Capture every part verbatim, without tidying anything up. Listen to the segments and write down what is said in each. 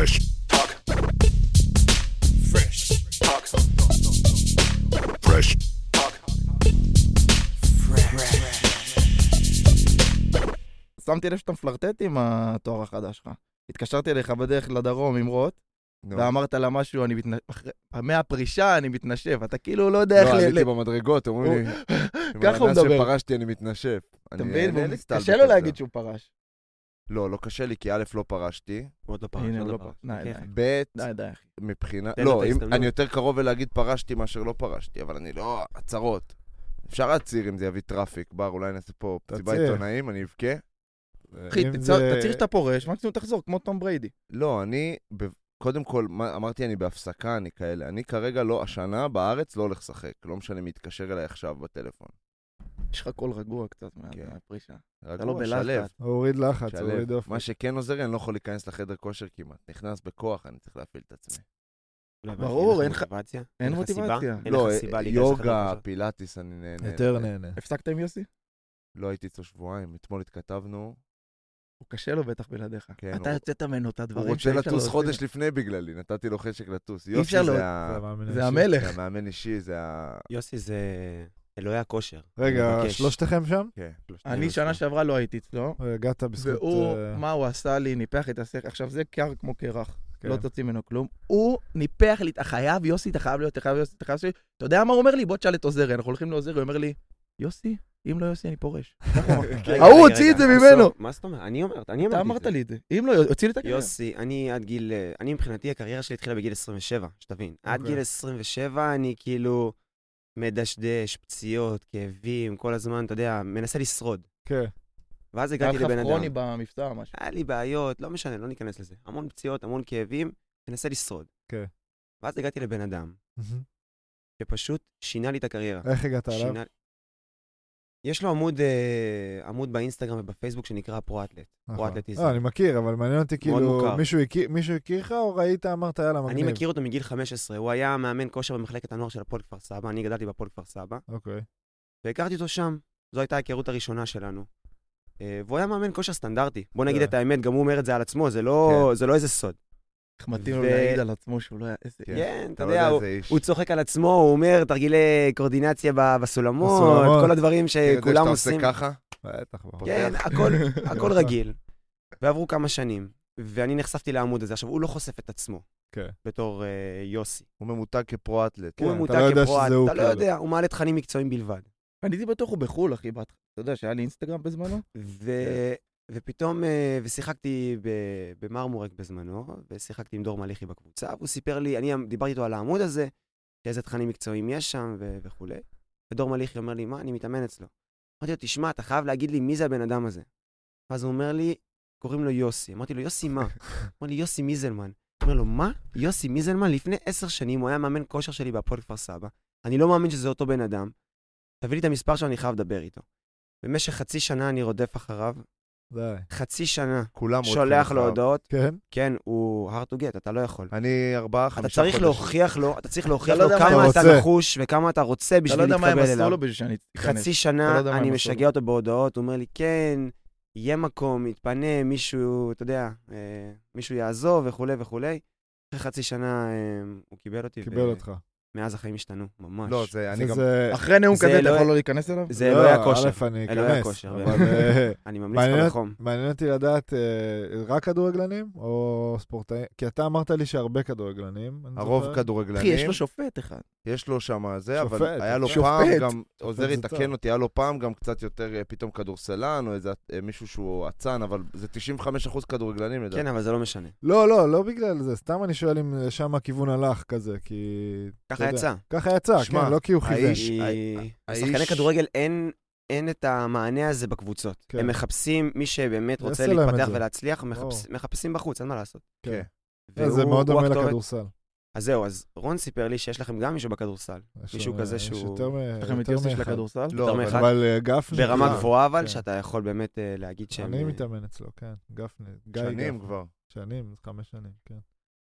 Fresh talk. Fresh talk. Fresh talk. Fresh. שמתי לב שאתה מפלרטט עם התואר החדש שלך. התקשרתי אליך בדרך לדרום עם רוט, ואמרת לה משהו, מהפרישה אני מתנשף, אתה כאילו לא יודע איך... לא, עליתי במדרגות, אומרים לי, ככה הוא מדבר. שפרשתי אני מתנשף. אתה מבין? קשה לו להגיד שהוא פרש. לא, לא קשה לי, כי א' לא פרשתי. עוד לא פרש, עוד לא פרש. ב' די, די, אחי. מבחינה... לא, אני יותר קרוב להגיד פרשתי מאשר לא פרשתי, אבל אני לא... הצרות. אפשר להציר אם זה יביא טראפיק. בר, אולי נעשה פה פציבה עיתונאים, אני אבכה. אחי, תציר שאתה פורש, מקסימום תחזור, כמו תום בריידי. לא, אני... קודם כל, אמרתי אני בהפסקה, אני כאלה. אני כרגע לא, השנה בארץ לא הולך לשחק. לא משנה, מתקשר אליי עכשיו בטלפון. יש לך קול רגוע קצת מהפרישה. רגוע, שלב. הוריד לחץ, הוריד אופי. מה שכן עוזר, אני לא יכול להיכנס לחדר כושר כמעט. נכנס בכוח, אני צריך להפעיל את עצמי. ברור, אין לך מוטיבציה. אין מוטיבציה. לא, יוגה, פילאטיס, אני נהנה. יותר נהנה. הפסקת עם יוסי? לא הייתי אצלו שבועיים, אתמול התכתבנו. הוא קשה לו בטח בלעדיך. כן, אתה יוצאת ממנו את הדברים. הוא רוצה לטוס חודש לפני בגללי, נתתי לו חשק לטוס. אי אפשר לו, זה המלך. זה המאמן אישי, זה ה... יוסי זה אלוהי הכושר. רגע, שלושתכם שם? כן. אני שנה שעברה לא הייתי אצלו. הגעת בזכות... והוא, מה הוא עשה לי, ניפח את השכל. עכשיו זה קר כמו קרח. לא תוציא ממנו כלום. הוא ניפח לי, אתה חייב, יוסי, אתה חייב להיות, אתה חייב יוסי, אתה חייב יוסי. אתה יודע מה הוא אומר לי? בוא תשאל את עוזרי. אנחנו הולכים לעוזרי, הוא אומר לי, יוסי, אם לא יוסי, אני פורש. ההוא הוציא את זה ממנו. מה זאת אומרת? אני אומרת, אני אמרתי את זה. אתה אמרת לי את זה. אם לא, הוציא לי את הקריירה. יוסי, אני עד גיל, אני מבחינתי, הקריירה שלי התחילה בגיל עשרים ושבע, שתבין. עד גיל עשרים ושבע אני כאילו מדשדש, פציעות, כאבים, כל הזמן, אתה יודע, מנסה לשרוד. כן. ואז הגעתי לבן אדם. היה לך כרוני במבצע או משהו. היה לי בעיות, לא משנה, לא ניכנס לזה. המון פציעות, המון כאבים, מנסה לשרוד. כן. ואז הגעתי לבן אדם, שפשוט שינה לי את הקריירה. איך הגעת עליו? יש לו עמוד, עמוד באינסטגרם ובפייסבוק שנקרא פרו-אטלט. פרו-אטלטיזם. אני מכיר, אבל מעניין אותי כאילו, מישהו הכיר לך או ראית, אמרת, יאללה, מגניב? אני מכיר אותו מגיל חמש עשרה, הוא היה מאמן כושר במחלקת הנוער של הפועל כפר סבא, אני גדלתי בפועל כפר סבא. אוקיי. והכרתי אותו שם, זו הייתה ההיכרות הראשונה שלנו. והוא היה מאמן כושר סטנדרטי. בוא נגיד את האמת, גם הוא אומר את זה על עצמו, זה לא איזה סוד. איך מתאים לו להעיד על עצמו שהוא לא היה איזה... כן, אתה יודע, הוא צוחק על עצמו, הוא אומר, תרגילי קורדינציה בסולמות, כל הדברים שכולם עושים. אתה עושה ככה? בטח. כן, הכל רגיל. ועברו כמה שנים, ואני נחשפתי לעמוד הזה. עכשיו, הוא לא חושף את עצמו, בתור יוסי. הוא ממותג כפרו-אטלט. הוא ממותג כפרו-אטלט, אתה לא יודע, הוא מעלה תכנים מקצועיים בלבד. אני הייתי בטוח הוא בחול, אחי, אתה יודע שהיה לי אינסטגרם בזמנו? ופתאום, ושיחקתי במרמורק בזמנו, ושיחקתי עם דור מליחי בקבוצה, והוא סיפר לי, אני דיברתי איתו על העמוד הזה, שאיזה תכנים מקצועיים יש שם וכו'. ודור מליחי אומר לי, מה, אני מתאמן אצלו. אמרתי לו, תשמע, אתה חייב להגיד לי מי זה הבן אדם הזה. ואז הוא אומר לי, קוראים לו יוסי. אמרתי לו, יוסי מה? אמר לי, יוסי מיזלמן. אומר לו, מה? יוסי מיזלמן? לפני עשר שנים הוא היה מאמן כושר שלי בהפועל כפר סבא. אני לא מאמין שזה אותו בן אדם. תביא לי את המספר שאני חייב לדבר איתו. במשך חצי שנה אני רודף אחריו. די. חצי שנה. כולם שולח לו הודעות. כן? כן, הוא hard to get, אתה לא יכול. אני ארבעה, חמישה חודשים. אתה צריך להוכיח לו, אתה צריך להוכיח לו כמה אתה נחוש וכמה אתה רוצה בשביל להתקבל אליו. אתה לא יודע מה הם עשו לו בשביל שאני אתכנס. חצי שנה אני משגע אותו בהודעות, הוא אומר לי, כן, יהיה מקום, יתפנה, מישהו, אתה יודע, מישהו יעזוב וכו' וכו'. אחרי חצי שנה הוא קיבל אותי. קיבל אותך. מאז החיים השתנו, ממש. לא, זה, אני גם... אחרי נאום כזה, אתה יכול לא להיכנס אליו? זה אלוהי הכושר. א' אני אלוהי אכנס. הכושר. אני ממליץ לך לחום. מעניין אותי לדעת, רק כדורגלנים או ספורטאים? כי אתה אמרת לי שהרבה כדורגלנים. הרוב כדורגלנים. אחי, יש לו שופט אחד. יש לו שם זה, אבל היה לו פעם גם, עוזר יתקן אותי, היה לו פעם גם קצת יותר פתאום כדורסלן, או איזה מישהו שהוא עצן, אבל זה תשעים וחמישה אחוז כדורגלנים לדעת. כן, אבל זה לא משנה. לא, לא, לא בגלל זה. סתם אני שואל אם שם הכיוון הלך כזה, כי... ככה יצא. ככה יצא, כן, לא כי הוא כיוון. השחקני כדורגל אין את המענה הזה בקבוצות. הם מחפשים מי שבאמת רוצה להתפתח ולהצליח, מחפשים בחוץ, אין מה לעשות. כן. זה מאוד דומה לכדורסל. אז זהו, אז רון סיפר לי שיש לכם גם מישהו בכדורסל. מישהו כזה שהוא... לכם את יוסי של הכדורסל? לא, אבל גפני... ברמה גבוהה אבל, שאתה יכול באמת להגיד שהם... אני מתאמן אצלו, כן. גפני. שנים כבר. שנים, חמש שנים, כן.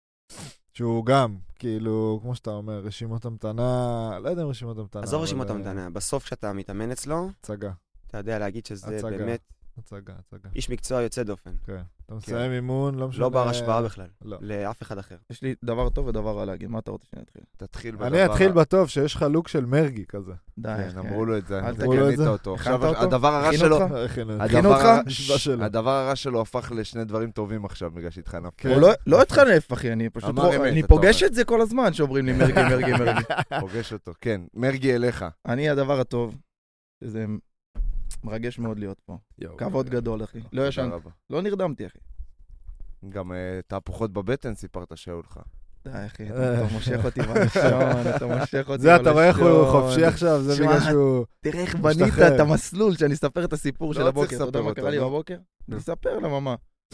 שהוא גם, כאילו, כמו שאתה אומר, רשימות המתנה, לא יודע אם רשימות המתנה. עזוב רשימות המתנה, בסוף כשאתה מתאמן אצלו, הצגה. אתה יודע להגיד שזה באמת... הצגה, הצגה. איש מקצוע יוצא דופן. כן. אתה מסיים אימון, לא משנה... לא בר השפעה בכלל. לא. לאף אחד אחר. יש לי דבר טוב ודבר רע להגיד, מה אתה רוצה שאני אתחיל? תתחיל בדבר... אני אתחיל בטוב, שיש לך לוק של מרגי כזה. די, כן, אמרו לו את זה. אל תקנית אותו. עכשיו, הדבר הרע שלו... הכינו אותך? הדבר הרע שלו הפך לשני דברים טובים עכשיו, בגלל שהתחנף. הוא לא התחנף, אחי, אני פשוט... אני פוגש את זה כל הזמן, שאומרים לי מרגי, מרגי, מרגי. פוגש אותו, כן. מרגי אליך. אני הדבר הטוב, שזה מרגש מאוד להיות פה. כבוד גדול, אחי. לא ישן, לא נרדמתי, אחי. גם תהפוכות בבטן סיפרת שהיו לך. די, אחי, אתה מושך אותי בלשון, אתה מושך אותי בלשון. זה, אתה רואה איך הוא חופשי עכשיו, זה בגלל שהוא... תראה איך בנית את המסלול, שאני אספר את הסיפור של הבוקר. אתה יודע מה קרה לי בבוקר? אני אספר לממה.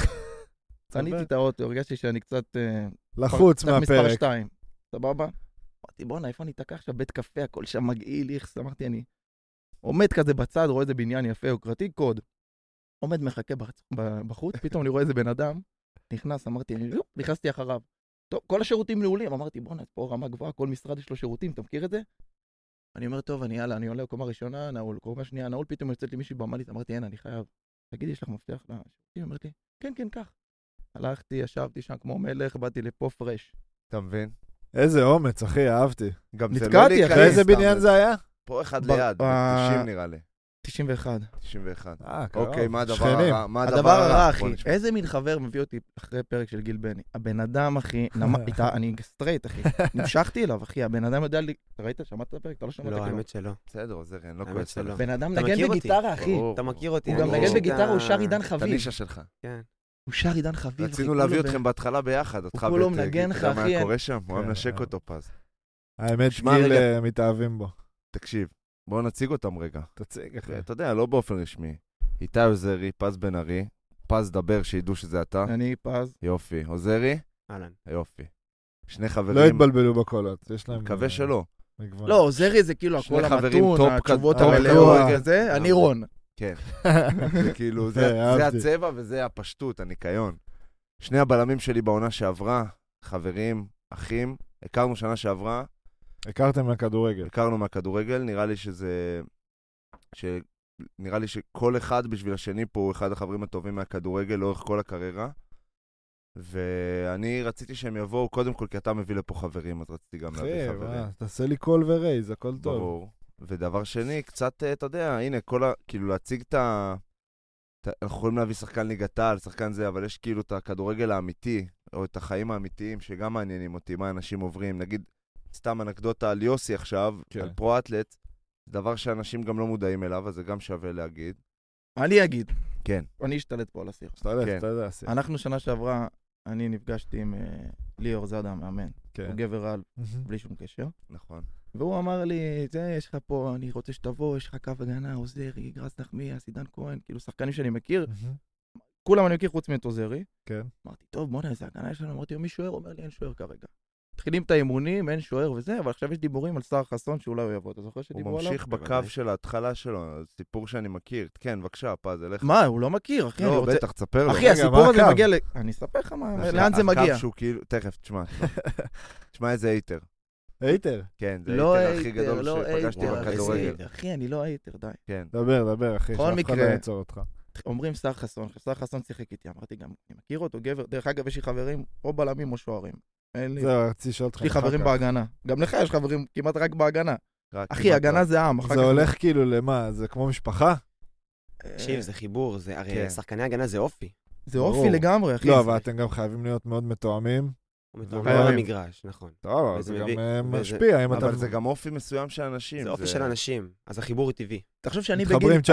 צניתי את האוטו, הרגשתי שאני קצת... לחוץ מהפרק. מספר שתיים. סבבה? אמרתי, בוא, איפה אני אתקע עכשיו בית קפה, הכל שם מגעיל, איך אמרתי, אני עומד כזה בצד, רואה איזה בניין יפה, יוקרתי, קוד. עומד מחכה בחוץ, פתאום אני רואה איזה בן אדם, נכנס, אמרתי, נכנסתי אחריו. טוב, כל השירותים נעולים, אמרתי, בוא, פה רמה גבוהה, כל משרד יש לו שירותים, אתה מכיר את זה? אני אומר, טוב, אני יאללה, אני עולה קומה ראשונה, נעול, קומה שנייה, נעול, פתאום יוצאת לי מישהי במעלית, אמרתי, אין, אני חייב. תגידי, יש לך מפתח לשירותים? אמרתי, כן, כן, כך. הלכתי, ישבתי שם כמו מלך, באתי לפה פרש. אתה מבין? איזה אומץ, אחי, אהבתי. נתקעתי, אחי. איזה בניין זה היה? פה אחד ליד, תשעים נראה לי. תשעים ואחת. תשעים ואחת. אה, קרוב. אוקיי, מה הדבר הרע? מה הדבר הרע, אחי? איזה מין חבר מביא אותי אחרי פרק של גיל בני? הבן אדם, אחי, אני סטרייט, אחי. נמשכתי אליו, אחי. הבן אדם יודע לי... אתה ראית? שמעת את הפרק? אתה לא שמעת? לא, האמת שלא. בסדר, עוזר, אני לא כועס עליו. בן אדם נגן בגיטרה, אחי. אתה מכיר אותי. הוא גם נגן בגיטרה, הוא שר עידן חביב. את הנישה שלך. כן. הוא שר עידן חביב. רצינו להביא אתכם בהתחלה ביחד. הוא כולו מנגן לך, אחי. מה קורה שם? הוא היה מנשק אותו פז. האמת, גיל מתאהבים בו. תקשיב, בואו נציג אותם רגע. תציג, אחי. אתה יודע, לא באופן רשמי. איתי עוזרי, פז בן ארי, פז דבר שידעו שזה אתה. אני פז. יופי. עוזרי? אהלן. יופי. שני חברים. לא התבלבלו בקולות, יש להם... מקווה שלא. לא, עוזרי זה כאילו הכל המתון, התשובות המלאות, כזה, אני רון. כן. זה כאילו, זה הצבע וזה הפשטות, הניקיון. שני הבלמים שלי בעונה שעברה, חברים, אחים, הכרנו שנה שעברה. הכרתם מהכדורגל. הכרנו מהכדורגל, נראה לי שזה... ש... נראה לי שכל אחד בשביל השני פה הוא אחד החברים הטובים מהכדורגל לאורך כל הקריירה. ואני רציתי שהם יבואו קודם כל כי אתה מביא לפה חברים, אז רציתי גם להביא חברים. אחי, תעשה לי קול ורייז, הכל טוב. ברור. ודבר שני, קצת, אתה יודע, הנה, כל ה... כאילו להציג את ה... אנחנו יכולים להביא שחקן ליגת העל, שחקן זה, אבל יש כאילו את הכדורגל האמיתי, או את החיים האמיתיים שגם מעניינים אותי, מה אנשים עוברים. נגיד, סתם אנקדוטה על יוסי עכשיו, כן. על פרו-אטלט, זה דבר שאנשים גם לא מודעים אליו, אז זה גם שווה להגיד. אני אגיד. כן. אני אשתלט פה על השיח. אשתלט, כן. אתה יודע, השיח. אנחנו שנה שעברה, אני נפגשתי עם uh, ליאור זאדה, המאמן. כן. הוא גבר על, בלי שום קשר. נכון. והוא אמר לי, זה, יש לך פה, אני רוצה שתבוא, יש לך קו הגנה, עוזרי, גרס נחמיאס, עידן כהן, כאילו שחקנים שאני מכיר. כולם אני מכיר חוץ מאת עוזרי. כן. אמרתי, טוב, בוא נראה, איזה הגנה יש לנו. אמרתי, מי שוער? אומר לי, אין שוער כרגע. מתחילים את האימונים, אין שוער וזה, אבל עכשיו יש דיבורים על שר חסון שאולי הוא יבוא. אתה זוכר שדיברו עליו? הוא ממשיך בקו של ההתחלה שלו, סיפור שאני מכיר. כן, בבקשה, פז, אליך. מה, הוא לא מכיר, אחי. לא, בטח, תספר לו. אחי, הסיפור הזה מגיע ל... אני אספר לך לאן זה מגיע. הקו שהוא כאילו, תכף, תשמע. תשמע איזה הייטר. הייטר? כן, זה הייטר הכי גדול שפגשתי בכדורגל. אחי, אני לא הייטר, די. כן. דבר, דבר, אחי. בכל מקרה, אותך. אומרים שר חסון, שר חסון שיחק איתי, אמרתי גם, אני מכיר אותו, גבר, דרך אגב, יש לי חברים, או בלמים או שוערים. זהו, רציתי לשאול אותך. יש לי חברים בהגנה. גם לך יש חברים כמעט רק בהגנה. אחי, הגנה זה עם. זה הולך כאילו למה? זה כמו משפחה? תקשיב, זה חיבור, הרי שחקני הגנה זה אופי. זה אופי לגמרי, אחי. לא, אבל אתם גם חייבים להיות מאוד מתואמים. מתואמים על המגרש, נכון. טוב, זה גם משפיע. אבל זה גם אופי מסוים של אנשים. זה אופי של אנשים, אז החיבור היא טבעי. תחשוב שאני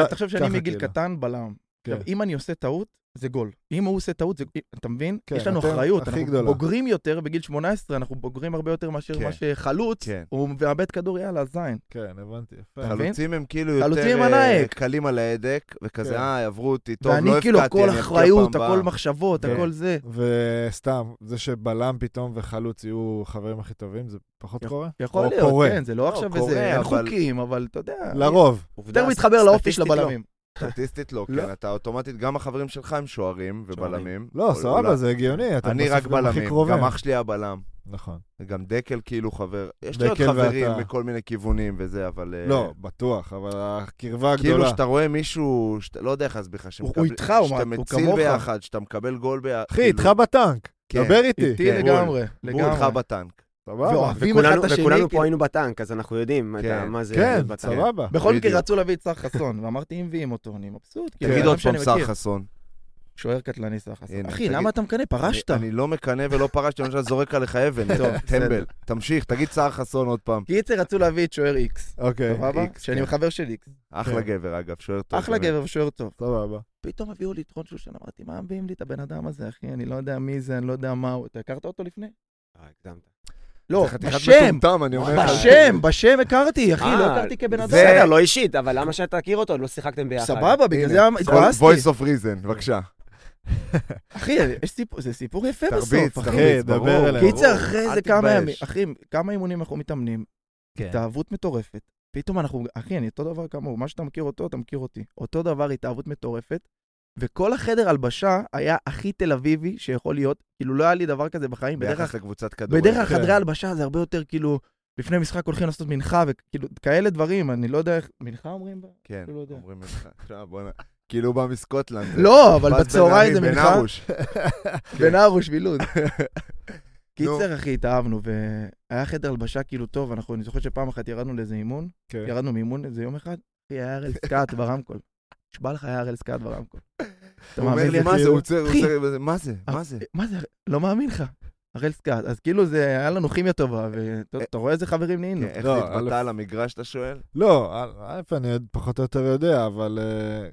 מגיל קטן בלם. עכשיו, אם אני עושה טעות, זה גול. אם הוא עושה טעות, אתה מבין? יש לנו אחריות. אנחנו בוגרים יותר, בגיל שמונה עשרה, אנחנו בוגרים הרבה יותר מאשר מה שחלוץ, הוא מאבד כדור, יאללה, זין. כן, הבנתי, יפה. חלוצים הם כאילו יותר קלים על ההדק, וכזה, אה, עברו אותי, טוב, לא הפקעתי. ואני כאילו, הכל אחריות, הכל מחשבות, הכל זה. וסתם, זה שבלם פתאום וחלוץ יהיו חברים הכי טובים, זה פחות קורה? יכול להיות, כן, זה לא עכשיו איזה, אין חוקים, אבל אתה יודע. לרוב. יותר מתחבר לאופי של הבלמים. סטטיסטית לא, כן, אתה אוטומטית, גם החברים שלך הם שוערים ובלמים. לא, סבבה, זה הגיוני. אני רק בלמים, גם אח שלי היה בלם. נכון. גם דקל כאילו חבר, יש לי עוד דקל חברים ואתה- מכל מיני כיוונים וזה, אבל... אה, לא, בטוח, אבל הקרבה כאילו הגדולה. שאתה רואה מישהו, שאתה לא יודע איך להסביר לך, הוא- הוא איתך, הוא שאתה מה- הוא מציל כמוך. ביחד, שאתה מקבל גול ביחד. אחי, איתך בטנק. כן. דבר איתי. איתי כן, לגמרי, בול, בול לך לגמרי. בטנק. סבבה. ואוהבים אחד וכולנו, את השני. וכולנו כאילו. פה היינו בטנק, אז אנחנו יודעים את כן. ה- מה זה כן, להיות בטנק. סבבה. בכל מקרה בדיוק. רצו להביא את שר חסון, ואמרתי, אם מביאים אותו, אני מבסוט. כאילו, תגיד בן עוד אדם שאני פעם שר מכיר. חסון. שוער קטלני שר חסון. הנה, אחי, תגיד- למה אתה מקנא? פרשת. אני לא מקנא ולא פרשתי, אני חושב זורק עליך אבן. טוב, טמבל. בסדר. תמשיך, תגיד שר חסון עוד פעם. קיצר רצו להביא את שוער איקס. אוקיי, סבבה? איקס, שאני כן. חבר של איקס. אחלה כן. גבר, אגב, שוער טוב. אחלה באמת. גבר ושוער טוב. סבבה. פתאום הביאו לי את רון שושן, אמרתי, מה מביאים לי את הבן אדם הזה, אחי? אני לא יודע מי זה, אני לא יודע מה הוא. אתה הכרת אותו לפני? אה, הקדמת. לא, זה חתיכת בשם, מטומטם, אני אומר לך. בשם, בשם הכרתי, אחי, לא אה, הכרתי כבן אדם. בסדר, לא אישית, אבל למה שאתה תכיר אותו? לא שיחקתם ביחד. סבבה, בגלל הנה, זה התבאסתי. voice of reason, בבקשה. אחי, יש סיפור, זה סיפור יפה תרביץ, בסוף, אחי. תרביץ, דבר ברור. אלינו. קיצר, אחרי אל זה כמה תתבייש. ימים, אחי, כמה אימונים אנחנו מתאמנים, כן. התאהבות מטורפת. פתאום אנחנו, אחי, אני אותו דבר כמוהו, מה שאתה מכיר אותו, אתה מכיר אותי. אותו דבר, התאהבות מטורפת, וכל החדר הלבשה היה הכי תל אביבי שיכול להיות, כאילו לא היה לי דבר כזה בחיים, בדרך ביחס לקבוצת כדורגל. בדרך כלל כן. חדרי הלבשה זה הרבה יותר כאילו, לפני משחק הולכים לעשות מנחה, וכאילו, כאלה דברים, אני לא יודע איך, מנחה אומרים? בה? כן, לא יודע. אומרים לך. עכשיו בוא נ... כאילו בא מסקוטלנד. לא, אבל באז בצהריים בן זה עמי, מנחה. בנרוש. בנרוש בילוד. נו. קיצר, אחי, התאהבנו, והיה חדר הלבשה כאילו טוב, אנחנו, אני זוכר שפעם אחת ירדנו לאיזה אימון, כן. ירדנו מאימון איזה יום אחד, אחי, היה הראל סקאט ברמקול. נשבע לך, היה הראל סקאט ברמקול. אתה הוא אומר מאמין לי, לי, מה זה? אחי? הוא עוצר, הוא אחי. עוצר, מה זה? מה זה? מה זה? לא מאמין לך. הראל סקאט. אז כאילו זה, היה לנו כימיה טובה, ואתה רואה איזה חברים נהיינו. כן, איך לא, זה התבטא א'- על המגרש, אתה שואל? לא, א', אני עוד פחות או יותר יודע, אבל אה,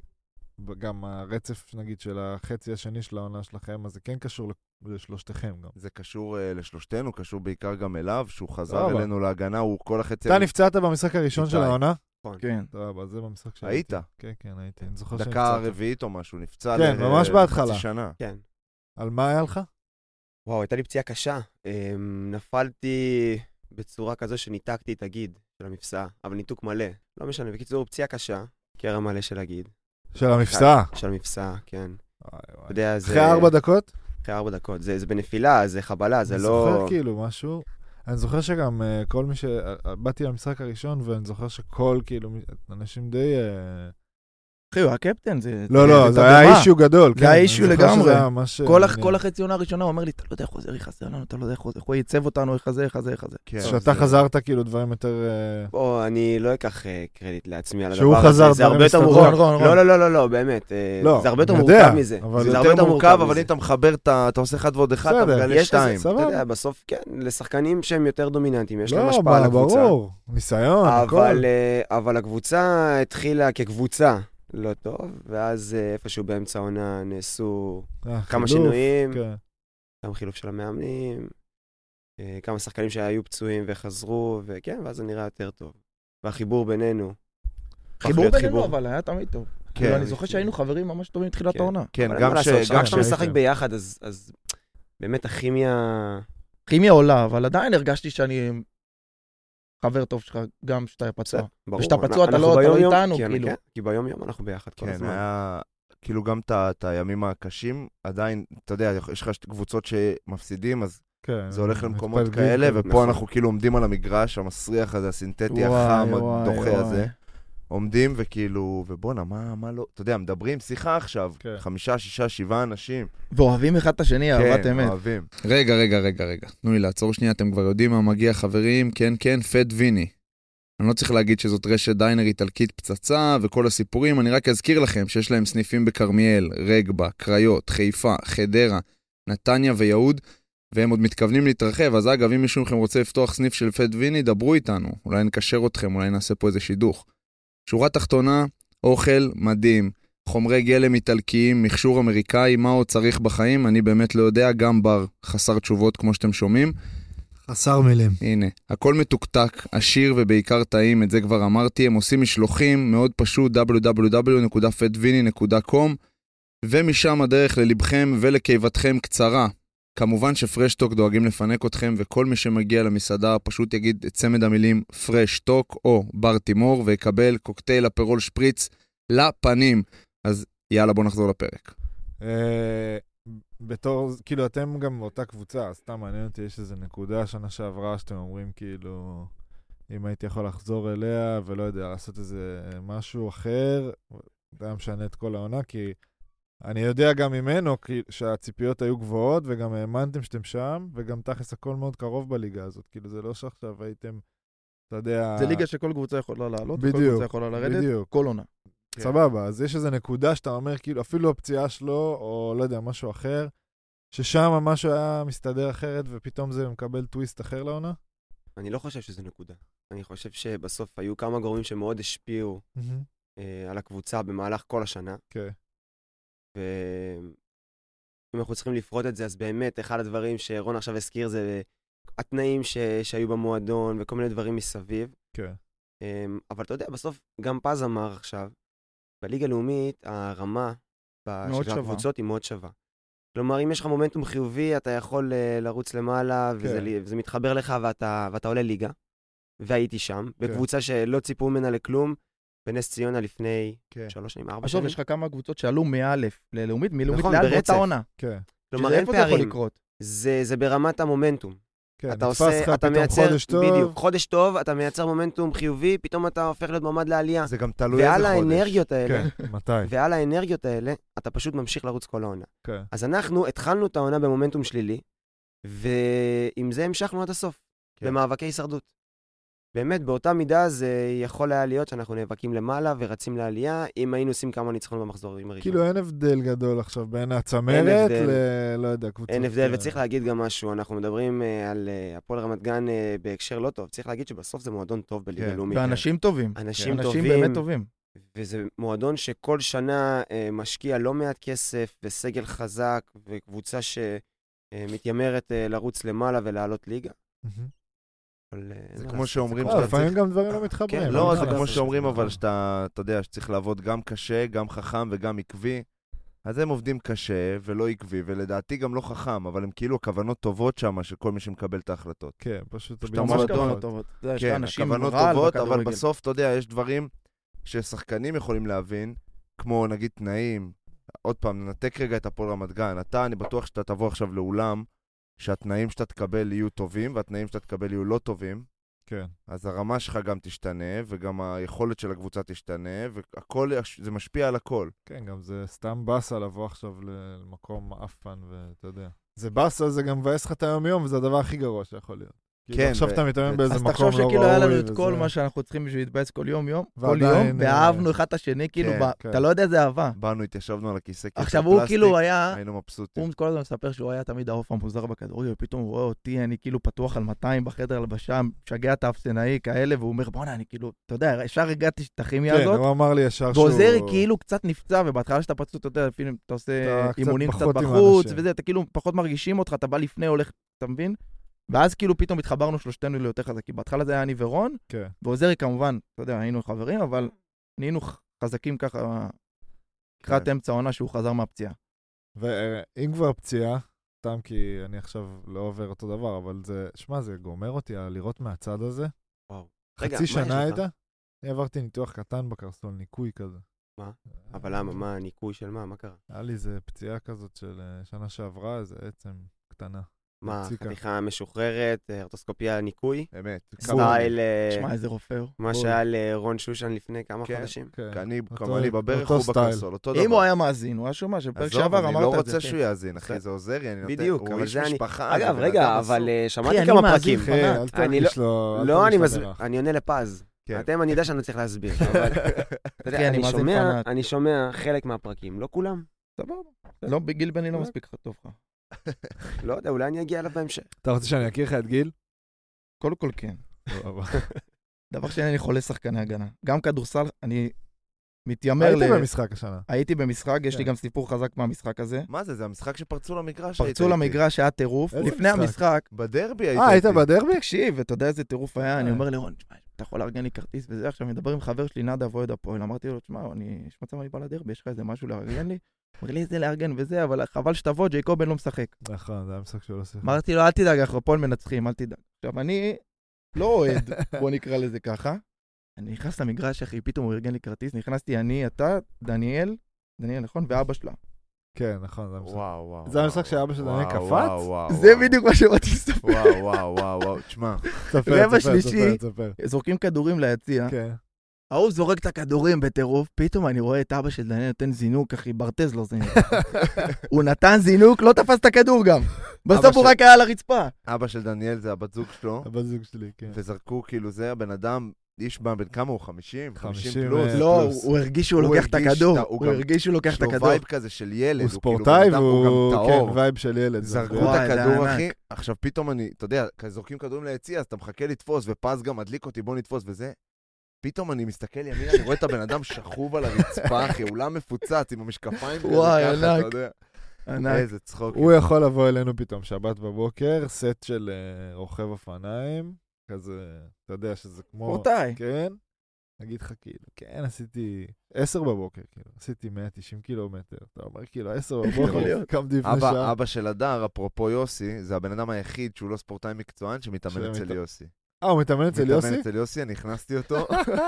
גם הרצף, נגיד, של החצי השני של העונה שלכם, אז זה כן קשור לשלושתכם גם. זה קשור אה, לשלושתנו, קשור בעיקר גם אליו, שהוא חזר סבבה. אלינו להגנה, הוא כל החצי... אתה נפצעת במשחק הראשון של איתי. העונה? כן. סבבה, זה במשחק שהייתי. היית? כן, כן, הייתי. אני זוכר דקה שנפצעת. רביעית או משהו, נפצע כן, ל- ממש בהתחלה. לחצי שנה. כן. על מה היה לך? וואו, הייתה לי פציעה קשה. אמ, נפלתי בצורה כזו שניתקתי את הגיד של המפסעה, אבל ניתוק מלא. לא משנה, בקיצור, פציעה קשה, קרע מלא של הגיד. של המפסעה. של המפסעה, כן. וואי, וואי. אתה יודע, זה... אחרי ארבע דקות? אחרי ארבע דקות. זה, זה בנפילה, זה חבלה, זה אני לא... זוכר כאילו משהו. אני זוכר שגם אה, כל מי ש... אה, באתי למשחק הראשון, ואני זוכר שכל כאילו, אנשים די... אה, אחי, הוא הקפטן, זה... לא, לא, זה היה אישיו גדול. זה היה כן, אישיו אני זוכר לגמרי. שזה היה ממש, כל, אה, הח- כל החצי עונה הראשונה הוא אומר לי, אתה לא יודע איך עוזר יחסר לנו, אתה לא יודע איך עוזר, איך הוא ייצב אותנו, איך זה, איך זה, איך זה. כן, שאתה זה- חזרת כאילו דברים יותר... אה, בוא, אני לא אקח אה, קרדיט לעצמי על הדבר שהוא הזה. חזר, זה הרבה דברים יותר הסתדרו. מורכב. רון, רון, לא, רון. לא, לא, לא, לא, באמת. אה, לא, זה הרבה יותר אני מורכב יודע, מזה. אבל- זה זה הרבה יותר מורכב, אבל מזה. אם אתה מחבר, את ה- אתה עושה אחד ועוד אחד, אתה בסדר. מגלה יש לזה, שתיים. אתה סבבה. יודע, בסוף, כן, לשחקנים שהם יותר דומיננטיים, יש להם לא, השפעה על הקבוצה. ברור. ניסיון, הכל. אבל, אה, אבל הקבוצה התחילה כקבוצה לא טוב, ואז אה, איפשהו באמצע העונה נעשו אה, כמה חילוף, שינויים, כן. גם חילוף של המאמנים, אה, כמה שחקנים שהיו פצועים וחזרו, וכן, ואז זה נראה יותר טוב. והחיבור בינינו, חיבור להיות בינינו, חיבור. אבל היה תמיד טוב. כן, כאילו, אני זוכר שהיינו חברים ממש טובים מתחילת כן. העונה. כן, אבל אין גם מה ש... לעשות, גם רק כשאתה ש- משחק ביחד, אז, אז באמת הכימיה... כימיה עולה, אבל עדיין הרגשתי שאני חבר טוב שלך, גם כשאתה פצוע. ברור, וכשאתה פצוע, אתה אנחנו לא- אתה לא ביום-יום- איתנו, כן, כאילו. כן, כי ביום יום אנחנו ביחד כל כן, הזמן. היה... כאילו גם את ה- את הימים הקשים, עדיין, אתה יודע, יש לך קבוצות שמפסידים, אז כן, זה הולך למקומות מתפלגים כאלה, כזה. ופה נכון. אנחנו כאילו עומדים על המגרש, המסריח הזה, הסינתטי, וואי, החם, וואי, הדוחה וואי. הזה. עומדים וכאילו, ובואנה, מה, מה לא, אתה יודע, מדברים שיחה עכשיו, כן. חמישה, שישה, שבעה אנשים. ואוהבים אחד את השני, אהבת כן, אמת. אוהבים. רגע, רגע, רגע, רגע. תנו לי לעצור שנייה, אתם כבר יודעים מה מגיע, חברים? כן, כן, פט ויני. אני לא צריך להגיד שזאת רשת דיינר איטלקית פצצה וכל הסיפורים, אני רק אזכיר לכם שיש להם סניפים בכרמיאל, רגבה, קריות, חיפה, חדרה, נתניה ויהוד, והם עוד מתכוונים להתרחב, אז אגב, אם מישהו מכם רוצה לפתוח סניף של פט ויני, דברו איתנו, אולי נקשר אתכם, אולי נעשה פה איזה שידוך. שורה תחתונה, אוכל מדהים, חומרי גלם איטלקיים, מכשור אמריקאי, מה עוד צריך בחיים, אני באמת לא יודע, גם בר חסר תשובות כמו שאתם שומעים. חסר מילים. הנה, הכל מתוקתק, עשיר ובעיקר טעים, את זה כבר אמרתי, הם עושים משלוחים, מאוד פשוט, דאבליו דאבליו דאבליו נקודה פט ויני נקודה קום, ומשם הדרך ללבכם ולקיבתכם קצרה. כמובן שפרשטוק דואגים לפנק אתכם, וכל מי שמגיע למסעדה פשוט יגיד את צמד המילים פרשטוק או בר תימור, ויקבל קוקטייל אפרול שפריץ לפנים. אז יאללה, בוא נחזור לפרק. אה, בתור, כאילו, אתם גם באותה קבוצה, אז סתם מעניין אותי, יש איזו נקודה שנה שעברה שאתם אומרים, כאילו, אם הייתי יכול לחזור אליה, ולא יודע, לעשות איזה משהו אחר, זה היה משנה את כל העונה, כי אני יודע גם ממנו שהציפיות היו גבוהות, וגם האמנתם שאתם שם, וגם תכלס הכל מאוד קרוב בליגה הזאת, כאילו, זה לא שעכשיו הייתם, אתה יודע... זה ליגה שכל קבוצה יכולה לעלות, וכל בדיוק, קבוצה יכולה לרדת, בדיוק. כל עונה. סבבה, אז יש איזו נקודה שאתה אומר, כאילו, אפילו הפציעה שלו, או לא יודע, משהו אחר, ששם משהו היה מסתדר אחרת, ופתאום זה מקבל טוויסט אחר לעונה? אני לא חושב שזה נקודה. אני חושב שבסוף היו כמה גורמים שמאוד השפיעו אה, על הקבוצה במהלך כל השנה. כן. ואם אנחנו צריכים לפרוט את זה, אז באמת, אחד הדברים שרון עכשיו הזכיר זה התנאים ש... שהיו במועדון, וכל מיני דברים מסביב. כן. אה, אבל אתה יודע, בסוף גם פז אמר עכשיו, בליגה הלאומית, הרמה של הקבוצות היא מאוד שווה. כלומר, אם יש לך מומנטום חיובי, אתה יכול uh, לרוץ למעלה, כן. וזה, וזה מתחבר לך, ואתה, ואתה עולה ליגה. והייתי שם, כן. בקבוצה שלא ציפו ממנה לכלום, בנס ציונה לפני כן. שלוש שנים, ארבע שנים. יש לך כמה קבוצות שעלו מא' ללאומית, מלאומית נכון, לא' באותה עונה. כן. כלומר, אין פערים. זה, זה ברמת המומנטום. כן, אתה נתפס עושה, לך אתה פתאום מייצר, חודש טוב. בדיוק, חודש טוב, אתה מייצר מומנטום חיובי, פתאום אתה הופך להיות מועמד לעלייה. זה גם תלוי איזה חודש. ועל האנרגיות האלה, כן, מתי? ועל האנרגיות האלה, אתה פשוט ממשיך לרוץ כל העונה. כן. אז אנחנו התחלנו את העונה במומנטום שלילי, ועם זה המשכנו עד הסוף, כן. במאבקי הישרדות. באמת, באותה מידה זה יכול היה להיות שאנחנו נאבקים למעלה ורצים לעלייה, אם היינו עושים כמה ניצחונות במחזורים הראשון. כאילו אין הבדל גדול עכשיו בין הצמרת ל... לא יודע, קבוצות... אין הבדל, וצריך להגיד גם משהו, אנחנו מדברים על הפועל רמת גן בהקשר לא טוב, צריך להגיד שבסוף זה מועדון טוב בליגה הלאומית. ואנשים טובים. אנשים טובים. אנשים באמת טובים. וזה מועדון שכל שנה משקיע לא מעט כסף וסגל חזק, וקבוצה שמתיימרת לרוץ למעלה ולעלות ליגה. זה כמו שאומרים... לפעמים גם דברים לא מתחברים. לא, זה כמו שאומרים, אבל שאתה, אתה יודע, שצריך לעבוד גם קשה, גם חכם וגם עקבי. אז הם עובדים קשה ולא עקבי, ולדעתי גם לא חכם, אבל הם כאילו כוונות טובות שם, של כל מי שמקבל את ההחלטות. כן, פשוט... ממש כוונות טובות. כן, כוונות טובות, אבל בסוף, אתה יודע, יש דברים ששחקנים יכולים להבין, כמו נגיד תנאים. עוד פעם, ננתק רגע את הפועל רמת גן. אתה, אני בטוח שאתה תבוא עכשיו לאולם, שהתנאים שאתה תקבל יהיו טובים, והתנאים שאתה תקבל יהיו לא טובים. כן. אז הרמה שלך גם תשתנה, וגם היכולת של הקבוצה תשתנה, והכל, זה משפיע על הכל. כן, גם זה סתם בסה לבוא עכשיו למקום אפן, ואתה יודע. זה בסה, זה גם מבאס לך את היום-יום, וזה הדבר הכי גרוע שיכול להיות. כן. עכשיו אתה מתאמן באיזה מקום לא ראוי. אז תחשוב שכאילו היה לנו את כל מה שאנחנו צריכים בשביל להתבאס כל יום-יום, כל יום, ואהבנו אחד את השני, כאילו, אתה לא יודע איזה אהבה. באנו, התיישבנו על הכיסא, עכשיו הוא כאילו היה, היינו מבסוטים. הוא כל הזמן מספר שהוא היה תמיד העוף המוזר בכדורגל, ופתאום הוא רואה אותי, אני כאילו פתוח על מאתיים בחדר הלבשה, משגע את האפסנאי כאלה, והוא אומר, בוא'נה, אני כאילו, אתה יודע, ישר הגעתי את הכימיה הזאת. כן, הוא אמר לי ישר שהוא... ועוזרי כאילו קצת נפצע, ובהתחלה שאתה פצוע, אתה יודע, אתה עושה אימונים קצת בחוץ, וזה, אתה כאילו פחות מרגישים אותך, אתה בא לפני, הולך, אתה מבין? ואז כאילו פתאום התחברנו שלושתנו ליותר חזקים. בהתחלה זה היה אני ורון, כן. ועוזרי כמובן, אתה יודע, היינו חברים, אבל נהיינו חזקים ככה, לקראת כן. אמצע העונה שהוא חזר מהפציעה. ואם כבר פציעה, סתם כי אני עכשיו לא עובר אותו דבר, אבל זה, שמה, זה גומר אותי לראות מהצד הזה. וואו. חצי רגע, שנה הייתה? אני עברתי ניתוח קטן בקרסול, ניקוי כזה. מה? אבל למה? מה? ניקוי של מה? מה קרה? היה לי איזה פציעה כזאת של שנה שעברה, איזה עצם קטנה. מה, חתיכה משוחררת, ארטוסקופיה ניקוי? באמת. סטייל... שמע, איזה רופא. מה שהיה לרון שושן לפני כמה חודשים? כן, כמה לי בברך הוא בקרסול, אותו דבר. אם הוא היה מאזין, הוא היה שומע שפרק שעבר אמרת את זה. אני לא רוצה שהוא יאזין, אחי, זה עוזר לי, אני נותן... בדיוק, הוא איש משפחה. אגב, רגע, אבל שמעתי כמה פרקים. אל תרגיש לו, לא, אני עונה לפז. אתם, אני יודע שאני צריך להסביר. אני שומע חלק מהפרקים, לא כולם. סבבה. לא, בגיל בני לא מספיק טוב לך. לא יודע, אולי אני אגיע אליו בהמשך. אתה רוצה שאני אכיר לך את גיל? קודם כל כן. דבר שני, אני חולה שחקני הגנה. גם כדורסל, אני מתיימר ל... הייתי במשחק השנה. הייתי במשחק, יש לי גם סיפור חזק מהמשחק הזה. מה זה? זה המשחק שפרצו למגרש? פרצו למגרש, היה טירוף. לפני המשחק... בדרבי הייתי. אה, היית בדרבי? תקשיב, אתה יודע איזה טירוף היה? אני אומר לרון, אתה יכול לארגן לי כרטיס וזה. עכשיו מדבר עם חבר שלי, נדב אוהד הפועל. אמרתי לו, תשמע, יש מצב אני בא לדרבי, יש לך איזה משהו לארגן לי? אמר לי, זה לארגן וזה, אבל חבל שתבוא, ג'ייקובן לא משחק. נכון, זה היה משחק שהוא לא שיחק. אמרתי לו, אל תדאג, אנחנו הפועל מנצחים, אל תדאג. עכשיו, אני לא אוהד, בוא נקרא לזה ככה. אני נכנס למגרש, אחי, פתאום הוא ארגן לי כרטיס, נכנסתי אני, אתה, דניאל, דניאל, נכון? ואבא שלה. כן, נכון, זה המשחק. וואו, וואו. זה המשחק שאבא של דניאל קפץ? וואו, וואו. זה בדיוק מה שבאתי לספר. וואו, וואו, וואו, וואו. תשמע, תספר, רבע תספר, שלישי. תספר, תספר. זורקים כדורים ליציע. כן. ההוא זורק את הכדורים בטירוף, פתאום אני רואה את אבא של דניאל נותן זינוק, אחי, ברטז לו זינוק. הוא נתן זינוק, לא תפס את הכדור גם. בסוף הוא של- רק היה על הרצפה. אבא של דניאל זה הבת זוג שלו, הבת זוג שלי, כן. וזרקו כאילו זה, הבן אדם, איש בא, בן כמה הוא? חמישים? חמישים חמישים, פלוס. אה, לא, פלוס. הוא הרגיש שהוא הוא לוקח את הרגיש הכדור. את ה- הוא הוא גם- הרגיש שהוא לוקח יש את לו הכדור. וייב כזה של ילד. הוא כאילו ספורטאי בן אדם, הוא והוא, גם כן, טהור. וייב של ילד. זרקו זה- את וואי, זה הכדור, ענק. אחי. עכשיו פתאום אני, אתה יודע, כזה זורקים כדורים ליציע, אז אתה מחכה לתפוס, ופז גם מדליק אותי, בוא נתפוס וזה. פתאום אני מסתכל ימינה, אני רואה את הבן אדם שכוב על הרצפה, אחי, אולם מפוצץ עם המשקפיים כזה, וואי, ככה, ענק. אתה יודע. ענק. איזה צחוק. הוא יכול לבוא אלינו פתאום שבת בבוקר, סט של אה, רוכב אופניים, כזה, אתה יודע שזה כמו... ספורטאי. כן? אגיד לך כאילו, כן, עשיתי עשר בבוקר, כאילו, עשיתי מאה ותשעים קילומטר. אתה אומר כאילו, עשר יכול בבוקר, להיות. קמתי לפני אבא, שעה. אבא של הדר, אפרופו יוסי, זה הבן אדם היחיד שהוא לא ספורטאי מקצוען שמתאמן שמת- אצל יוסי. אה, הוא מתאמן אצל יוסי? מתאמן אצל יוסי, אני הכנסתי אותו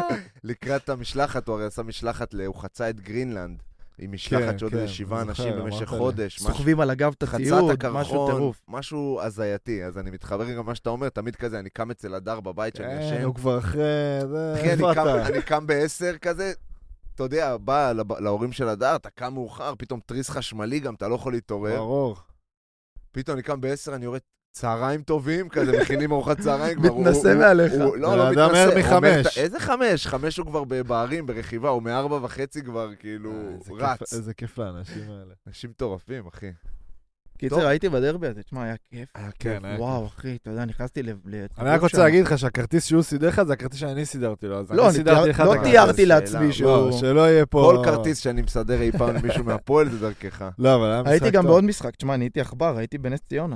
לקראת המשלחת, הוא הרי עשה משלחת, ל- הוא חצה את גרינלנד, עם משלחת כן, שעוד כן, איזה שבעה זוכר, אנשים אמרת במשך לי. חודש, משהו- סוחבים על הגב את חצה הציוד, את משהו הקרחון, טירוף. משהו הזייתי, אז אני מתחבר גם מה שאתה אומר, תמיד כזה, אני קם אצל הדר בבית שאני כן, ישן, הוא כבר אחרי... זה, אחי, אני איפה קם- אתה? אני קם בעשר כזה, אתה יודע, בא לב- להורים של הדר, אתה קם מאוחר, פתאום תריס חשמלי גם, אתה לא יכול להתעורר, ברור. פתאום אני קם בעשר, אני רואה צהריים טובים, כזה מכינים ארוחת צהריים כבר. הוא- מתנסה הוא- מעליך. הוא- לא, בן לא אדם מתנסה. ער הוא אומר, מחמש. איזה חמש? חמש הוא כבר בערים, ברכיבה, הוא מארבע וחצי כבר, כאילו, אה, איזה רץ. כיף- איזה כיף לאנשים האלה. אנשים מטורפים, אחי. קיצר, הייתי בדרבי הזה, תשמע, היה כיף. היה כן, היה וואו, אחי, אתה יודע, נכנסתי ל... אני רק רוצה להגיד לך שהכרטיס שהוא סידר לך זה הכרטיס שאני סידרתי לו, אז לא, אני אני סידרתי תיאר- לך לא את הכרטיס. תיארתי שאלה, לעצמי לא, שהוא... לא, שלא יהיה פה... כל כרטיס שאני מסדר אי פעם למישהו מהפועל זה דרכך. לא, אבל היה משחק הייתי גם טוב. בעוד משחק, תשמע, אני הייתי עכבר, הייתי בנס ציונה.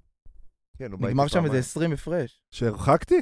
כן, הוא בא נגמר איתי שם איזה פעמיים. עשרים הפרש. שהרחקתי?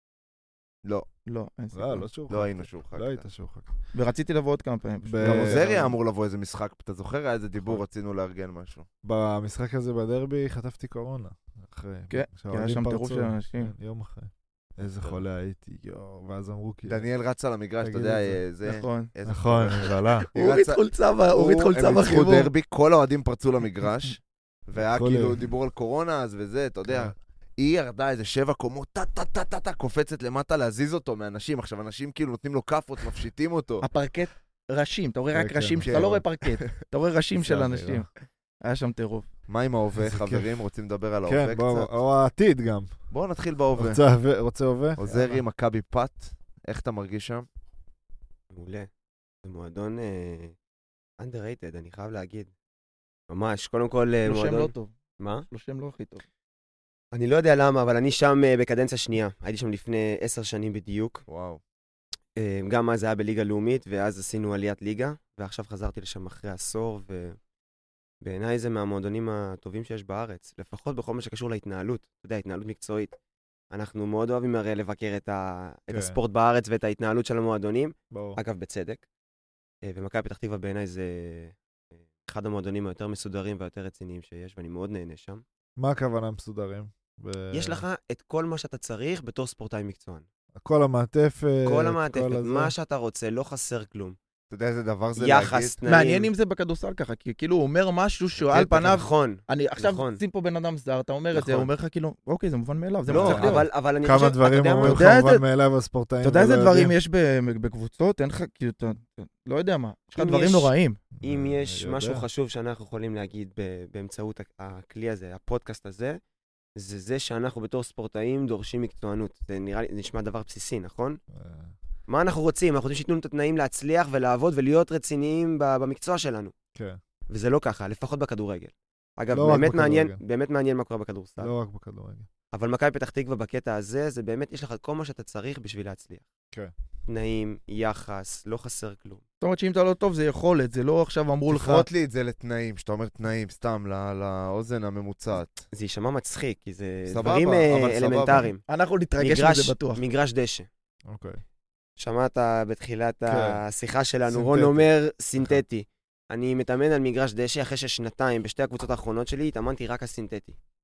לא, לא, אין סיכוי. לא, לא שורחקתי. לא היינו שורחק. לא היית שורחק. ורציתי לבוא עוד כמה פעמים. פשוט. ב- גם אה, עוזרי היה אמור לבוא איזה משחק, אתה זוכר? היה איזה דיבור, נכון. רצינו לארגן משהו. במשחק הזה בדרבי חטפתי קורונה. אחרי. כן, כשהאוהדים כי היה שם טירוף פרצו. של אנשים. כן, יום אחרי. איזה חולה הייתי, יואו, ואז אמרו כאילו... דניאל רץ על המגרש, אתה תגיד יודע, את זה. אה, זה... נכון. איזה נכון, חולה. נבלה. היא הוא רצה- מתחולצה ב- הוא מתחולצה הם ניצחו בחיבור. דרבי, כל האוהדים פרצו למגרש, והיה הכל כאילו היה. דיבור על קורונה אז וזה, אתה יודע. כן. היא ירדה איזה שבע קומות, טה טה טה טה טה, קופצת למטה להזיז אותו מאנשים. עכשיו אנשים כאילו נותנים לו כאפות, מפשיטים אותו. הפרקט ראשים, אתה רואה רק כן, ראשים, כן. אתה לא רואה פרקט, אתה רואה ראשים של זה אנשים. היה שם טירוף. מה עם ההווה, איזה כיף. חברים? רוצים לדבר על ההווה כן, בוא, קצת? או העתיד גם. בואו נתחיל בהווה. רוצה הווה- רוצה הווה? עוזרי, מכבי פת, איך אתה מרגיש שם? מעולה. זה מועדון אה, underrated, אני חייב להגיד. ממש, קודם כל אה, לו שם מועדון... לא טוב, מה? לו שם לא הכי טוב. אני לא יודע למה, אבל אני שם אה, בקדנציה שנייה. הייתי שם לפני עשר שנים בדיוק. וואו. אה, גם אז היה בליגה לאומית, ואז עשינו עליית ליגה, ועכשיו חזרתי לשם אחרי עשור, ובעיניי זה מהמועדונים הטובים שיש בארץ, לפחות בכל מה שקשור להתנהלות. אתה יודע, התנהלות מקצועית. אנחנו מאוד אוהבים הרי לבקר את, ה... את כן. הספורט בארץ ואת ההתנהלות של המועדונים, ברור. אגב, בצדק. אה, ומכבי פתח תקווה בעיניי זה אה, אחד המועדונים היותר מסודרים והיותר רציניים שיש, ואני מאוד נהנה שם. מה הכוונה מסודרים? ב- יש לך את כל מה שאתה צריך בתור ספורטאי מקצוען. כל המעטפת. כל המעטפת, כל הזה. מה שאתה רוצה, לא חסר כלום. אתה יודע איזה דבר זה להגיד? יחס, תנאים. מעניין אם זה בכדורסל ככה, כי כאילו הוא אומר משהו שעל קטע, פניו, נכון. אני עכשיו נכון. שים פה בן אדם זר, אתה אומר את זה, נכון. הוא אומר לך כאילו, אוקיי, זה מובן מאליו, זה מה לא, שצריך להיות. אבל, אבל אני כמה חושב, אתה דברים יודע מה? אומרים לך אתה יודע איזה- מובן מאליו הספורטאים. אתה יודע איזה ולא דברים יודעים. יש ב- בקבוצות? אין לך, כאילו, אתה לא יודע מה, יש לך אם דברים יש- נוראים. אם אה, יש יודע. משהו חשוב שאנחנו יכולים להגיד ב- באמצעות ה- הכלי הזה, הפודקאסט הזה, זה זה שאנחנו בתור ספורטאים דורשים מקצוענות. זה נראה לי, זה נשמע דבר בסיסי, נכון? אה, מה אנחנו רוצים? אנחנו רוצים שייתנו לנו את התנאים להצליח ולעבוד ולהיות רציניים ב- במקצוע שלנו. כן, וזה לא ככה, לפחות בכדורגל. אגב, לא רק באמת מעניין, בכדורגל. באמת מעניין מה קורה בכדורסל. לא רק בכדורגל. אבל מכבי פתח תקווה בקטע הזה, זה באמת, יש לך את כל מה שאתה צריך בשביל להצליח. כן. תנאים, יחס, לא חסר כלום. זאת אומרת שאם אתה לא טוב זה יכולת, זה לא עכשיו אמרו לך, תפרוט לי את זה לתנאים, שאתה אומר תנאים, סתם, לא- לאוזן הממוצעת. זה יישמע מצחיק, כי זה סבבה, דברים אה, אבל סבבה. אלמנטריים. אנחנו נתרגש מגרש- מזה בטוח. מגרש דשא. אוקיי. שמעת בתחילת כן. השיחה שלנו, סינתטי. רון אומר סינתטי. אני מתאמן על מגרש דשא אחרי ששנתיים בשתי הקבוצות האחרונות שלי, התאמנתי רק על סינתטי.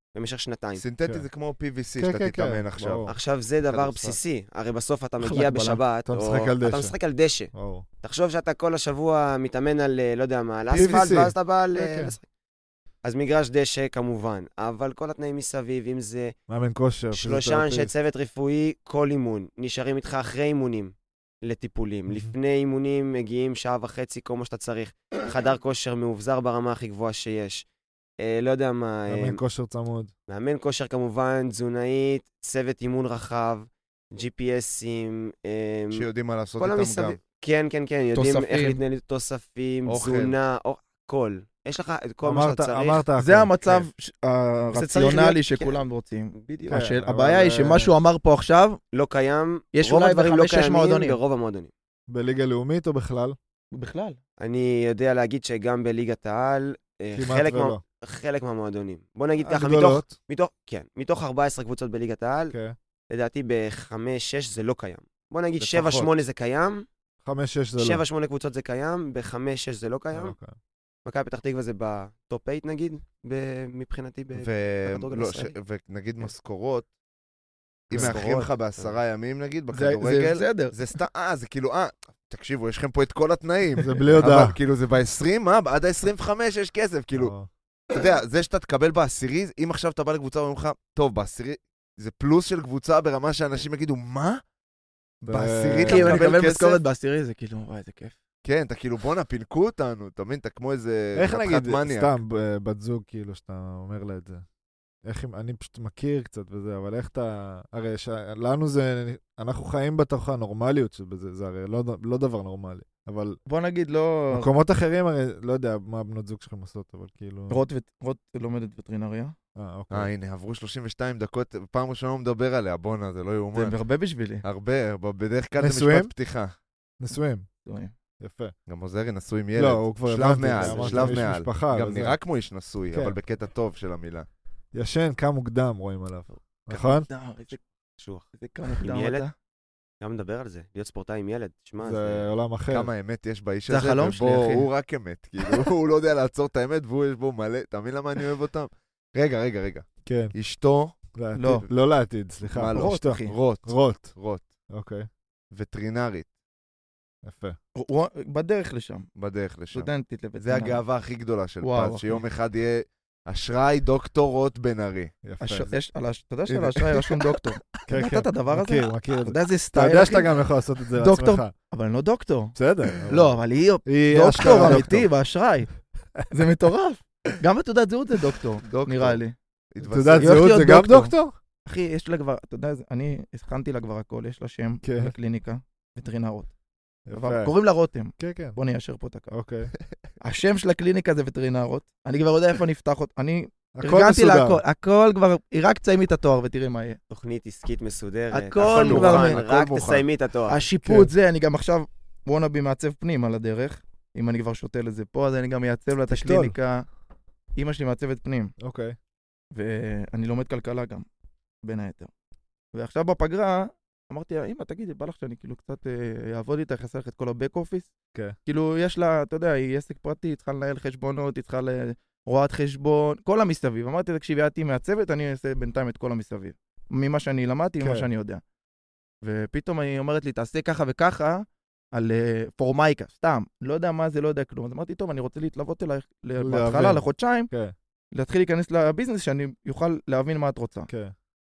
במשך שנתיים. סינתטי כן. זה כמו פי וי סי כן, שאתה כן, תתאמן כן, עכשיו. ברור. עכשיו זה דבר כדורסל. בסיסי, הרי בסוף אתה אחלה מגיע הגבלה. בשבת, אתה או- משחק על אתה דשא. משחק על דשא. ברור. תחשוב שאתה כל השבוע מתאמן על, אה, לא יודע מה, על פי וי אספלט, סי. ואז אתה בא ל- כן, כן. לשחק. אז מגרש דשא כמובן, אבל כל התנאים מסביב, אם זה מאמן כושר. שלושה אנשי פיזיותרפיסט. צוות רפואי, כל אימון, נשארים איתך אחרי אימונים לטיפולים. לפני אימונים מגיעים שעה וחצי, כל מה שאתה צריך. חדר כושר מאובזר ברמה הכי גבוהה שיש. אה, לא יודע מה, אה, מאמן כושר צמוד. מאמן כושר כמובן, תזונאית, צוות אימון רחב, ג'י פי אסים, אה, שיודעים מה לעשות כל איתם המסביב. גם. כן, כן, כן, יודעים תוספים. איך להתנהל תוספים, אוכל. תזונה, או- הכל. יש לך את כל מה אמרת, שאתה צריך. אמרת הכל. זה המצב כן. ש- זה צריך הרציונלי להיות- שכולם רוצים. בדיוק. כן. השאל- אבל, הבעיה היא אה, שמה שהוא אמר פה עכשיו, לא קיים, יש רוב אולי הדברים לא בחמש, שש קיימים מועדונים. ברוב המועדונים. בליגה לאומית או בכלל? בכלל. אני יודע להגיד שגם בליגת העל, אה, כמעט חלק, מה, ולא. חלק מהמועדונים. בוא נגיד ככה, מתוך, הגדולות. מתוך, כן, מתוך ארבע עשרה קבוצות בליגת העל, כן. לדעתי ב-חמש שש זה לא קיים. בוא נגיד לפחות. שבע שמונה זה קיים, חמש, שש זה לא. שבע שמונה קבוצות זה קיים, ב-חמש שש זה לא זה קיים. לא קיים. מכבי פתח תקווה זה בטופ שמונה נגיד, ב- מבחינתי. ב- ו- בכדורגל לא, הישראלי. ש- ונגיד משכורות, אם משכורות, מאחרים לך כן. בעשרה ימים נגיד, זה זה בכדורגל, בסדר. זה סתם, אה, זה כאילו, אה, תקשיבו, יש לכם פה את כל התנאים. זה בלי הודעה. אבל כאילו זה ב-עשרים, מה? עד ה-עשרים וחמש יש כסף, כאילו, או, אתה יודע, זה שאתה תקבל בעשירי, אם עכשיו אתה בא לקבוצה ואומרים לך, טוב, בעשירי, זה פלוס של קבוצה ברמה שאנשים יגידו, מה? זה- בעשירית כי אם אני מקבל מקבל כסף? משכורת בעשירי, זה כאילו, וואי, איזה כיף. כן, אתה כאילו, בואנה, פילקו אותנו, אתה מבין? אתה כמו איזה... איך חתיכת נגיד, מניאק. סתם, ב- בת זוג, כאילו, שאתה אומר לה את זה. איך אם, אני פשוט מכיר קצת וזה, אבל איך אתה, הרי ש- לנו זה, אנחנו חיים בתוך הנורמליות שבזה, זה הרי לא, לא דבר נורמלי. אבל בוא נגיד, לא... מקומות אחרים, הרי לא יודע מה בנות זוג שלכם עושות, אבל כאילו... רוט ות- רוט לומדת וטרינריה. אה, אה, אוקיי. הנה, עברו שלושים ושתיים דקות, פעם ראשונה הוא מדבר עליה, בואנה, זה לא זה יאומן. הרבה בשבילי. הרבה, בדרך כלל זה נשואים? משפט פתיחה. נשואים, רואים. יפה. גם עוזרי נשוי עם ילד. לא, הוא כבר שלב הבנתי, מעל, אמרת שלב איש מעל. משפחה, גם וזה. נראה כמו איש נשוי, כן. אבל בקטע טוב של המילה. ישן, קם מוקדם, רואים עליו. נכון? דם, איזה- קשוח. איזה כמה מוקדם ילד? אתה. גם מדבר על זה, להיות ספורטאי עם ילד. שמע, זה זה... עולם אחר. כמה אמת יש באיש זה הזה, החלום שלי, ובו אחי. הוא רק אמת. כאילו, הוא לא יודע לעצור את האמת, והוא יש בו מלא. אתה מבין למה אני אוהב אותם? רגע, רגע, רגע. כן. אשתו, לעתיד. לא. לא לעתיד, סליחה. מה לא? רוט, אשתו. אחי. רוט, רוט. רוט, אוקיי, וטרינרית, יפה. הוא בדרך לשם. בדרך לשם. סטודנטית לבית זה הגאווה הכי גדולה של וואו, פז, אחי. שיום אחד יהיה אשראי דוקטור רוט בן ארי. יפה. הש- זה- יש, על הש- אתה יודע שעל הנה. האשראי רשום דוקטור. כן, ידעת כן. את הדבר הזה? מכיר, מכיר אתה את זה. יודע איזה אתה סטייל, יודע אחי? שאתה גם יכול לעשות את זה דוקטור. לעצמך. אבל אני לא דוקטור. בסדר. לא, אבל היא היא דוקטור אשכרה אמיתי באשראי. זה מטורף. גם בתעודת זהות זה דוקטור, דוקטור. נראה לי. התווסף. תעודת היא הולכת זהות להיות זה גם דוקטור. דוקטור? אחי, יש לה כבר, אתה יודע, זה- אני הכנתי לה כבר הכל, יש לה שם כן. לקליניקה, וטרינרות. יפה. קוראים לה רותם. כן, כן. בוא ניישר פה את הקו. אוקיי. השם של הקליניקה זה וטרינרות. אני כבר יודע איפה נפתח אותה. אני הכל ארגנתי לה מסודר. הכל, הכל כבר, היא רק תסיימי את התואר ותראי מה יהיה. תוכנית עסקית מסודרת. הכל מוכן, כבר- הכל רק מוכן. תסיימי את התואר. השיפוט כן. זה, אני גם עכשיו וונאבי מעצב פנים על הדרך. אם אני כבר שותל את זה פה, אז אני גם אעצב לה את תשתול. הקליניקה. אמא שלי מעצבת פנים, אוקיי. ואני לומד כלכלה גם, בין היתר. ועכשיו בפגרה, אמרתי לה, אמא, תגידי, בא לך שאני כאילו קצת אה, אעבוד איתך, אעשה לך את כל הבק אופיס? כן. כאילו, יש לה, אתה יודע, היא עסק פרטי, היא צריכה לנהל חשבונות, היא צריכה לרואת חשבון, כל המסביב. אמרתי, תקשיבי, את תהיי מעצבת, אני אעשה בינתיים את כל המסביב. ממה שאני למדתי, ממה כן. שאני יודע. ופתאום היא אומרת לי, תעשה ככה וככה, על uh, פורמייקה, סתם. לא יודע מה זה, לא יודע כלום. אז אמרתי, טוב, אני רוצה להתלוות אלייך ל- בהתחלה, להבין. לחודשיים, כן, להתחיל להיכנס לביזנס, שאני יוכל להבין מה את רוצה. כן.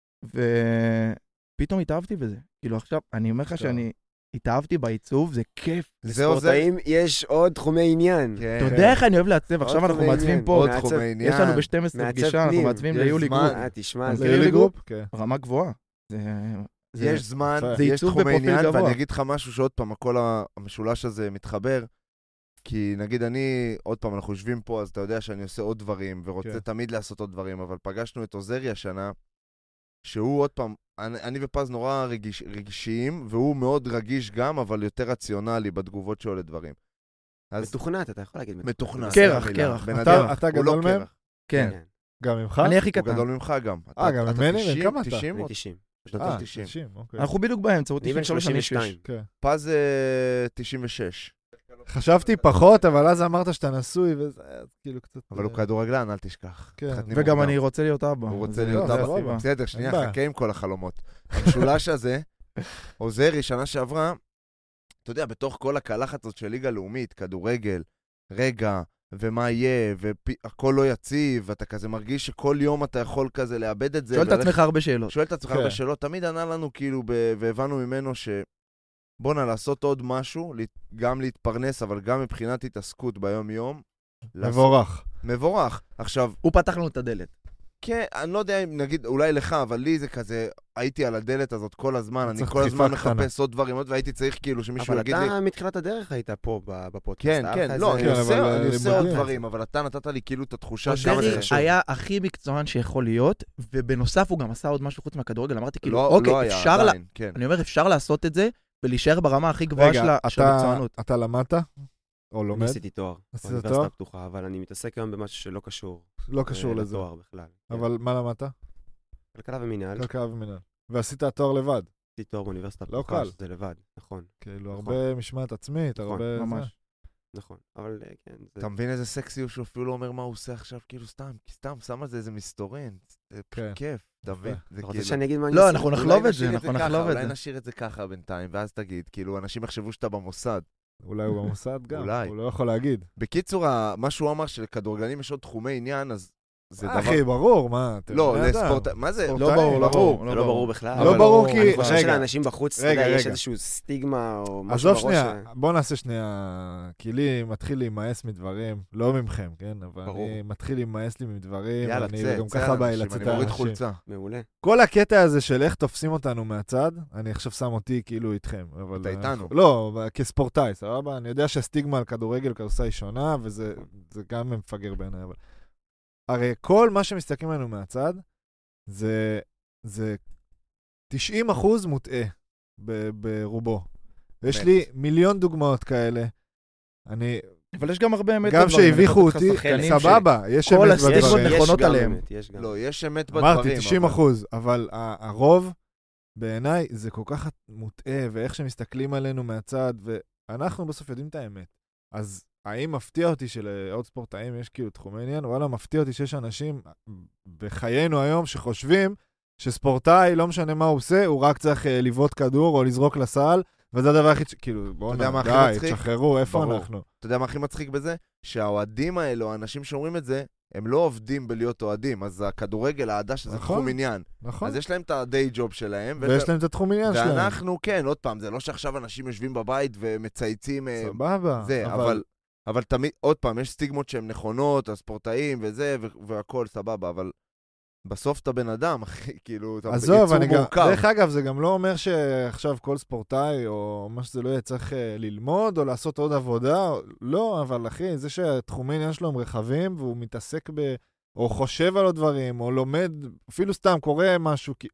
ופתאום התאהבתי בזה. כאילו עכשיו, אני אומר לך אשכרה. שאני התאהבתי בעיצוב, זה כיף. זה עוזר. לספורטאים יש עוד תחומי עניין. כן. אתה יודע איך אני אוהב לעצב, עוד עכשיו אנחנו תחומי מעצבים עניין. פה, עוד מעצב- תחומי עניין. יש לנו ב-שתים עשרה מעצב פגישה, אנחנו פנים. מעצבים יש ליולי זמן. גרופ, אה, תשמע, אז זה... ליולי גרופ? כן. רמה גבוהה. זה... זה- יש זמן, יפה. זה יש עיצוב תחומי בפרופיל עניין, גבוה. ואני אגיד לך משהו שעוד פעם, הכל המשולש הזה מתחבר, כי נגיד אני, עוד פעם, אנחנו יושבים פה, אז אתה יודע שאני עושה עוד דברים, ורוצה כן. תמיד לעשות עוד דברים, אבל פגשנו את עוזרי השנה, שהוא עוד פעם, אני, אני ופז נורא רגיש, רגשיים, והוא מאוד רגיש גם, אבל יותר רציונלי בתגובות שלו לדברים. אז מתוכנת, אתה יכול להגיד. מתוכנן. קרח, זה המילה. קרח. בן אתה- אדם, אתה הוא לא גדול מהם? קרח. כן. גם ממך? אני הכי הוא קטן. גדול ממך גם. אה, אתה- גם אתה ממני? תשעים, כמה אתה? תשעים אני או תשעים. שנות אה, ה-תשעים? תשעים, אוקיי. אנחנו בדיוק באמצע, הוא אני בן תשעים ושלוש, אני שלושים שש. ושתיים. כן. פז אה, תשעים ושש. חשבתי פחות, אבל אז אמרת שאתה נשוי, וזה כאילו קצת... אבל הוא כדורגלן, אל תשכח. כן. מתחתנים וגם מוקדם. אני רוצה להיות אבא. הוא אז רוצה זה- להיות זה אבא. הסיבה. בסדר, שנייה, אין בעיה. חכה עם כל החלומות. המשולש הזה, עוזרי, שנה שעברה, אתה יודע, בתוך כל הקלחת הזאת של ליגה לאומית, כדורגל, רגע, ומה יהיה, והכל לא יציב, ואתה כזה מרגיש שכל יום אתה יכול כזה לאבד את זה. שואל את וללכת- עצמך הרבה שאלות. שואל את עצמך כן. הרבה שאלות, תמיד ענה לנו כאילו, ב- והבנו ממנו ש... בוא נא לעשות עוד משהו, להת- גם להתפרנס, אבל גם מבחינת התעסקות ביום-יום. לעשות- מבורך. מבורך. עכשיו, הוא פתח לנו את הדלת. כן, אני לא יודע אם נגיד, אולי לך, אבל לי זה כזה, הייתי על הדלת הזאת כל הזמן, אני צריך כל הזמן דחיפה קטנה. מחפש עוד דברים, עוד, והייתי צריך כאילו שמישהו אבל יגיד לי... אתה מתחילת הדרך היית פה ב- בפודקאסט. כן, היה כן, לך לא, איזה- אני כן, עושה, אבל, אני אה, עושה עוד לימודים. דברים, אבל אתה נתת לי כאילו את התחושה שכמה עוזרי זה חשוב. היה הכי מקצוען שיכול להיות, ובנוסף הוא גם עשה עוד משהו חוץ מהכדורגל. אמרתי כאילו, לא, אוקיי, לא היה, אפשר לה- עדיין, כן. אני אומר, אפשר לעשות את זה, ולהישאר ברמה הכי גבוהה של רגע, ה- של אתה- המקצוענות. אתה למדת? או אני לומד? עשיתי תואר. עשית באוניברסיטה תואר? הפתוחה, אבל אני מתעסק היום במשהו שלא קשור. לא קשור אה, לזה. לתואר בכלל. כן. אבל מה למדת? כלכלה ומינהל. כלכלה ומינהל. ועשית תואר לבד. עשיתי תואר באוניברסיטה לא הפתוחה, קל. שזה לבד. נכון, כאילו, נכון. הרבה משמעת עצמית, נכון, הרבה... זה. ממש. נכון. אבל אה, כן, זה... אתה מבין איזה סקסי הוא שאפילו לא אומר מה הוא עושה עכשיו, כאילו סתם, כי סתם, שם על זה איזה מסתורין. זה פשוט כן. כיף, אתה מבין? זה אתה רוצה כאילו- שאני אגיד מה אני לא, עושה? אנחנו אולי נחלוב את נשאיר זה, אנחנו ככה, נחלוב את אולי זה. נשאיר את זה ככה בינתיים, ואז תגיד, כאילו, אנשים יחשבו שאתה במוסד. אולי הוא במוסד גם. אולי. הוא לא יכול להגיד. בקיצור, ה- מה שהוא אמר שלכדורגלנים יש עוד תחומי עניין, אז זה דבר... אחי, ברור, מה? אתם לא, בני אדם. לספורט... מה זה? ספורטאי, לא ברור, לא ברור. זה לא ברור בכלל. לא אבל ברור כי- אני חושב רגע. שלאנשים בחוץ, אתה רגע, יודע, יש רגע. איזשהו סטיגמה או משהו עזוב בראש. שנייה, בוא נעשה שנייה, כי לי מתחיל להימאס מדברים, לא ממכם, כן? אבל ברור. אני מתחיל להימאס לי מדברים, יאללה, ואני צא, גם צא ככה על בא אנשים, לצאת אני מוריד האנשים. חולצה. מעולה. כל הקטע הזה של איך תופסים אותנו מהצד, אני עכשיו שם אותי כאילו איתכם. אבל אתה איתנו. לא, כספורטאי, סבבה? אני יודע שהסטיגמה על כדורגל כדורסל היא שונה, וזה זה גם מפגר בעיניי, אבל... הרי כל מה שמסתכלים עלינו מהצד, זה, זה תשעים אחוז מוטעה ב- ברובו. ויש באמת. לי מיליון דוגמאות כאלה. אני, אבל יש גם הרבה אמת גם בדברים. אני שהביכו יכול לתת לך אותי, שחקנים ש- סבבה, יש כל אמת הסטיגמות בדברים. יש נכונות גם עליהם. אמת, יש גם. לא, יש אמת בדברים. אמרתי, תשעים אבל- אחוז, אבל ה- הרוב, בעיניי, זה כל כך מוטעה, ואיך שמסתכלים עלינו מהצד, ואנחנו בסוף יודעים את האמת. אז האם מפתיע אותי שלעוד ספורטאים יש כאילו תחומי עניין? וואלה, מפתיע אותי שיש אנשים בחיינו היום שחושבים שספורטאי, לא משנה מה הוא עושה, הוא רק צריך אה, לבעוט כדור או לזרוק לסל, וזה הדבר היחיד ש... כאילו, בואו יודע מה הכי די, מצחיק? תשחררו, איפה ברור. אנחנו? אתה יודע מה הכי מצחיק בזה? שהאוהדים האלו, האנשים שאומרים את זה, הם לא עובדים בלהיות אוהדים. אז הכדורגל, האהדה שזה נכון. תחום עניין. נכון? אז יש להם את הדיי ג'וב שלהם. ויש להם את התחום עניין שלהם. ואנחנו, כן, עוד פעם, זה לא שעכשיו אנשים יושבים בבית ומצייצים... אה, סבבה. זה, אבל... אבל תמיד, עוד פעם, יש סטיגמות שהן נכונות, הספורטאים וזה, ו- והכל סבבה, אבל בסוף אתה בן אדם, אחי, כאילו, אתה עזוב, יצור אני גם... מורכב. דרך אגב, זה גם לא אומר שעכשיו כל ספורטאי, או מה שזה לא יהיה, צריך אה, ללמוד, או לעשות עוד עבודה. לא, אבל אחי, זה שהתחומי עניין שלו הם רחבים, והוא מתעסק ב... או חושב על עוד דברים, או לומד, אפילו סתם קורא משהו, כי...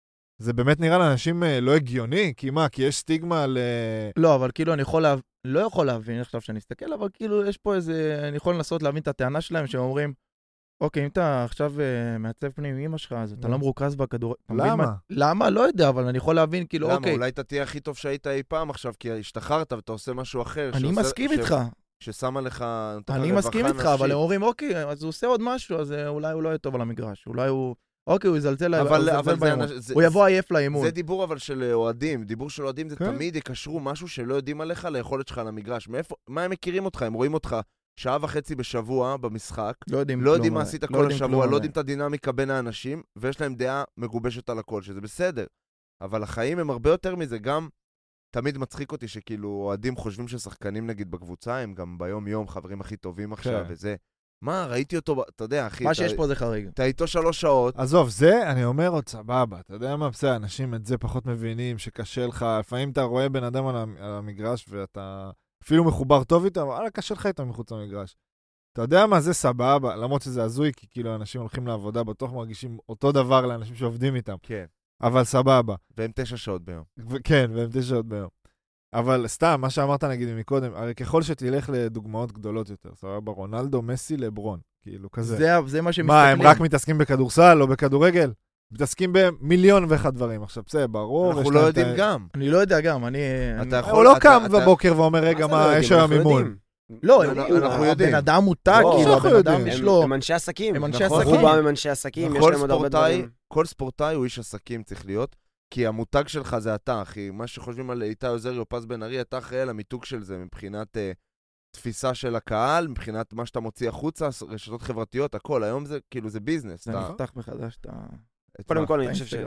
זה באמת נראה לאנשים אה, לא הגיוני, כי מה? כי יש סטיגמה על... אה, לא, אבל כאילו אני יכול להבין, לא יכול להבין עכשיו שאני אסתכל, אבל כאילו יש פה איזה, אני יכול לנסות להבין את הטענה שלהם, שהם אומרים, אוקיי, אם אתה עכשיו uh, מעצב פנים עם אמא שלך, אז אתה נו. לא מרוכז בכדור... אתה מבין למה? מה- למה? לא יודע, אבל אני יכול להבין, כאילו, למה? אוקיי, אולי אתה תהיה הכי טוב שהיית אי פעם עכשיו, כי השתחררת ואתה עושה משהו אחר. אני שעושה- מסכים ש- איתך, ששמה לך... נותן לך אני רווחה מסכים איתך, נפשית. אבל הם אומרים, אוקיי, אז הוא עושה עוד משהו, אז אה, אולי הוא לא יהיה טוב על המגרש, אולי הוא... אוקיי, הוא יזלזל הוא אבל, יזלזל אבל זה, באימון. אנש- זה, הוא יבוא עייף לאימון. זה דיבור אבל של אוהדים, דיבור של אוהדים זה כן. תמיד יקשרו משהו שלא יודעים עליך ליכולת שלך על המגרש. מאיפה, מה הם מכירים אותך? הם רואים אותך שעה וחצי בשבוע במשחק, לא יודעים לא יודעים כלום מה עליי. עשית לא כל יודעים השבוע, כלום לא עליי. יודעים את הדינמיקה בין האנשים, ויש להם דעה מגובשת על הכל, שזה בסדר. אבל החיים הם הרבה יותר מזה, גם תמיד מצחיק אותי שכאילו אוהדים חושבים ששחקנים נגיד בקבוצה, הם גם ביום יום חברים הכי טובים עכשיו, כן. וזה. מה, ראיתי אותו, ב- אתה יודע, אחי, מה אתה- שיש פה זה חריג. אתה איתו שלוש שעות, עזוב, זה, אני אומר עוד סבבה, אתה יודע מה, בסדר, אנשים את זה פחות מבינים, שקשה לך, לפעמים אתה רואה בן אדם על המ- על המגרש, ואתה אפילו מחובר טוב איתו, אבל וואלה, קשה לך איתו מחוץ למגרש. אתה יודע מה, זה סבבה, למרות שזה הזוי, כי כאילו אנשים הולכים לעבודה, בטוח מרגישים אותו דבר לאנשים שעובדים איתם, כן, אבל סבבה. והם תשע שעות ביום. ו- כן, והם תשע שעות ביום. אבל סתם, מה שאמרת נגיד מקודם, הרי ככל שתלך לדוגמאות גדולות יותר, סבבה, רונלדו, מסי, לברון, כאילו כזה. זה- זה מה שמסתכלים. מה, הם רק מתעסקים בכדורסל או בכדורגל? מתעסקים במיליון ואחד דברים. עכשיו, בסדר, ברור. אנחנו לא יודעים גם. אני לא יודע גם, אני... הוא לא קם בבוקר ואומר, רגע, מה, יש היום אימון. לא, אנחנו יודעים. הבן אדם מותג, כאילו, הבן אדם יש לו... הם אנשי עסקים. הם אנשי נכון, עסקים. רובם הם אנשי עסקים, יש להם עוד הרבה דברים. כל ספורטאי הוא איש עסקים צריך להיות, כי המותג שלך זה אתה, אחי. מה שחושבים על איתי עוזרי או פז בן ארי, אתה אחראי על המיתוג של זה, מבחינת uh, תפיסה של הקהל, מבחינת מה שאתה מוציא החוצה, רשתות חברתיות, הכל. היום זה, כאילו, זה ביזנס. זה נפתח מחדש את ה... קודם כל, אני חושב ש...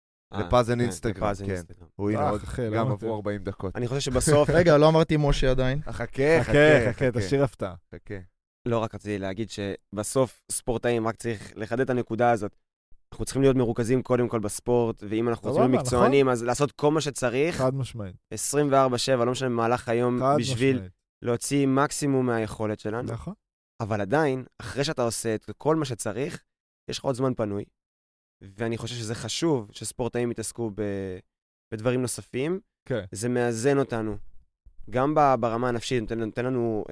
לפז אין אינסטגרם, כן. הוא הנה עוד, גם עברו ארבעים דקות. אני חושב שבסוף... רגע, לא אמרתי משה עדיין. חכה, חכה, חכה, תשאיר הפתעה. חכה. לא, רק רציתי להגיד שבסוף ספורטאים, רק צריך לחדד את הנקודה הזאת. אנחנו צריכים להיות מרוכזים קודם כל בספורט, ואם אנחנו רוצים להיות מקצוענים, אז לעשות כל מה שצריך. חד משמעית. עשרים וארבע שבע, לא משנה במהלך היום, בשביל להוציא מקסימום מהיכולת שלנו. נכון. אבל עדיין, אחרי שאתה עושה את כל מה שצריך, יש לך עוד זמן פנוי, ואני חושב שזה חשוב שספורטאים יתעסקו ב... בדברים נוספים. כן. זה מאזן אותנו, גם ברמה הנפשית, נותן, נותן לנו,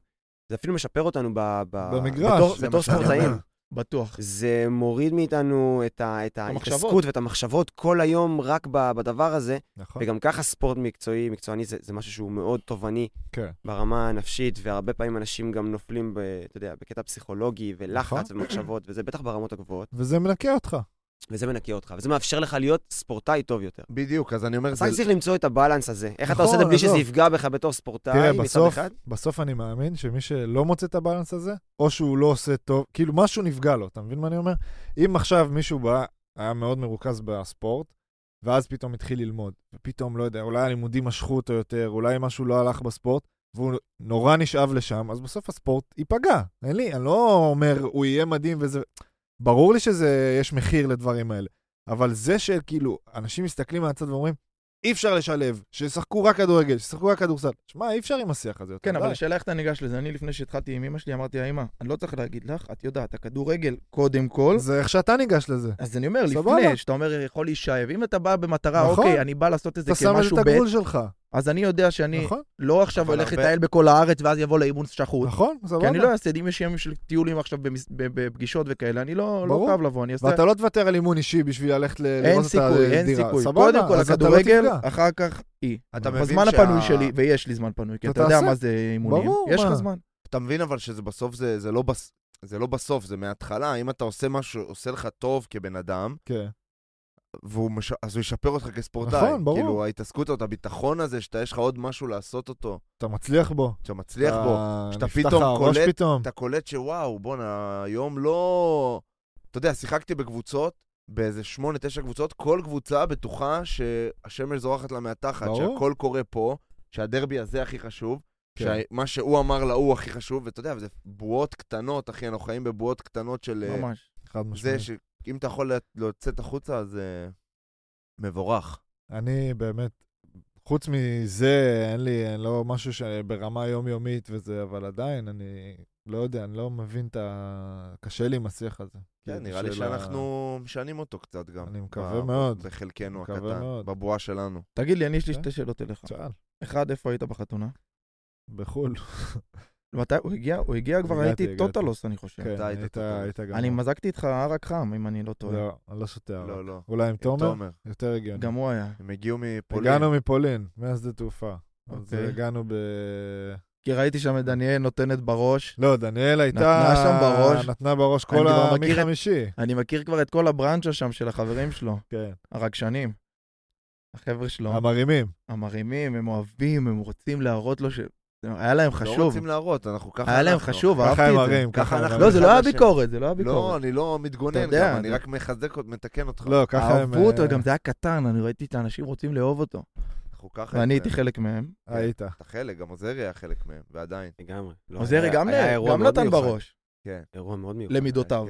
זה אפילו משפר אותנו ב... במגרש. בתור, בתור ספורטאים. בטוח. זה מוריד מאיתנו את, ה, את ההתעסקות ואת המחשבות כל היום רק בדבר הזה. נכון. וגם ככה ספורט מקצועי, מקצועני זה, זה משהו שהוא מאוד תובעני כן. ברמה הנפשית, והרבה פעמים אנשים גם נופלים ב, אתה יודע, בקטע פסיכולוגי ולחץ נכון. ומחשבות, וזה בטח ברמות הגבוהות. וזה מנקה אותך. וזה מנקה אותך, וזה מאפשר לך להיות ספורטאי טוב יותר. בדיוק, אז אני אומר... אז רק צריך למצוא את הבאלנס הזה. איך אתה עושה את זה בלי שזה יפגע בך בתור ספורטאי מצד אחד? בסוף אני מאמין שמי שלא מוצא את הבאלנס הזה, או שהוא לא עושה טוב, כאילו משהו נפגע לו, אתה מבין מה אני אומר? אם עכשיו מישהו בא, היה מאוד מרוכז בספורט, ואז פתאום התחיל ללמוד, ופתאום, לא יודע, אולי הלימודים משכו אותו יותר, אולי משהו לא הלך בספורט, והוא נורא נשאב לשם, אז בסוף הספורט ייפגע. אין לי, אני לא אומר, הוא יהיה מדהים וזה... ברור לי שזה, יש מחיר לדברים האלה. אבל זה שכאילו, אנשים מסתכלים מהצד ואומרים, אי אפשר לשלב, ששחקו רק כדורגל, ששחקו רק כדורסל. שמה, אי אפשר עם השיח הזה. כן, אבל השאלה איך אתה ניגש לזה. אני לפני שהתחלתי עם אמא שלי, אמרתי, אמא, אני לא צריך להגיד לך, את יודעת, הכדורגל קודם כל. זה איך שאתה ניגש לזה. אז אני אומר, לפני, שאתה אומר, יכול להישאב. אם אתה בא במטרה, אוקיי, אני בא לעשות את זה כמשהו ב'. אתה שם את הגבול שלך. אז אני יודע שאני לא עכשיו הולך לטייל בכל הארץ, ואז יבוא לאימון שחוט. נכון, סבבה. כי אני לא אעשה, אם יש ימים של טיולים עכשיו בפגישות וכאלה, אני לא חייב לבוא. ואתה לא תוותר על אימון אישי בשביל ללכת לראות את הדירה. אין סיכוי. קודם כל, הכדורגל, אחר כך היא. בזמן הפנוי שלי, ויש לי זמן פנוי, כי אתה יודע מה זה אימונים. יש לך זמן. אתה מבין אבל שזה בסוף, זה לא בסוף, זה מההתחלה. אם אתה עושה משהו, עושה לך טוב כבן אדם, מש... אז הוא ישפר אותך כספורטאי. נכון, ברור. כאילו, ההתעסקות, את הביטחון הזה, שאתה יש לך עוד משהו לעשות אותו. אתה מצליח בו. שאתה מצליח בו. שאתה פתאום קולט, פתאום. אתה קולט שוואו, בוא, היום לא... אתה יודע, שיחקתי בקבוצות, באיזה שמונה, תשע קבוצות, כל קבוצה בטוחה שהשמש זורחת לה מהתחת, שהכל קורה פה, שהדרבי הזה הכי חשוב, כן. שמה שהוא אמר לה הוא הכי חשוב, ואתה יודע, זה בועות קטנות, אחי, אנחנו חיים בבועות קטנות של... ממש. חד משמעית. זה אם אתה יכול לצאת החוצה, אז uh, מבורך. אני באמת, חוץ מזה, אין לי, אין לא משהו שברמה יומיומית וזה, אבל עדיין, אני לא יודע, אני לא מבין את ה... קשה לי עם השיח הזה. כן, נראה לי שאנחנו משנים אותו קצת גם. אני מקווה מאוד. בחלקנו הקטן, בבועה שלנו. תגיד לי, אני יש לי שתי שאלות אליך. שאל. אחד, איפה היית בחתונה? בחול. מתי? הוא הגיע, הוא הגיע כבר, הייתי טוטלוס, אני חושב. כן, היית גם. אני מזגתי איתך ערק חם, אם אני לא טועה. לא, אני לא שותה ערק. לא, לא. אולי עם תומר? יותר הגיוני. גם הוא היה. הם הגיעו מפולין. הגענו מפולין, מהשדה תעופה. אז הגענו ב... כי ראיתי שם את דניאל נותנת בראש. לא, דניאל הייתה... נתנה שם בראש. נתנה בראש כל המי-חמישי. אני מכיר כבר את כל הברנצ'ה שם של החברים שלו. כן. הרגשנים. החבר'ה שלו. המרימים. המרימים, הם אוהבים, הם רוצים להראות לו ש... היה להם חשוב. לא רוצים להראות, אנחנו ככה... היה להם חשוב, אהבתי את זה. ככה אנחנו... לא, זה לא היה ביקורת, זה לא היה ביקורת. לא, אני לא מתגונן גם, אני רק מחזק, מתקן אותך. לא, ככה הם... אהבו אותו, גם זה היה קטן, אני ראיתי את האנשים רוצים לאהוב אותו. ואני הייתי חלק מהם. היית. אתה חלק, גם עוזרי היה חלק מהם, ועדיין. לגמרי. עוזרי גם נתן בראש. כן. אירוע מאוד מיוחד. למידותיו.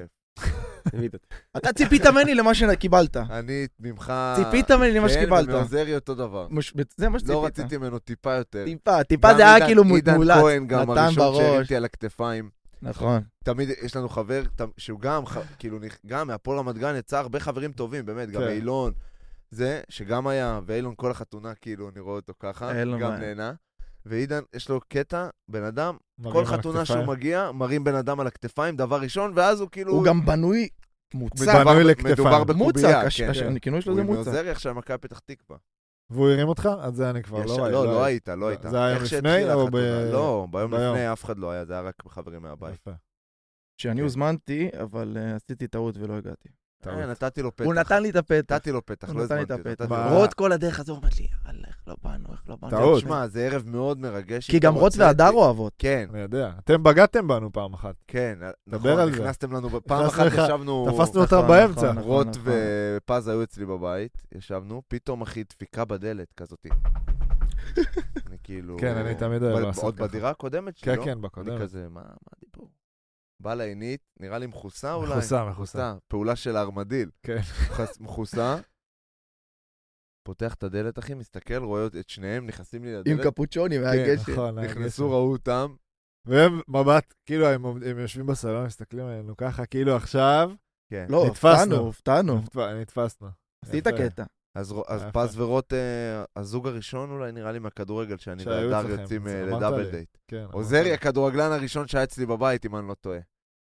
אתה ציפית ממני למה שקיבלת. אני ממך... ציפית ממני למה שקיבלת. כן, ומעוזרי אותו דבר. זה מה שציפית. לא רציתי ממנו טיפה יותר. טיפה, טיפה זה היה כאילו מולץ. עידן כהן גם הראשון שהרימתי על הכתפיים. נכון. תמיד יש לנו חבר, שהוא גם, כאילו, גם מהפועל רמת גן יצא הרבה חברים טובים, באמת, גם אילון. זה, שגם היה, ואילון כל החתונה, כאילו, אני רואה אותו ככה, גם נהנה. ועידן, יש לו קטע, בן אדם, כל חתונה שהוא מגיע, מרים בן אדם על הכתפיים, דבר ראשון, ואז הוא כאילו... הוא גם בנוי מוצק. בנוי לכתפיים. מדובר מוצק, בקובייה, הש- כן. הש- הכינוי שלו הוא זה עם מוצק. עוזרי עכשיו מכבי פתח תקווה. והוא הרים אותך? אז זה אני כבר יש- לא ראיתי. לא, לא היית, לא היית. זה היה איך לפני שהתחילה או החתונה. ב... לא, ביום ביום? לפני אף אחד לא היה, זה היה רק חברים מהבית. יפה. שאני כן. הוזמנתי, אבל אה, עשיתי טעות ולא הגעתי. טעות. אה, נתתי לו פתח. הוא נתן לי את הפתח. נתתי לו פתח, הוא לא נתן לי הזמנתי את אותו. הפתח. נתתי לו- מה? רוט כל הדרך הזו אומרת לי, יאללה, איך לא באנו, איך לא באנו. טעות. תשמע, זה ערב מאוד מרגש. כי אם גם אתה רוט רוצה- והדר אוהבות. כן, אני יודע. אתם בגדתם בנו פעם אחת. כן, דבר נכון, על זה. נכנסתם לנו, פעם נכנסנו אחת לך- ישבנו, תפסנו אותך נכון, באמצע. נכון, רוט נכון. ופז היו אצלי בבית, ישבנו, פתאום אחי דפיקה בדלת כזאתי. אני כאילו... כן, אני תמיד אוהב ב- לעשות עוד ככה. בדירה הקודמת שלי, כן, לא? כן, אני בקודמת. כזה, מה מה הדיבור? בא לעינית, נראה לי מכוסה אולי? מכוסה, מכוסה. פעולה של הארמדיל. כן. מכס- מכוסה. פותח את הדלת, אחי, מסתכל, רואה את שניהם, נכנסים לי עם לדלת. קפוצ'וני והגשם. נכון, היה נכנסו, גשם. ראו אותם. והם מבט, כאילו הם עומד- הם יושבים בסלון, מסתכלים עלינו ככה, כאילו עכשיו כן. לא, נתפסנו. הופתענו, הופתענו. נתפ- נתפסנו. עשית יפה. קטע. אז רו- אז יפה. פז ורוט, אה, הזוג הראשון אולי נראה לי מהכדורגל שאני שהיו והדר אצלכם, יוצאים אה, אמרת לדאבל לי. דייט. כן. עוזרי, אמרת. הכדורגלן הראשון שהיה אצלי בבית, אם אני לא טועה.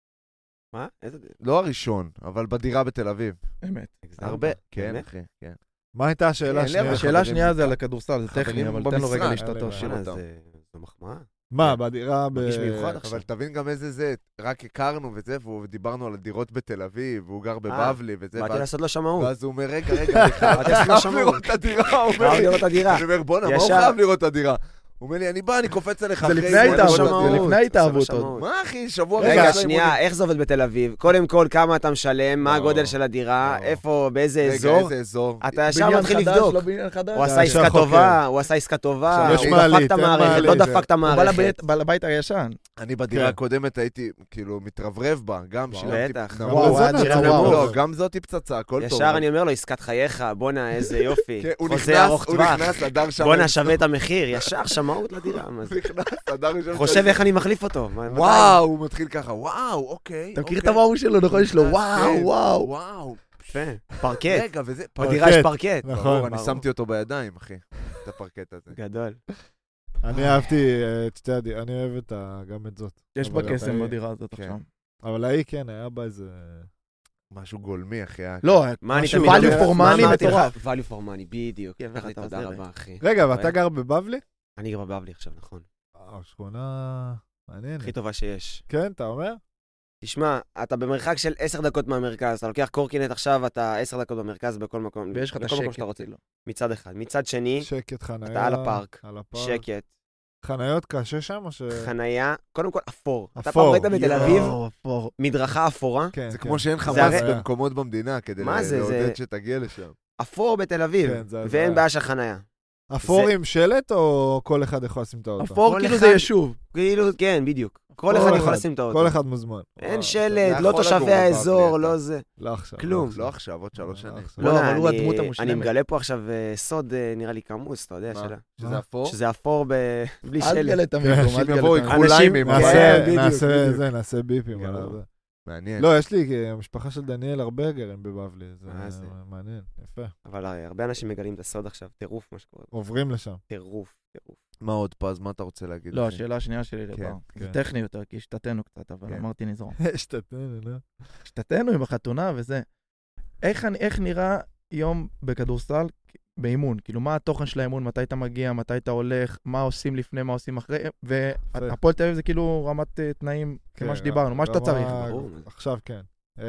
מה? איזה... לא הראשון, אבל בדירה בתל אביב. אמת. הרבה. כן, באמת? אחי, כן. מה הייתה השאלה כן, השנייה? למה? השאלה חברים- השנייה זה על הכדורסל, זה טכני, חברים אבל תן לו רגע במשרד. להשתתף. אין שואל וואלה, אותם. זה- זו מחמאה. מה, בדירה ב... מרגיש מיוחד עכשיו. אבל תבין גם איזה זה, רק הכרנו וזה, ודיברנו על הדירות בתל אביב, והוא גר בבבלי וזה, באתי ואז- לעשות לו שמאות. ואז הוא אומר, רגע, רגע, אני חייב באתי אני לעשות לו חייב לראות שמאות. את הדירה, הוא אומר באתי לי, לראות את הדירה. אני אומר, בואנה, מה הוא ישר. חייב לראות את הדירה? הוא אומר לי, אני בא, אני קופץ עליך זה אחרי לפני בוא ההתאהבות, נראה שמאות. את זה הדירה. לפני ההתאהבות עושה לו עוד. שמאות. מה אחי, שבוע רגע, רגע, שנייה, איך זה עובד בתל אביב? קודם כל, כמה אתה משלם, מה לא. הגודל של הדירה, לא. איפה, באיזה רגע, אזור. איזה אזור? אתה ישר בניין מתחיל חדש, לבדוק. לא בניין חדש. הוא זה עשה ישר עסקה חוקר. טובה, הוא עשה עסקה טובה, יש הוא דפק מעלית, את אין המערכת, מעלית. לא דפק את הוא בא המערכת. לבית- בעל הבית הישן. אני בדירה כן. הקודמת הייתי, כאילו, מתרברב בה, גם וואו. שילמתי... בטח. נמוך. וואו, זה היה נראה נראה נמוך. נמוך. לא, גם זאתי פצצה, הכל טוב. ישר אני אומר לו, עסקת חייך, בואנה, איזה יופי. כן, הוא חוזה נכנס, ארוך הוא טווח. נכנס, הדר שם... בואנה, שווה את המחיר, ישר שמאות לדירה. מה זה? הוא נכנס, הדר ראשון... חושב איך אני מחליף אותו. מה- מתי? וואו, הוא מתחיל ככה, וואו, אוקיי. אתה מכיר את אוקיי. הוואו שלו, נכון? יש לו כן, וואו, וואו. וואו. יפה, פרקט. רגע, וזה... בדירה יש פרקט. נכון. ברור, אני ברור. שמתי אותו בידיים, אחי. את הפרקט הזה. גדול. אני אהבתי אה, את שתי הדירות, אני אוהב את ה- גם את זאת. יש בה אבל קסם ההיא- בדירה הזאת כן. עכשיו. אבל ההיא כן, היה בה איזה... משהו גולמי, אחי. היה- לא, מה אני משהו תמיד value אומר? for מה money אמרתי לך? מטורף. value for money, בדיוק. כן, אחי, אתה תודה עוזר רבה, אחי. רגע, ואתה רואה? גר בבבלי? אני גר בבבלי עכשיו, נכון. וואו, שכונה מעניינת. הכי טובה שיש. כן, אתה אומר? תשמע, אתה במרחק של עשר דקות מהמרכז, אתה לוקח קורקינט עכשיו, אתה עשר דקות במרכז בכל מקום. ויש לך את בכל מקום השקט. שאתה רוצה. כאילו. מצד אחד. מצד שני, שקט, חניה. אתה על הפארק. על הפארק. שקט, חניות קשה שם או ש... חנייה, קודם כל אפור. אתה אפור. פעם ראית בתל אביב, יואו, אפור. מדרכה אפורה? כן, זה כן. כמו שאין זה חמאס הרי- במקומות במדינה, כדי מה ל- זה, לעודד זה- שתגיע לשם. אפור בתל אביב, כן, זה ואין הזיה. בעיה של חנייה. אפור זה- עם שלט או כל אחד יכול לשים את האוטו? אפור כל כאילו אחד- זה יישוב. כאילו, כן, בדיוק. כל כל אחד אחד. יכול לשים את האוטו. כל אחד מוזמן. אין וואו, שלט, אתה לא יכול תושבי לגור בבבלי, האזור, אתה. לא זה. לא עכשיו. כלום. עכשיו. לא עכשיו, עוד שלוש לא שנים. עכשיו. לא, בוא'נה, אבל הוא אני- הדמות אני המושלמת. מגלה פה עכשיו אה, סוד, אה, נראה לי כמוס, אתה יודע, מה? שלה. שזה אפור? שזה אפור ב- בלי אל שלט. תגלה את המיקום, אל אנשים תגלה יבואו, את ייקחו המיקום. אנשים- ליימים. כן, אבל- נעשה, בדיוק, נעשה בדיוק. זה, נעשה ביפים על גמור. הזה. מעניין. לא, יש לי, כי המשפחה של דניאל הרבה גרים בבבלי, מה זה זה? מעניין, יפה. אבל אה, הרבה אנשים מגלים את הסוד עכשיו, טירוף מה שקורה. עוברים לשם. טירוף, טירוף. מה עוד פז? מה אתה רוצה להגיד? לא, אחי? השאלה השנייה שלי לבר. זה כן. טכני יותר, כי השתתנו קצת, אבל כן. אמרתי נזרום. השתתנו, לא? השתתנו עם החתונה וזה. איך אני- איך נראה יום בכדורסל באימון? כאילו, מה התוכן של האימון? מתי אתה מגיע? מתי אתה הולך? מה עושים לפני? מה עושים אחרי? והפועל תל אביב זה כאילו רמת אה, תנאים, כן, כמו שדיברנו, מה שאתה רמה- צריך. ברור. עכשיו כן. אמ,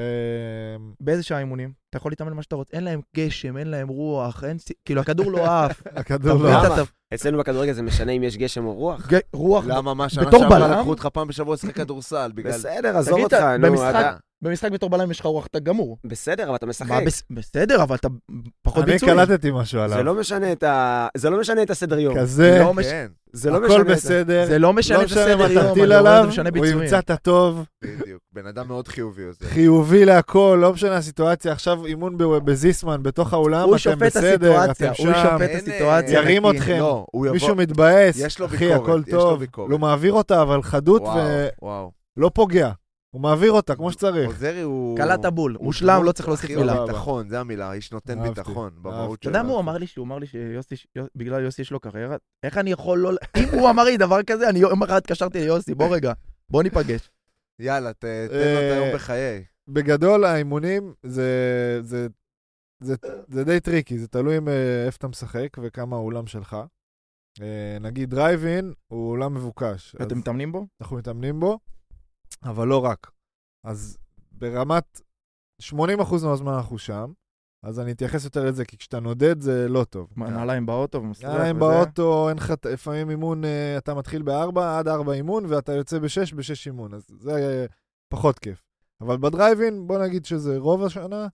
באיזה שעה אימונים? אתה יכול להתאמן מה שאתה רוצה. אין להם גשם, אין להם רוח, אין... ס- כאילו, הכדור לא עף. הכדור אתה לא... מבין את למה? הטב- אצלנו בכדורגל זה משנה אם יש גשם או רוח? ג- רוח. למה? מה שנה בתור שעברה בלם? לקחו אותך פעם בשבוע לשחק כדורסל, בגלל... בסדר, עזוב תגיד, אותך, אתה- נו, במשחק- אתה... במשחק בתור בלם יש לך רוח, אתה גמור. בסדר, אבל אתה משחק. מה, בס- בסדר, אבל אתה פחות אני ביצועים. קלטתי משהו זה עליו. לא משנה את ה... זה לא משנה את הסדר יום. כזה, לא מש- כן, זה לא משנה הכל את ה... בסדר. זה לא משנה לא את משנה הסדר מה יום, תטיל אני אומר, עליו, זה משנה הוא ביצועים. ימצא את הטוב, בדיוק. בן אדם מאוד חיובי עוזר. חיובי להכל, לא משנה הסיטואציה. עכשיו אימון ב- בזיסמן, בתוך האולם, הוא אתם שופט את בסדר, הסיטואציה, אתם הוא שם. שופט את אין, הסיטואציה. אה, ירים נקי. אתכם. לא, הוא יבוא... מישהו מתבאס, יש לו אחי, ביקורת, הכל יש לו טוב. ביקורת. הוא מעביר אותה, אבל חדות וואו, ולא וואו. פוגע. הוא מעביר אותה כמו שצריך. עוזרי הוא... קלט הבול, הוא מושלם, דמות, לא צריך להוסיף אחי, מילה. הוא ביטחון, זה המילה, איש נותן אהבתי, ביטחון, במהות אהבתי. אתה שלו. יודע מה הוא אמר לי? שהוא אמר לי שיוסי, יוס- בגלל יוסי יש לו קריירה, איך אני יכול לא... אם הוא אמר לי דבר כזה, אני יום אחד התקשרתי ליוסי, בוא רגע, בוא ניפגש. יאללה, ת- תן לו את היום בחיי. בגדול, האימונים זה, זה, זה, זה די טריקי, זה תלוי איפה אתה משחק וכמה האולם שלך. נגיד דרייב-אין הוא אולם מבוקש. אתם מתאמנים בו? אנחנו מתאמנים בו, אבל לא רק. אז ברמת שמונים אחוז מהזמן אנחנו שם, אז אני אתייחס יותר לזה, כי כשאתה נודד זה לא טוב. נעליים באוטו ומסתובב וזה. נעליים באוטו, אין לך, לפעמים אימון, אתה מתחיל בארבע, עד ארבע אימון, ואתה יוצא בשש, בשש אימון, אז זה פחות כיף. אבל בדרייב-אין, בוא נגיד שזה רוב השנה,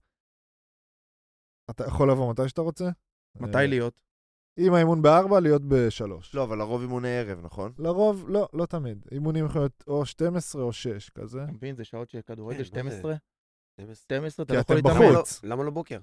אתה יכול לבוא מתי שאתה רוצה. מתי להיות? אם האימון בארבע, להיות בשלוש. לא, אבל לרוב אימוני ערב, נכון? לרוב, לא, לא תמיד. אימונים יכולים להיות או שתים עשרה או שש, כזה. אתה מבין, זה שעות של כדורגל, שתים עשרה? שתים עשרה. שתים עשרה, אתה כי לא יכול אתם להתאמן. בחוץ. למה לא בוקר?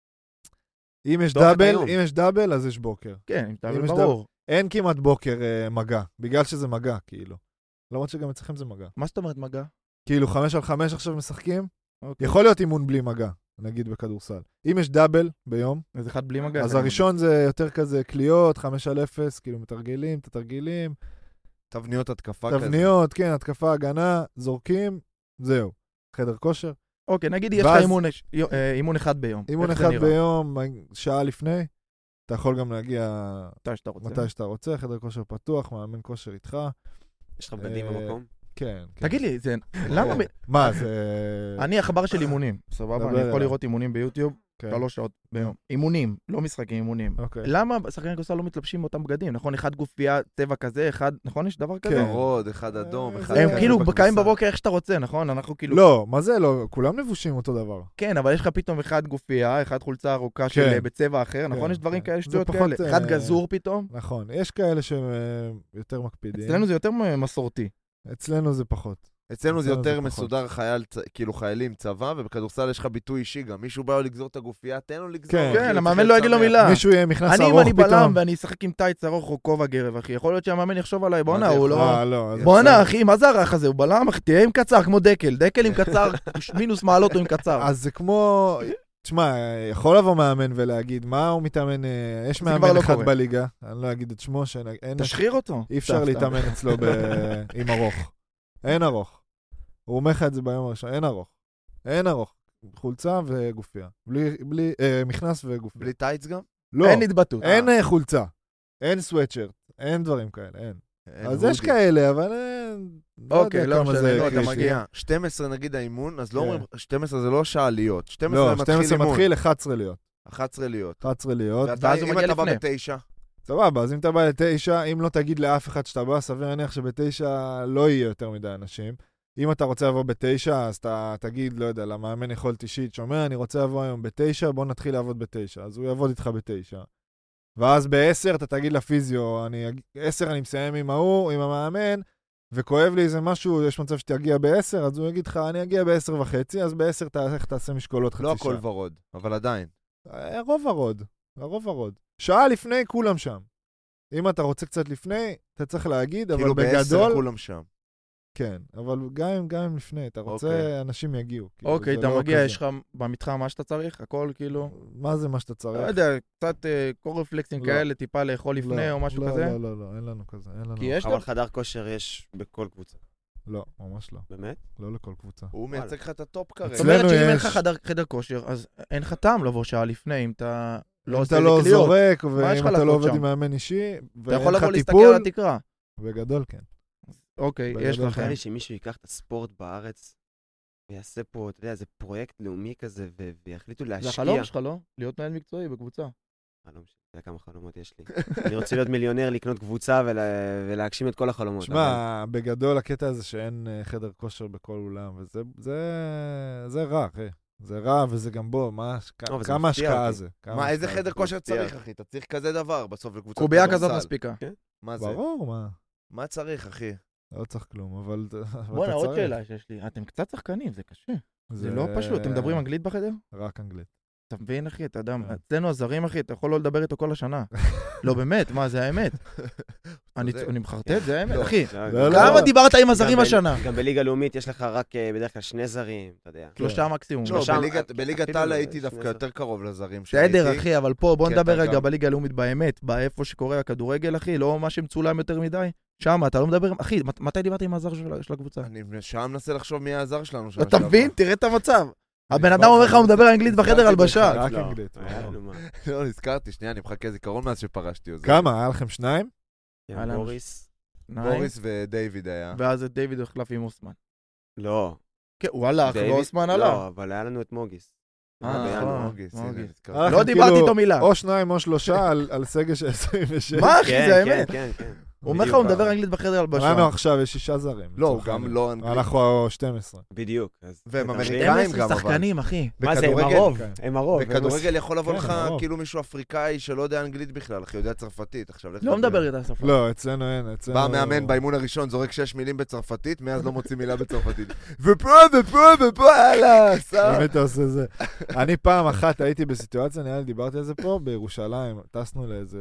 אם יש דוח את דאבל, היום. אם יש דאבל, אז יש בוקר. כן, אם אם תאבל יש ברור. אין כמעט בוקר אה, מגע, בגלל שזה מגע, כאילו. למרות שגם אצלכם זה מגע. מה זאת אומרת מגע? כאילו חמש על חמש עכשיו משחקים, אוקיי. יכול להיות אימון בלי מגע, נגיד בכדורסל. אם יש דאבל ביום, אז אחד בלי מגע. אז זה הראשון זה יותר כזה קליות, חמש על אפס, כאילו מתרגלים, את התרגילים, תבניות התקפה כזה. תבניות, כן, התקפה, הגנה, זורקים, זהו. חדר כושר. אוקיי, נגיד יש לך ואז- אימון, אה, אימון אחד ביום. אימון איך זה אחד נראה? ביום, שעה לפני, אתה יכול גם להגיע מתי שאתה רוצה. מתי שאתה רוצה, חדר כושר פתוח, מאמן כושר איתך. יש לך בגדים אה, במקום? כן, כן. תגיד לי, זה... למה... ב- מה, זה... אני עכבר של אימונים, סבבה? דבר אני יכול אליי. לראות אימונים ביוטיוב, כן. שלוש שעות ביום. אימונים, לא משחקים, אימונים. אוקיי. למה שחקני כדורסל לא מתלבשים באותם בגדים? נכון, אחד גופייה, צבע כזה, אחד... נכון, יש דבר כזה? כן. ורוד, אחד אדום, אה, אחד... זה- הם כן, כאילו בכניסה. קמים בבוקר איך שאתה רוצה, נכון? אנחנו כאילו... לא, מה זה לא? כולם לבושים אותו דבר. כן, אבל יש לך פתאום אחד גופייה, אחד חולצה ארוכה של כן. אה, בצבע אחר, נכון? כן, יש דברים כן. כאלה, זה שטויות פחות, כאלה. אה, אחד גזור פתאום. נכון. יש כאלה שהם אה, יותר מקפידים. אצלנו זה יותר מסורתי. אצלנו זה פחות. אצלנו זה אצלנו זה יותר פחות. מסודר חייל, צ- כאילו חיילים צבא, ובכדורסל יש לך ביטוי אישי גם. מישהו בא לו לגזור את הגופייה, תן לו לגזור. כן. אחי, כן, הוא המאמן צריך לא להיות יגיד לו שמח. מילה. מישהו יהיה מכנס אני, אם ארוך אני בלם פתאום. ואני אשחק עם טייץ ארוך או כובע גרב, אחי, יכול להיות שהמאמן יחשוב עליי, בואנה, זה הוא יכול? לא... אה, לא. אז בואנה, בסדר. אחי, מה זה הרך הזה? הוא בלם, אחי, תהיה עם קצר, כמו דקל. דקל עם קצר, מינוס מעלות הוא עם קצר. אז זה כמו... תשמע, יכול לבוא מאמן ולהגיד, מה הוא מתאמן... אה, יש זה כבר מאמן לא אחד קורה. בליגה, אני לא אגיד את שמו, שאין... תשחיר אותו. אי אפשר סתם, סתם. להתאמן אצלו ב- עם ארוך. אין ארוך. הוא אומר לך את זה ביום הראשון, אין ארוך. אין ארוך. חולצה וגופייה. בלי, בלי, אה, מכנס וגופייה. בלי טייץ גם? לא, אין התבטאות. אין אה, חולצה. אין סוואטשרט. אין דברים כאלה, אין. אין אז יש הודי. כאלה, אבל אין... אוקיי, יודע לא כמה משנה, זה לא, אתה קריטי. מגיע. שנייה, שתים עשרה נגיד האימון, אז לא כן. אומרים, שתים עשרה זה לא שעה להיות. שתים עשרה לא, שתים מתחיל עשרה אימון. מתחיל, אחת עשרה להיות. אחת עשרה להיות. אחת עשרה להיות. ואתה, ואז הוא אם מגיע אתה בא לפני. בתשע, סבבה, אז אם אתה בא לתשע, אם לא תגיד לאף אחד שאתה בא, סביר להניח שבתשע לא יהיה יותר מדי אנשים. אם אתה רוצה לבוא בתשע, אז אתה תגיד, לא יודע, למאמן יכולת אישית, שומע, אני רוצה לבוא היום בתשע, בוא נתחיל לעבוד בתשע. אז הוא יעבוד איתך בתשע. ואז בעשר אתה תגיד לפיזיו, אני, עשר אני מסיים עם ההוא, עם המאמן, וכואב לי איזה משהו, יש מצב שתגיע בעשר, אז הוא יגיד לך, אני אגיע בעשר וחצי, אז בעשר איך תעשה משקולות חצי לא שעה. הכל ורוד, אבל עדיין. הרוב ורוד, הרוב ורוד. שעה לפני כולם שם. אם אתה רוצה קצת לפני, אתה צריך להגיד, אבל כאילו בעשר בגדול... כולם שם. כן, אבל גם אם, גם אם לפני, אתה רוצה, אוקיי. אנשים יגיעו. כאילו, אוקיי, זה אתה לא מגיע, כזה. יש לך במתחם מה שאתה צריך? הכל כאילו... מה זה מה שאתה לא צריך? יודע, קצת אה, קורנפלקסים לא. כאלה, טיפה לאכול לפני לא, או משהו לא, כזה? לא, לא, לא, אין לנו כזה, אין לנו. כי יש אבל גם... חדר כושר יש בכל קבוצה. לא, ממש לא. באמת? לא לכל קבוצה. הוא מייצג לך את הטופ כרגע. זאת אומרת אצלנו שאם אין יש- לך חדר- חדר כושר, אז אין לך טעם לבוא שעה לפני, אם אתה לא אם עושה אתה לא איזה קליות. זורק, יש לך ואם אתה לעשות לא עובד שם? עם מאמן אישי, אתה ואין יכול לך לבוא להסתכל טיפול, על התקרה. בגדול כן. אוקיי, בגדול יש כן. לכם. נראה לי שמישהו ייקח את הספורט בארץ ויעשה פה, אתה יודע, איזה פרויקט לאומי כזה, ו- ויחליטו זה להשקיע. החלום שלך, לא? להיות מנהל מקצועי בקבוצה. חלום שלי, אתה יודע כמה חלומות יש לי. אני רוצה להיות מיליונר, לקנות קבוצה ולה- ולהגשים את כל החלומות. אבל- שמע, בגדול הקטע הזה שאין אה, חדר כושר בכל אולם, וזה זה- זה רע, אחי. זה רע, וזה גם בו, מה, השקעה- לא, אבל זה כמה מפתיע השקעה אותי. זה. כמה מה, איזה השקעה חדר זה. כושר מפתיע. צריך, אחי? אתה צריך כזה דבר בסוף לקבוצת קובייה כזאת כדורסל. מספיקה. מה זה? ברור, מה. מה צריך, אחי? לא צריך כלום, אבל אבל אתה בואנה, עוד צריך. שאלה שיש לי. אתם קצת שחקנים, זה קשה. זה לא פשוט. אתם מדברים אנגלית בחדר? רק אנגלית. אתה מבין, אחי? אתה יודע, אצלנו הזרים, אחי, אתה יכול לא לדבר איתו כל השנה. לא, באמת, מה, זה האמת. אני מחרטט, זה האמת, אחי. כמה דיברת עם הזרים השנה? גם בליגה לאומית יש לך רק בדרך כלל שני זרים, אתה יודע. שלושה מקסימום. בליגת העל הייתי דווקא יותר קרוב לזרים שהייתי. בסדר, אחי, אבל פה בוא נדבר רגע בליגה הלאומית באמת, באיפה שקורה הכדורגל, אחי, לא מה שמצולם יותר מדי. שם, אתה לא מדבר, אחי, מתי דיברת עם הזר של הקבוצה? אני שם מנסה לחשוב מי הזר שלנו. אתה מבין? תראה את המצב. הבן אדם אומר לך, הוא מדבר אנגלית בחדר הלבשה. רק אנגלית. לא, נזכרתי, שנייה, אני מחכה זיכרון מאז שפרשתי. כמה? היה לכם שניים? בוריס. בוריס ודייוויד היה. ואז את דיוויד החלף עם אוסמן. לא. כן, הוא הלך, ואוסמן הלך. לא, אבל היה לנו את מוגיס. אה, מוגיס, הנה, נזכרתי. לא דיברתי איתו מילה. או שניים או שלושה על סגל של עשרים ושש. מה, אחי, זה האמת? כן, כן, כן. הוא אומר לך, הוא מדבר אנגלית בחדר הלבשה. לנו עכשיו יש שישה זרים. לא, הוא גם לא אנגלית. אנחנו שתים עשרה. בדיוק. והם אמריקאים גם, אבל. שחקנים, אחי. מה זה, הם הרוב. הם הרוב. בכדורגל יכול לבוא לך כאילו מישהו אפריקאי שלא יודע אנגלית בכלל, אחי, יודע צרפתית. לא מדבר את השפה. לא, אצלנו אין. בא מאמן באימון הראשון, זורק שש מילים בצרפתית, מאז לא מוציא מילה בצרפתית. ופה, ופה, ופה, הלאה, סע. באמת אתה עושה זה. אני פעם אחת הייתי בסיטואציה, נראה לי דיברתי על זה פה, בירושלים, טסנו לאיזה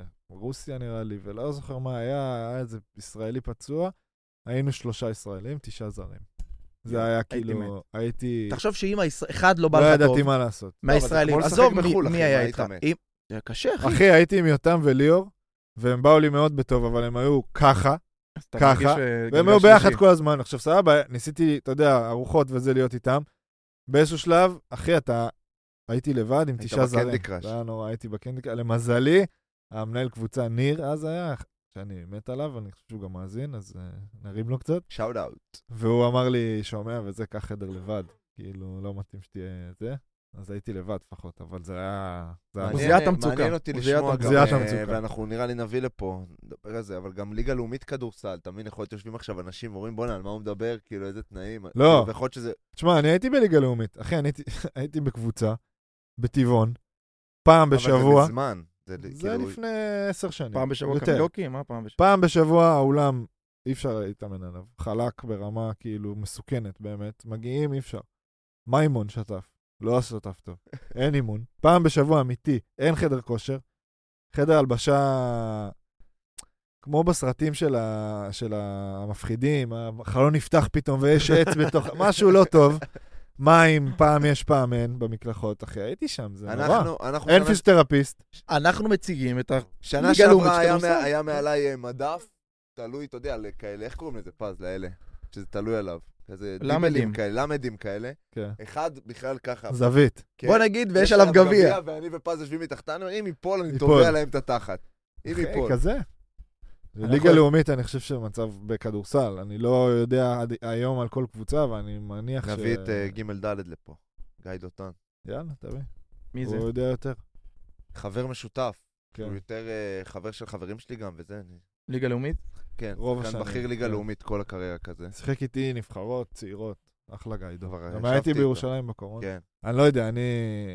רוסיה נראה לי, ולא זוכר מה היה, היה איזה ישראלי פצוע, היינו שלושה ישראלים, תשעה זרים. זה היה כאילו, הייתי... תחשוב שאם אחד לא בא לא לך טוב, ידעתי מה לעשות. מהישראלים, עזוב מי היה איתך. זה קשה, אחי. אחי, הייתי עם יותם וליאור, והם באו לי מאוד בטוב, אבל הם היו ככה, ככה, והם היו ביחד כל הזמן. עכשיו סבבה, ניסיתי, אתה יודע, ארוחות וזה להיות איתם. באיזשהו שלב, אחי, אתה... הייתי לבד עם תשעה זרים. היית בקנדי קראש. זה היה נורא, הייתי בקנדי קראש. למזלי, המנהל קבוצה ניר אז היה, שאני מת עליו, אני חושב שהוא גם מאזין, אז נרים לו קצת. שאוט אאוט. והוא אמר לי, שומע, וזה קח חדר לבד. כאילו, לא מתאים שתהיה זה. אז הייתי לבד לפחות, אבל זה היה... זיעת המצוקה. מעניין אותי לשמוע גם, זיעת המצוקה. ואנחנו נראה לי נביא לפה, נדבר על זה, אבל גם ליגה לאומית כדורסל, תמיד יכול להיות יושבים עכשיו אנשים ואומרים, בוא'נה, על מה הוא מדבר, כאילו, איזה תנאים. לא. ויכול להיות שזה... תשמע, אני הייתי בליגה לאומית. אחי, אני הייתי בקבוצה, בטבעון, פעם בשבוע. אבל זה מזמן. זה לפני עשר שנים. פעם בשבוע קמילוקי? מה פעם בשבוע? פעם בשבוע האולם, אי אפשר להתאמן עליו. חלק ברמה כאילו מסוכנת באמת. מגיעים, אי אפשר. מה אימון שטף? לא שטף טוב. אין אימון. פעם בשבוע אמיתי, אין חדר כושר. חדר הלבשה, כמו בסרטים של, ה... של המפחידים, החלון נפתח פתאום ויש עץ בתוך, משהו לא טוב. מים, פעם יש פעם אין במקלחות, אחי, הייתי שם, זה נורא. אין פיזיותרפיסט. אנחנו מציגים את הליגה שנה שעברה היה מעליי מדף, תלוי, אתה יודע, לכאלה, איך קוראים לזה פז, לאלה? שזה תלוי עליו. כזה למדים כאלה, למדים כאלה. אחד בכלל ככה. זווית. בוא נגיד, ויש עליו גביע. ואני ופז יושבים מתחתנו, אם ייפול, אני תובע להם את התחת. אם ייפול. כזה. ליגה לאומית, אני חושב שמצב בכדורסל. אני לא יודע היום על כל קבוצה, ואני מניח ש... נביא את ג' ד' לפה. גיא דותן. יאללה, תביא. מי זה? הוא יודע יותר. חבר משותף. הוא יותר חבר של חברים שלי גם, וזה. ליגה לאומית? כן. כאן בכיר ליגה לאומית, כל הקריירה כזה. שיחק איתי נבחרות, צעירות. אחלה גיא דותן. גם הייתי בירושלים בקורונה. כן. אני לא יודע, אני...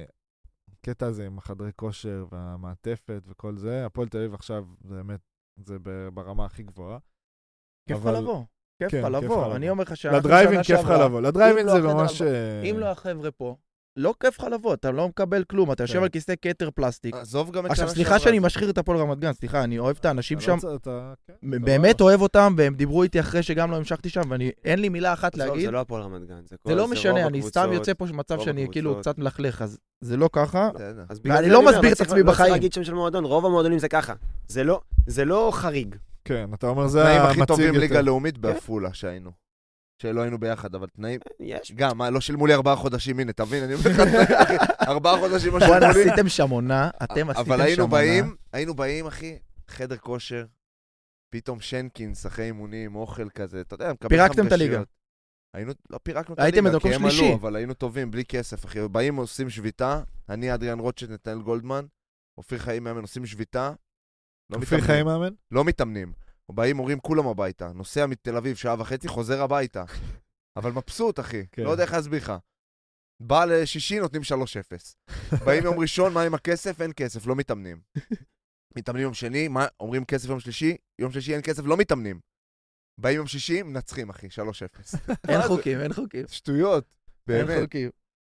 קטע הזה עם החדרי כושר והמעטפת וכל זה. הפועל תל אביב עכשיו, זה באמת, זה ברמה הכי גבוהה. כיף לך לבוא. כיף לך לבוא. אני אומר לך שעה... לדרייבין כיף לך לבוא. לדרייבין זה ממש... אם לא החבר'ה פה, לא כיף לך לבוא, אתה לא מקבל כלום, אתה יושב על כיסא כתר פלסטיק. עזוב גם את עכשיו, סליחה שאני משחיר את הפועל רמת גן, סליחה, אני אוהב את האנשים שם, אתה... באמת אוהב אותם, והם דיברו איתי אחרי שגם לא המשכתי שם, ואין לי מילה אחת להגיד. זה לא הפועל רמת גן, זה לא משנה, אני סתם יוצא פה מצב שאני כאילו קצת מלכלך, אז זה לא ככה, ואני לא מסביר את עצמי בחיים. לא צריך להגיד שם של מועדון, רוב המועדונים זה ככה, זה לא חריג. כן, אתה אומר, זה התנאים הכי טובים ליגה לאומית באפולה שהיינו. שלא היינו ביחד, אבל תנאים... יש. גם, לא שילמו לי ארבעה חודשים, הנה, תבין, אני אומר לך, ארבעה חודשים לא שילמו לי. בואו, עשיתם שם עונה, אתם עשיתם שם עונה. אבל היינו באים, היינו באים, אחי, חדר כושר, פתאום שנקינס, אחרי אימונים, אוכל כזה, אתה יודע, מקבל חמגשיות. פירקתם את הליגה. היינו, לא פירקנו את הליגה, הייתם במקום שלישי. עלו, אבל היינו טובים, בלי כסף, אחי. באים, עושים שביתה, אני, אדריאן רוטשט, נתנאל גולדמן, אופיר חיים מאמן, עושים שביתה. אופיר חיים מאמן? לא מתאמנים. באים, הורים כולם הביתה. נוסע מתל אביב, שעה וחצי, חוזר הביתה. אבל מבסוט, אחי. לא יודע איך להסביר לך. בא לשישי, נותנים שלוש אפס. באים יום ראשון, מה עם הכסף? אין כסף, לא מתאמנים. מתאמנים יום שני, מה? אומרים כסף יום שלישי, יום שלישי אין כסף, לא מתאמנים. באים יום שישי, מנצחים, אחי, שלוש אפס. אין חוקים, אין חוקים. שטויות, באמת. אין חוקים.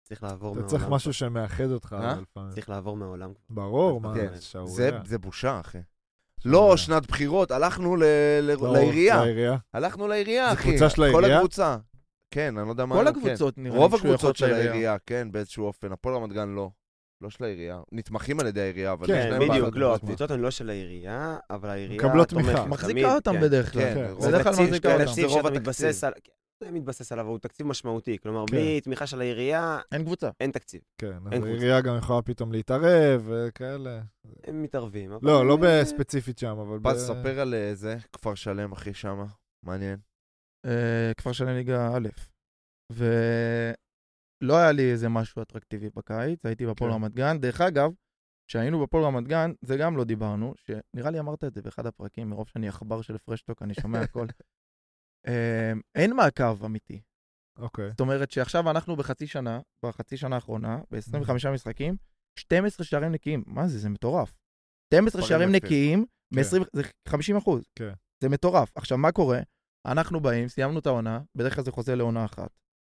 צריך לעבור אתה מהעולם. צריך משהו שמאחד אותך, אה? אבל לפעמים. צריך לעבור מהעולם. ברור, מה, כן, זה זה, שערוריה. זה בושה, אחי. שערוריה. לא, שנת בחירות, הלכנו ל- ל- לא, לעירייה. לעירייה. הלכנו לעירייה, זה אחי. קבוצה של כל העירייה? הקבוצה. כן, אני לא יודע מה... כל כן. הקבוצות נראה לי רוב משויכות הקבוצות של לעירייה. העירייה, כן, באיזשהו אופן. הפועל רמת גן לא. לא של העירייה. נתמכים על ידי העירייה, אבל... כן, יש כן, להם בדיוק, בעלות לא, עצמה. הקבוצות הן לא של העירייה, אבל העירייה מקבלות תומכת תמיכה. תמיד, מחזיקה אותם כן. בדרך כלל. כן, כן. רוב בדרך כלל התקציב מחזיקה שלהם אותם. זה תקציב רוב שאתה התקציב. מתבסס על... לא מתבסס עליו, הוא תקציב משמעותי. כלומר, כן. בלי תמיכה של העירייה, אין קבוצה. אין תקציב. כן, אז אין העירייה גם יכולה פתאום להתערב וכאלה. הם מתערבים. אבל- לא, לא בספציפית שם, אבל... ב- פז, ספר על אה, זה, כפר שלם, אחי, שמה. מעניין. אה, כפר שלם ליגה א', ולא היה לי איזה משהו אטרקטיבי בקיץ, הייתי בפועל כן. רמת גן. דרך אגב, כשהיינו בפועל רמת גן, זה גם לא דיברנו, שנראה לי אמרת את זה באחד הפרקים, מרוב שאני עכבר של פרשטוק, אני שומע הכל. אה, אין מעקב אמיתי. אוקיי. זאת אומרת שעכשיו אנחנו בחצי שנה, בחצי שנה האחרונה, ב-עשרים וחמישה משחקים, שנים עשר שערים נקיים. מה זה? זה מטורף. שנים עשר דברים שערים יפים. נקיים, כן. מ-עשרים זה חמישים אחוז. כן. זה מטורף. עכשיו, מה קורה? אנחנו באים, סיימנו את העונה, בדרך כלל זה חוזר לעונה אחת.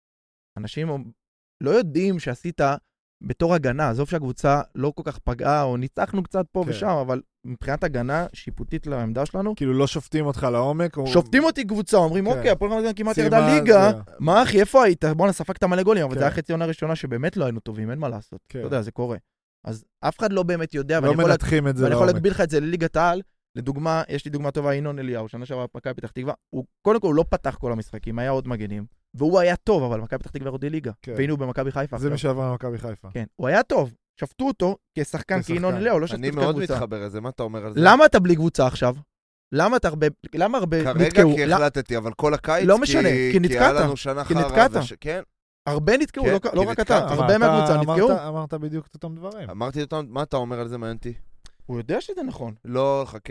אנשים לא יודעים שעשית בתור הגנה, עזוב שהקבוצה לא כל כך פגעה, או ניצחנו קצת פה כן. ושם, אבל מבחינת הגנה שיפוטית לעמדה שלנו, כאילו לא שופטים אותך לעומק? או- שופטים אותי קבוצה, אומרים, כן. אוקיי, הפועל רמת גן כמעט סיימה, ירדה ליגה, זה- מה אחי, איפה היית? בואנה, ספגת מלא גולים, אבל כן. זה היה חצי עונה ראשונה שבאמת לא היינו טובים, אין מה לעשות. כן. אתה יודע, זה קורה. אז אף אחד לא באמת יודע, לא ואני יכול מנתחים את זה ואני יכול לעומק. להגביל לך את זה לליגת העל. לדוגמה, יש לי דוגמה טובה, ינון אליהו, שנה שעברה מכבי פתח תקווה. הוא, קודם כל, הוא לא פתח כל המשחקים, היה עוד מגנים. והוא היה טוב, אבל מכבי פתח תקווה ירדו ליגה. כן. והיינו במכבי חיפה. זה עכשיו. מי שעבר למכבי חיפה. כן, הוא היה טוב. שפטו אותו כשחקן, כשחקן. כינון אליהו, לא שפטו אני אותו מאוד כקבוצה. מתחבר לזה, מה אתה אומר על זה? למה אתה בלי קבוצה עכשיו? למה אתה הרבה, למה הרבה כרגע נתקעו? כי לא- החלטתי, אבל כל הקיץ, לא משנה, כי נתקעת. כי היה לנו שנה כי חרא. נתקעת. וש- כן, הרבה נתקעו, כן, לא- כי לא רק אתה, נתקעתי. מה, הרבה אתה מהקבוצה אמרת- נתקעו. אמרת בדיוק את אותם דברים. אמרתי אותם, מה אתה אומר על זה, מעניין אותי? הוא יודע שזה נכון. לא, חכה.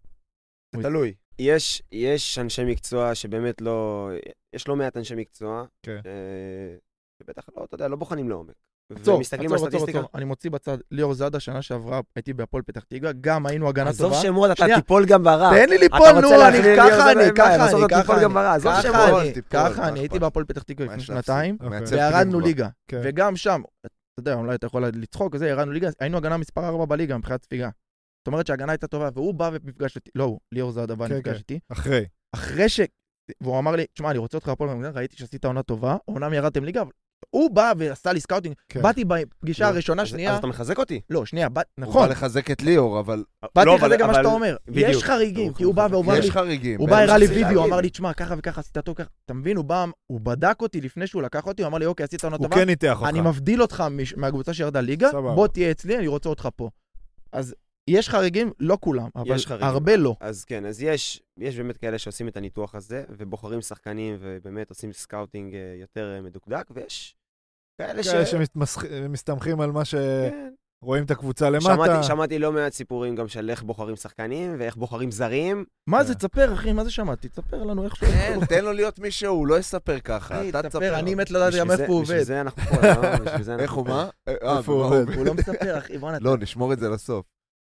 הוא- תלוי. יש, יש אנשי מקצוע שבאמת לא... יש לא מעט אנשי מקצוע. כן. אה, שבטח לא, אתה יודע, לא בוחנים לעומק. עצור, ומסתכלים על עצור, עצור, סטטיסטיקה. עצור. אני מוציא בצד, ליאור זאדה, שנה שעברה, הייתי בהפועל פתח תקווה, גם היינו הגנה עזוב טובה. שמות, אתה שנייה. תיפול גם ברע. תן לי אתה ליפול, רוצה נו, להכליל אני, ליאור ככה זאדה, אני, אין בעיה, ככה בסוף אני, אתה ככה תיפול אני. גם ברע, עזוב ככה שמות. אני, תיפול, ככה מה אני, הייתי אכפת? בהפועל פתח תקווה מה לפני יש להפסיד? שנתיים, אוקיי. מעצב וירדנו פיגור. ליגה. כן. וגם שם, אתה יודע, אולי אתה יכול לצחוק, וזה, ירדנו ליגה, היינו הגנה מספר ארבע בליגה מבחינת ספיגה. זאת אומרת שההגנה הייתה טובה, והוא בא ונפגש איתי, לא הוא, ליאור זאדה בא כן, נפגש כן. איתי, אחרי. אחרי ש... והוא אמר לי, תשמע, אני רוצה אותך הפועל רמת גן, ראיתי שעשית עונה טובה, אומנם ירדתם ליגה, אבל הוא בא ועשה לי סקאוטינג, כן. באתי בפגישה לא, הראשונה, אז- שנייה, אז אתה מחזק אותי. לא, שנייה, בא- הוא נכון, בא לחזק את ליאור, אבל באתי לא, לחזק אבל- גם מה שאתה אבל- אומר, בדיוק. יש חריגים, הוא- כי הוא בא הוא- ואומר לי, יש חריגים. הוא בין בא, הראה לי חצי וידאו, להגיד. אמר לי, תשמע, ככה וככה עשית טוב, ככה, אתה מבין, הוא בא, הוא בדק אותי לפני שהוא לקח אותי, הוא אמר לי, אוקיי, עשית עונה הוא טובה, כן ניתח אותך. אני מבדיל אותך מש- מהקבוצה שירדה ליגה, סבבה. בוא תהיה אצלי, אני רוצה אותך פה. אז יש חריגים, לא כולם, אבל יש חריגים. הרבה לא. אז כן, אז יש, יש באמת כאלה שעושים את הניתוח הזה, ובוחרים שחקנים ובאמת עושים סקאוטינג אה, יותר אה, מדוקדק, ויש כאלה ש... כאלה שמסתמכים על מה כן. שרואים את הקבוצה למטה. שמעתי, שמעתי לא מעט סיפורים גם של איך בוחרים שחקנים ואיך בוחרים זרים. מה זה, תספר, אחי, מה זה שמעתי? תספר לנו איך שהוא... כן, תן לו להיות מישהו, הוא לא יספר ככה. אחי, אתה תספר, תספר. אני מת לדעת גם בשביל איפה הוא זה- בשביל עובד. זה אנחנו פה, לא? בשביל זה אנחנו איך הוא, פה. מה? אה, איפה הוא מה עובד? הוא לא מספר, אחי, בוא נתן. לא, נשמור את זה לסוף.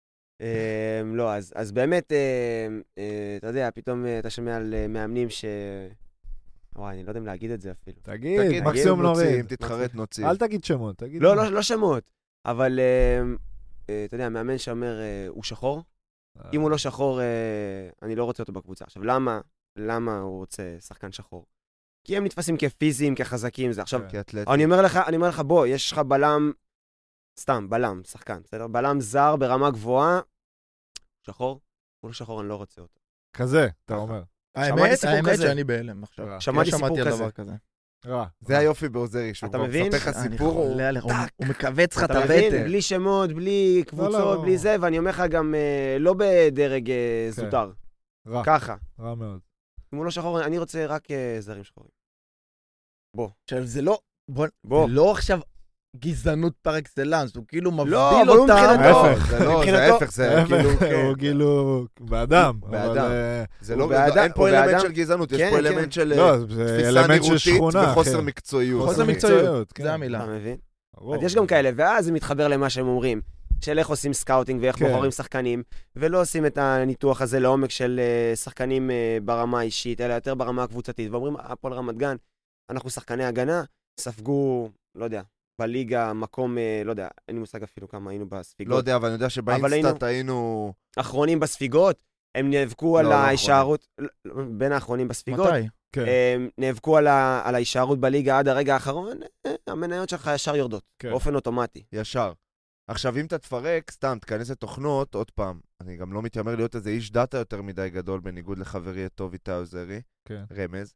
אמ, לא, אז, אז באמת, אמ, אה, אתה יודע, פתאום אה, אתה שומע על אה, מאמנים ש... וואי, אני לא יודע אם להגיד את זה אפילו. תגיד, תגיד, מקסימום נוציא, אם נוריד. תתחרט נוציא. אל תגיד שמות, תגיד... לא, מה. לא, לא שמות, אבל אמ, אה, אתה יודע, מאמן שאומר, אה, הוא שחור, אה, אם הוא לא שחור, אה, אני לא רוצה אותו בקבוצה. עכשיו, למה? למה הוא רוצה שחקן שחור? כי הם נתפסים כפיזיים, כחזקים, זה עכשיו... כן. כאתלטי. אני אומר לך, אני אומר לך, בוא, יש לך בלם, סתם, בלם, שחקן, בסדר? בלם זר ברמה גבוהה, שחור, הוא לא שחור, אני לא רוצה אותו. כזה, אתה אומר. שמעתי האמת, סיפור האמת כזה. שאני בהלם עכשיו. רע. שמעתי לא סיפור שמעתי על כזה. דבר כזה. רע. זה היופי בעוזרי, שהוא אתה כבר מבין? מספר לך אני סיפור, הוא- חולה עליך, הוא- הוא מכווץ לך את אתה מבין? הבטן. בלי שמות, בלי קבוצות, לא. בלי זה, ואני אומר לך גם אה, לא בדרג אה, כן. זוטר. רע. ככה. רע מאוד. אם הוא לא שחור, אני רוצה רק אה, זרים שחורים. עכשיו, זה לא... בוא... בוא. זה לא עכשיו גזענות פר אקסלנס, הוא כאילו מבדיל אבל הוא אותם. מבחינתו- ההפך. זה לא, זה מבחינתו- ההפך, זה כאילו, כן. הוא כאילו באדם. אבל, באדם. אה, זה הוא לא, באדם- אין פה הוא אלמנט באדם- של גזענות, יש כן, פה כן. אלמנט של לא, אה, זה תפיסה אלמנט של נראותית שכונה, וחוסר אחי. מקצועיות. חוסר מקצועיות, כן. זה המילה. אתה מבין? ברור. אז יש גם כאלה, ואז זה מתחבר למה שהם אומרים, של איך עושים סקאוטינג ואיך כן. בוחרים שחקנים, ולא עושים את הניתוח הזה לעומק של אה, שחקנים אה, ברמה האישית, אלא יותר ברמה הקבוצתית, ואומרים, הפועל רמת גן, אנחנו שחקני הגנה, ספגו, לא יודע, בליגה מקום, לא יודע, אין לי מושג אפילו כמה היינו בספיגות. לא יודע, אבל אני יודע שבאינסטאט היינו... אחרונים בספיגות, הם נאבקו על ההישארות, בין האחרונים בספיגות. מתי? הם נאבקו על ההישארות בליגה עד הרגע האחרון, המניות שלך ישר יורדות, באופן אוטומטי. ישר. עכשיו, אם אתה תפרק, סתם, תכנס לתוכנות, עוד פעם, אני גם לא מתיימר להיות איזה איש דאטה יותר מדי גדול, בניגוד לחברי הטוב איתי עוזרי, רמז.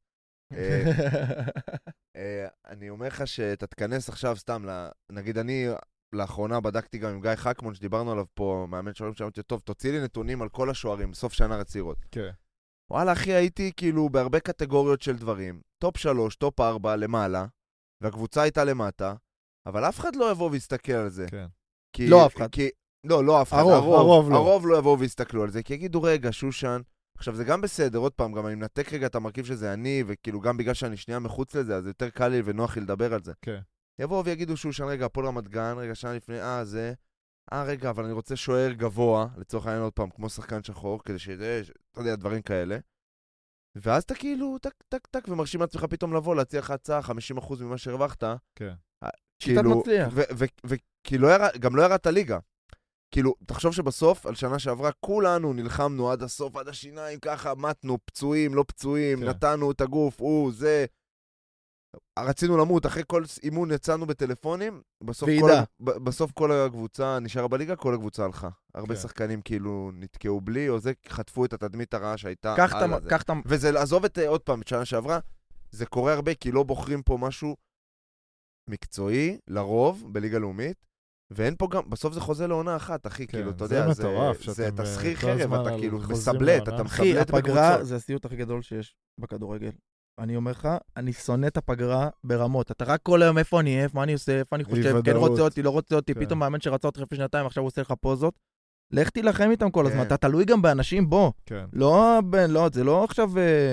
אני אומר לך שאתה תכנס עכשיו סתם, נגיד אני לאחרונה בדקתי גם עם גיא חכמון, שדיברנו עליו פה, מאמן שוערים שאמרתי, טוב, תוציא לי נתונים על כל השוערים, בסוף שנה רצירות. כן. וואלה, אחי, הייתי כאילו בהרבה קטגוריות של דברים, טופ שלוש, טופ ארבע, למעלה, והקבוצה הייתה למטה, אבל אף אחד לא יבוא ויסתכל על זה. כן. כי, לא אף אחד. כי, לא, לא אף אחד. הרוב, הרוב, הרוב לא. הרוב לא יבואו ויסתכלו על זה, כי יגידו, רגע, שושן, עכשיו זה גם בסדר, עוד פעם, גם אני מנתק רגע את המרכיב שזה אני, וכאילו גם בגלל שאני שנייה מחוץ לזה, אז יותר קל לי ונוח לי לדבר על זה. כן. יבואו ויגידו שושן, רגע, הפועל רמת גן, רגע, שנה לפני, אה, זה, אה, רגע, אבל אני רוצה שוער גבוה, לצורך העניין עוד פעם, כמו שחקן שחור, כדי שזה, אתה יודע, דברים כאלה. ואז אתה כאילו, טק, טק, טק, ומרשים לעצמך פתאום לבוא, להציע לך הצעה, חמישים אחוז ממה שהרווחת. כן. שיטת מצליח. וכי גם לא ירדת ליגה. כאילו, תחשוב שבסוף, על שנה שעברה, כולנו נלחמנו עד הסוף, עד השיניים, ככה, מתנו, פצועים, לא פצועים, כן. נתנו את הגוף, הוא, זה... רצינו למות, אחרי כל אימון יצאנו בטלפונים, בסוף כל, בסוף כל הקבוצה נשארה בליגה, כל הקבוצה הלכה. הרבה כן. שחקנים כאילו נתקעו בלי, או זה חטפו את התדמית הרעה שהייתה קח על הזה. את... וזה, עזוב את עוד פעם, את שנה שעברה, זה קורה הרבה, כי לא בוחרים פה משהו מקצועי, לרוב, בליגה לאומית, ואין פה גם, בסוף זה חוזה לעונה אחת, אחי, כן, כאילו, אתה זה יודע, מטורף, זה, זה שאתם, אתה שכיר כל חרב, הזמן אתה על כאילו חוזים מסבלט, לעונה. אתה אחי, מסבלט הפגרה בקבוצות. זה הסיוט הכי גדול שיש בכדורגל. אני אומר לך, אני שונא את הפגרה ברמות. אתה רק כל היום איפה אני, איפה מה אני עושה, איפה אני חושב, כן רוצה אותי, לא רוצה אותי, פתאום מאמן שרצה אותך לפני שנתיים, עכשיו הוא עושה לך פוזות. לך תילחם איתם כל הזמן, אתה תלוי גם באנשים, בוא. כן. לא, לא, זה לא עכשיו...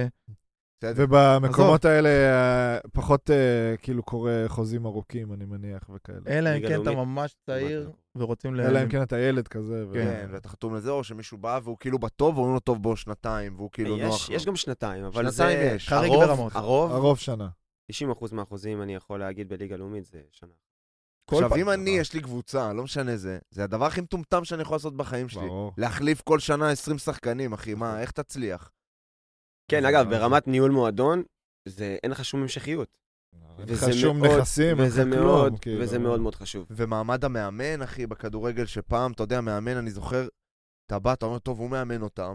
ובמקומות האלה פחות כאילו קורה חוזים ארוכים, אני מניח, וכאלה. אלא אם כן אתה ממש צעיר ורוצים... אלא אם כן אתה ילד כזה. כן, ואתה חתום לזה, או שמישהו בא והוא כאילו בטוב, והוא לא טוב בו שנתיים, והוא כאילו נוח. יש גם שנתיים, אבל זה... שנתיים יש. חריג ברמות. הרוב... הרוב שנה. תשעים אחוז מהאחוזים אני יכול להגיד בליגה לאומית זה שנה. עכשיו, אם אני, יש לי קבוצה, לא משנה זה, זה הדבר הכי מטומטם שאני יכול לעשות בחיים שלי. להחליף כל שנה עשרים שחקנים, אחי, מה, איך תצליח? כן, אגב, ברמת ניהול מועדון, אין לך שום המשכיות. אין לך שום נכסים, אין לך כלום. וזה מאוד מאוד חשוב. ומעמד המאמן, אחי, בכדורגל שפעם, אתה יודע, מאמן, אני זוכר, אתה בא, אתה אומר, טוב, הוא מאמן אותם.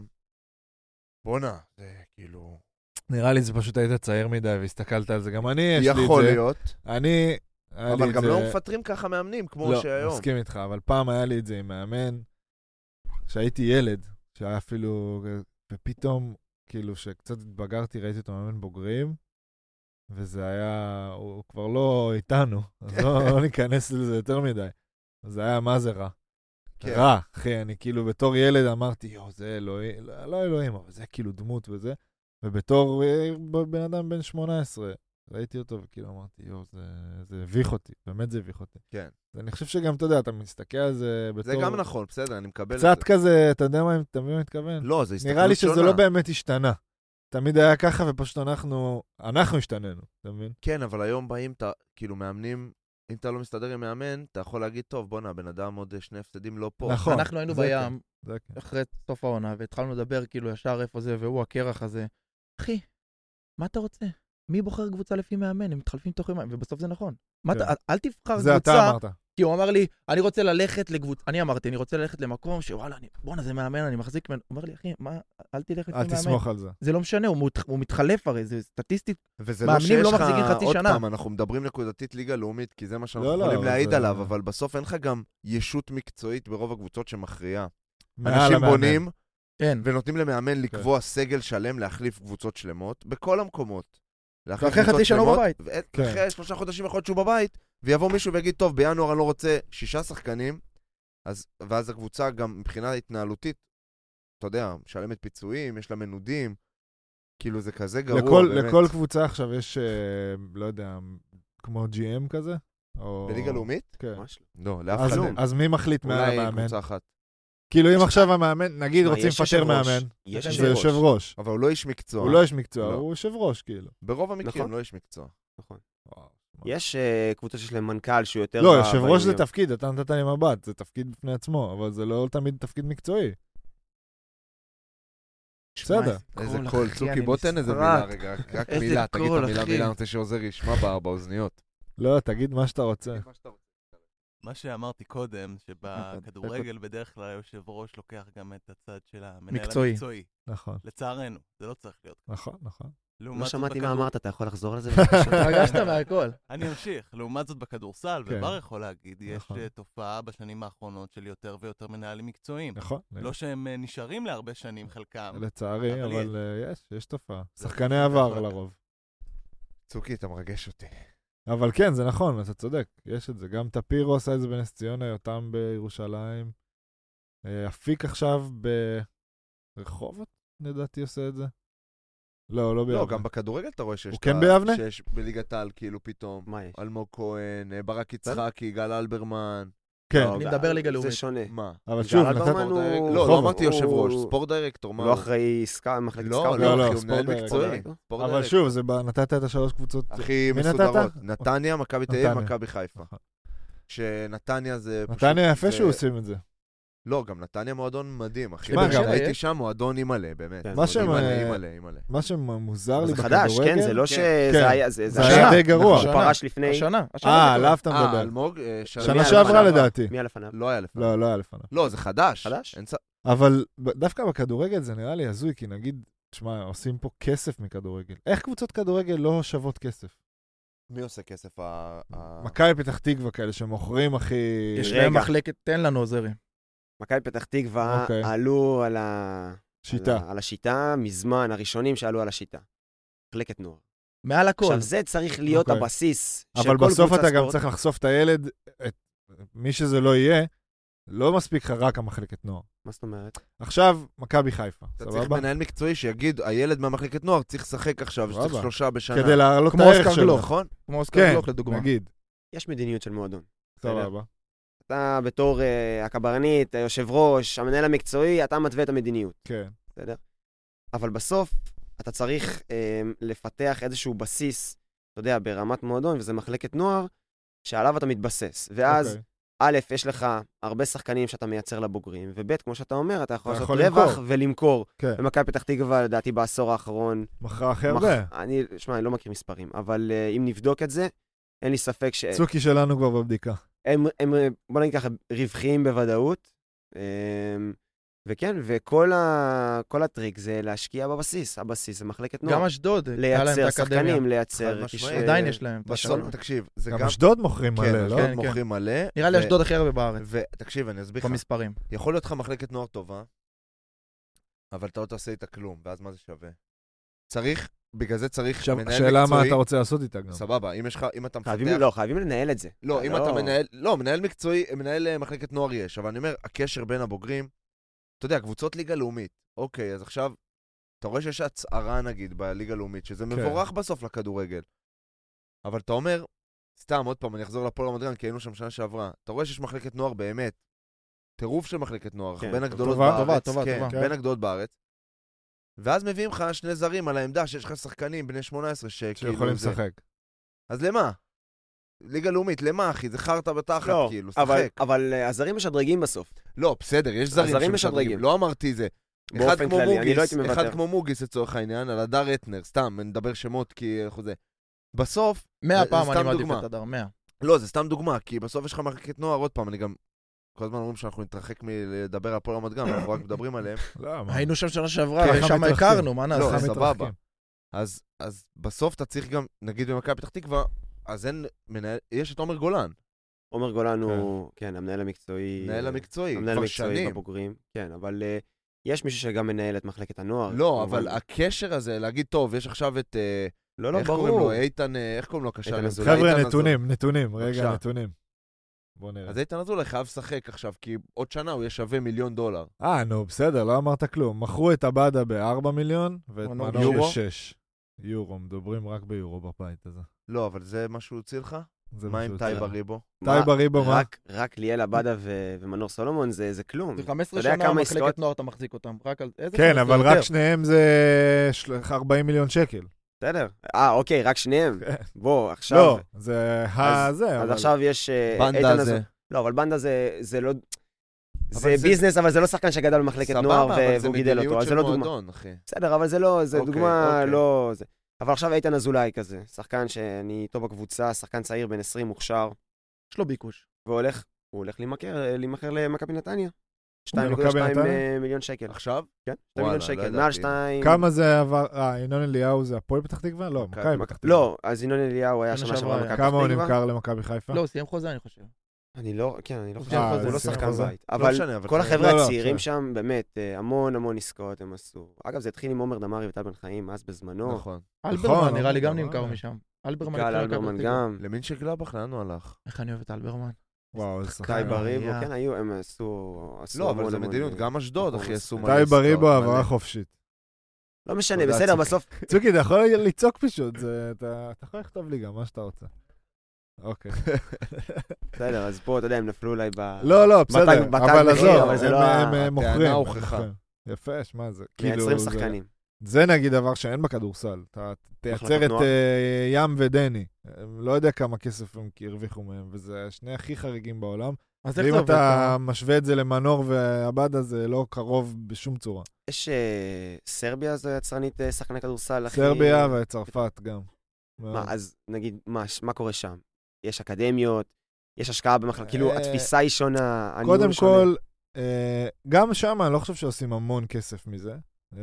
בונה, זה כאילו... נראה לי זה פשוט היית צעיר מדי, והסתכלת על זה. גם אני, יש לי את זה. יכול להיות. אני... אבל גם לא מפטרים ככה מאמנים, כמו שהיום. לא, מסכים איתך, אבל פעם היה לי את זה עם מאמן, שהייתי ילד, שהיה אפילו... ופתאום... כאילו שקצת התבגרתי, ראיתי אותו מאמן בוגרים, וזה היה, הוא כבר לא איתנו, אז לא, לא ניכנס לזה יותר מדי. אז זה היה מה זה רע. כן. רע, אחי, אני כאילו בתור ילד אמרתי, יו, זה אלוהים, לא, לא אלוהים, אבל זה כאילו דמות וזה, ובתור בן אדם בן שמונה עשרה, ראיתי אותו וכאילו אמרתי, יו, זה, זה הביך אותי, באמת זה הביך אותי. כן. אני חושב שגם, אתה יודע, אתה מסתכל על זה בתור... זה גם נכון, בסדר, אני מקבל את זה. זה. קצת כזה, אתה יודע מה, אתה מבין מה מתכוון? לא, זה הסתכלות שונה. נראה לי שזה לא באמת השתנה. תמיד היה ככה, ופשוט אנחנו, אנחנו השתננו, אתה מבין? כן, אבל היום באים, אתה, כאילו, מאמנים, אם אתה לא מסתדר עם מאמן, אתה יכול להגיד, טוב, בוא נה, בן אדם עוד שני הפסדים לא פה. נכון. אנחנו היינו בים, אחרי סוף העונה, והתחלנו לדבר כאילו ישר איפה זה, והוא הקרח הזה. אחי, מה אתה רוצה? מי בוחר קבוצה לפי מאמן? הם מתחלפים תוך יומיים, ובסוף זה נכון. אל תבחר זה אתה אמרת. כי הוא אמר לי, אני רוצה ללכת לקבוצה, אני אמרתי, אני רוצה ללכת למקום שוואלה, בוא'נה, זה מאמן, אני מחזיק ממנו. הוא אומר לי, אחי, מה, אל תלך לפי מאמן. אל תסמוך על זה. זה לא משנה, הוא מתחלף הרי, זה סטטיסטית. וזה לא שיש לך, עוד פעם, אנחנו מדברים נקודתית ליגה לאומית, כי זה מה שאנחנו יכולים להעיד עליו, אבל בסוף אין לך גם ישות מקצועית ברוב הקבוצות שמכריעה. אנשים בונים, ונותנים למאמן לקבוע סגל שלם, להחליף קבוצות שלמות, בכל המקומות. ואחרי חצי שנה הוא בבית. אחרי שלושה חודשים יכול להיות שהוא בבית, ויבוא מישהו ויגיד, טוב, בינואר אני לא רוצה שישה שחקנים, אז, ואז הקבוצה גם מבחינה התנהלותית, אתה יודע, משלמת פיצויים, יש לה מנודים, כאילו זה כזה גרוע, לכל, באמת. לכל קבוצה עכשיו יש, אה, לא יודע, כמו ג'י אם כזה? או... בליגה לאומית? כן. לא, לאף אז, אחד אין. אז מי מחליט מה המאמן? אולי קבוצה אחת. כאילו אם עכשיו המאמן, נגיד רוצים לפטר מאמן, זה יושב ראש. אבל הוא לא איש מקצוע. הוא לא איש מקצוע, הוא יושב ראש כאילו. ברוב המקרים לא איש מקצוע. נכון. יש uh, קבוצות שיש להם מנכ"ל שהוא יותר... לא, יושב ראש זה תפקיד, אתה נתת לי מבט, זה תפקיד בפני עצמו, אבל זה לא תמיד תפקיד מקצועי. בסדר. איזה קול, צוקי, בוא תן איזה מילה רגע, רק מילה, תגיד את המילה, מילה, אני רוצה שעוזר ישמע באוזניות. לא, תגיד מה שאתה רוצה. מה שאמרתי קודם, שבכדורגל בדרך כלל היושב ראש לוקח גם את הצד של המנהל המקצועי. נכון. לצערנו, זה לא צריך להיות. נכון, נכון. לא שמעתי מה אמרת, אתה יכול לחזור לזה? הרגשת מהכל. אני אמשיך. לעומת זאת בכדורסל, ובר יכול להגיד, יש תופעה בשנים האחרונות של יותר ויותר מנהלים מקצועיים. נכון. לא שהם נשארים להרבה שנים חלקם. לצערי, אבל יש, יש תופעה. שחקני עבר לרוב. צוקי, אתה מרגש אותי. אבל כן, זה נכון, אתה צודק, יש את זה. גם טפירו עשה את זה בנס ציונה, יותם בירושלים. אפיק עכשיו ברחובות, לדעתי עושה את זה. לא, לא ביבנה. לא, גם בכדורגל אתה רואה שיש... הוא כן ביבנה? שיש בליגת העל, כאילו פתאום. מה יש? אלמוג כהן, ברק יצחקי, גל אלברמן. כן. אני מדבר ליגה לאומית. זה שונה. מה? אבל שוב, נתת... לא, לא אמרתי יושב ראש, ספורט דירקטור. לא אחראי מחלקת סקאוט? לא, לא, הוא מנהל מקצועי. אבל שוב, נתת את השלוש קבוצות. הכי מסודרות. נתניה, מכבי תל אביב, מכבי חיפה. שנתניה זה... נתניה יפה שהוא עושים את זה. לא, גם נתניה מועדון מדהים, אחי. הייתי שם מועדון אימא'לה, באמת. מה שמוזר לי בכדורגל... זה חדש, כן, זה לא שזה היה... זה היה די גרוע. הוא פרש לפני... השנה. אה, עליו אתה מדבר. אה, אלמוג... שנה שעברה לדעתי. מי היה לפניו? לא היה לפניו. לא, לא היה לפניו. לא, זה חדש. חדש? אבל דווקא בכדורגל זה נראה לי הזוי, כי נגיד, תשמע, עושים פה כסף מכדורגל. איך קבוצות כדורגל לא שוות כסף? מי עושה כסף? מכבי פתח תקווה כאלה שמוכרים, אחי... יש להם מחלקת, תן לנו עוזרים. מכבי פתח תקווה עלו על השיטה. על השיטה מזמן, הראשונים שעלו על השיטה. מחלקת נוער. מעל הכל. עכשיו זה צריך להיות הבסיס של כל קבוצה ספורט. אבל בסוף אתה גם צריך לחשוף את הילד, מי שזה לא יהיה, לא מספיק לך רק המחלקת נוער. מה זאת אומרת? עכשיו, מכבי חיפה. אתה צריך מנהל מקצועי שיגיד, הילד מהמחלקת נוער צריך לשחק עכשיו, שצריך שלושה בשנה. כדי להעלות את הערך שלו. נכון? כמו אוסקר גלוך, לדוגמה. נגיד. יש מדיניות של מועדון. סבבה. אתה בתור הקברנית, היושב ראש, המנהל המקצועי, אתה מתווה את המדיניות. כן. בסדר? אבל בסוף, אתה צריך לפתח איזשהו בסיס, אתה יודע, ברמת מועדון, וזה מחלקת נוער, שעליו אתה מתבסס. ואז... א', יש לך הרבה שחקנים שאתה מייצר לבוגרים, וב', כמו שאתה אומר, אתה יכול לעשות רווח ולמכור. במכבי פתח תקווה, לדעתי בעשור האחרון... מכרה הכי הרבה. אני, שמע, אני לא מכיר מספרים, אבל אם נבדוק את זה, אין לי ספק ש... צוקי שלנו כבר בבדיקה. הם, בוא נגיד ככה, רווחיים בוודאות, וכן, וכל ה, כל הטריק זה להשקיע בבסיס, הבסיס זה מחלקת נוער. גם אשדוד, לייצר שחקנים, לייצר... עדיין יש להם. תקשיב, גם אשדוד מוכרים מלא, לא? כן, אשדוד מוכרים מלא. נראה לי אשדוד הכי הרבה בארץ. ותקשיב, אני אסביר לך. במספרים. יכול להיות לך מחלקת נוער טובה, אבל אתה לא תעשה איתה כלום, ואז מה זה שווה? צריך, בגלל זה צריך מנהל מקצועי. השאלה מה אתה רוצה לעשות איתה גם. סבבה, אם יש לך, אם אתה מפתח... לא, חייבים לנהל את זה. לא, אם אתה מנהל, לא, מנהל מקצועי, מנהל מחלקת נוער יש, אבל אני אומר, הקשר בין הבוגרים, אתה יודע, קבוצות ליגה לאומית. אוקיי, אז עכשיו, אתה רואה שיש הצערה נגיד בליגה לאומית, שזה מבורך בסוף לכדורגל. אבל אתה אומר, סתם, עוד פעם, אני אחזור לפועל רמת גן, כי היינו שם שנה שעברה. אתה רואה שיש מחלקת נוער באמת, טירוף של מחלקת נוער, בין הגדולות בארץ. טובה, טובה, טובה. בין הגדולות בארץ. ואז מביאים לך שני זרים על העמדה שיש לך שחקנים בני שמונה עשרה שיכולים לשחק. אז למה? ליגה לאומית, למה אחי? זה חרטה בתחת, לא, כאילו, אבל, שחק. אבל הזרים משדרגים בסוף. לא, בסדר, יש זרים שמשדרגים. לא אמרתי זה. אחד כמו כללי, מוגיס, לא אחד כמו מוגיס לצורך העניין, על הדר אתנר, סתם, נדבר שמות כי איך זה. בסוף, מאה פעם אני מעדיף את הדר, מאה. לא, זה סתם דוגמה, כי בסוף יש לך מחלקת נוער, עוד פעם, אני גם, כל הזמן אומרים שאנחנו נתרחק מלדבר על הפועל רמת גן, אנחנו רק מדברים עליהם. היינו שם שנה שעברה, ושם הכרנו, מה נעשה? לא, סבבה. אז בסוף אתה צריך גם, נגיד במכבי פתח תקווה, אז אין מנהל, יש את עומר גולן. עומר גולן הוא, כן, המנהל המקצועי. מנהל המקצועי, המנהל המקצועי בבוגרים, כן, אבל יש מישהו שגם מנהל את מחלקת הנוער. לא, אבל הקשר הזה, להגיד, טוב, יש עכשיו את, לא, לא, ברור. איתן, איך קוראים לו הקשר? חבר'ה, נתונים, נתונים, רגע, נתונים. בוא נראה. אז איתן אזולאי חייב לשחק עכשיו, כי עוד שנה הוא יהיה שווה מיליון דולר. אה, נו, בסדר, לא אמרת כלום. מכרו את הבאדה בארבע מיליון, ואת מנור שש. יורו, מדברים רק ביורו בבית הזה. לא, אבל זה מה שהוא הוציא לך? מה עם טייבה ריבו? טייבה ריבו, מה? רק ליאל הבאדה ומנור סולומון זה כלום. זה חמש עשרה שנה מחלקת נוער אתה מחזיק אותם. כן, אבל רק שניהם זה ארבעים מיליון שקל. בסדר. אה, אוקיי, רק שניהם. בוא, עכשיו... לא, זה ה... זה, אז עכשיו יש... בנדה זה. לא, אבל בנדה זה לא... זה ביזנס, אבל זה לא שחקן שגדל במחלקת נוער והוא גידל אותו, אז זה לא דוגמה. בסדר, אבל זה לא, זה דוגמה לא... אבל עכשיו איתן אזולאי כזה, שחקן שאני איתו בקבוצה, שחקן צעיר בן עשרים מוכשר. יש לו ביקוש. והולך, הוא הולך להימכר למכבי נתניה. שתיים נקודה שתיים מיליון שקל. עכשיו? כן, שתיים מיליון שקל, מעל שתיים... כמה זה עבר... אה, ינון אליהו זה הפועל פתח תקווה? לא, מכבי פתח תקווה. לא, אז ינון אליהו היה שנה שעברה מכבי פתח תקווה. כמה הוא נמכר למכבי חיפה? לא, הוא סיים חוזה, אני חושב. אני לא, כן, אני לא חושב, הוא לא שחקן בית. אבל כל החבר'ה הצעירים שם, באמת, המון המון עסקאות הם עשו. אגב, זה התחיל עם עומר דמרי וטל בן חיים, אז בזמנו. נכון. אלברמן, נראה לי גם נמכר משם. גל אלברמן גם. למין שגלבך, לאן הוא הלך? איך אני אוהב את אלברמן? וואו, איזה שחקן. טי בריבו, כן, היו, הם עשו... לא, אבל זה מדיניות, גם אשדוד, אחי, עשו מלא עסקאות. טי בריבו, העברה חופשית. לא משנה, בסדר, בסוף... צוקי, אתה יכול לצעוק פשוט, אתה יכול לכתוב לי גם מה שאתה רוצה. אוקיי. בסדר, אז פה, אתה יודע, הם נפלו אולי ב... לא, לא, בסדר, אבל עזוב, הם מוכרים. יפה, שמה זה? מייצרים שחקנים. זה נגיד דבר שאין בכדורסל. אתה תייצר את ים ודני. לא יודע כמה כסף הם הרוויחו מהם, וזה שני הכי חריגים בעולם. ואם אתה משווה את זה למנור ועבדה, זה לא קרוב בשום צורה. יש סרביה, זו יצרנית שחקני כדורסל. סרביה וצרפת גם. מה, אז נגיד, מה קורה שם? יש אקדמיות, יש השקעה במחלקה, כאילו התפיסה היא שונה, קודם כל, גם שם אני לא חושב שעושים המון כסף מזה.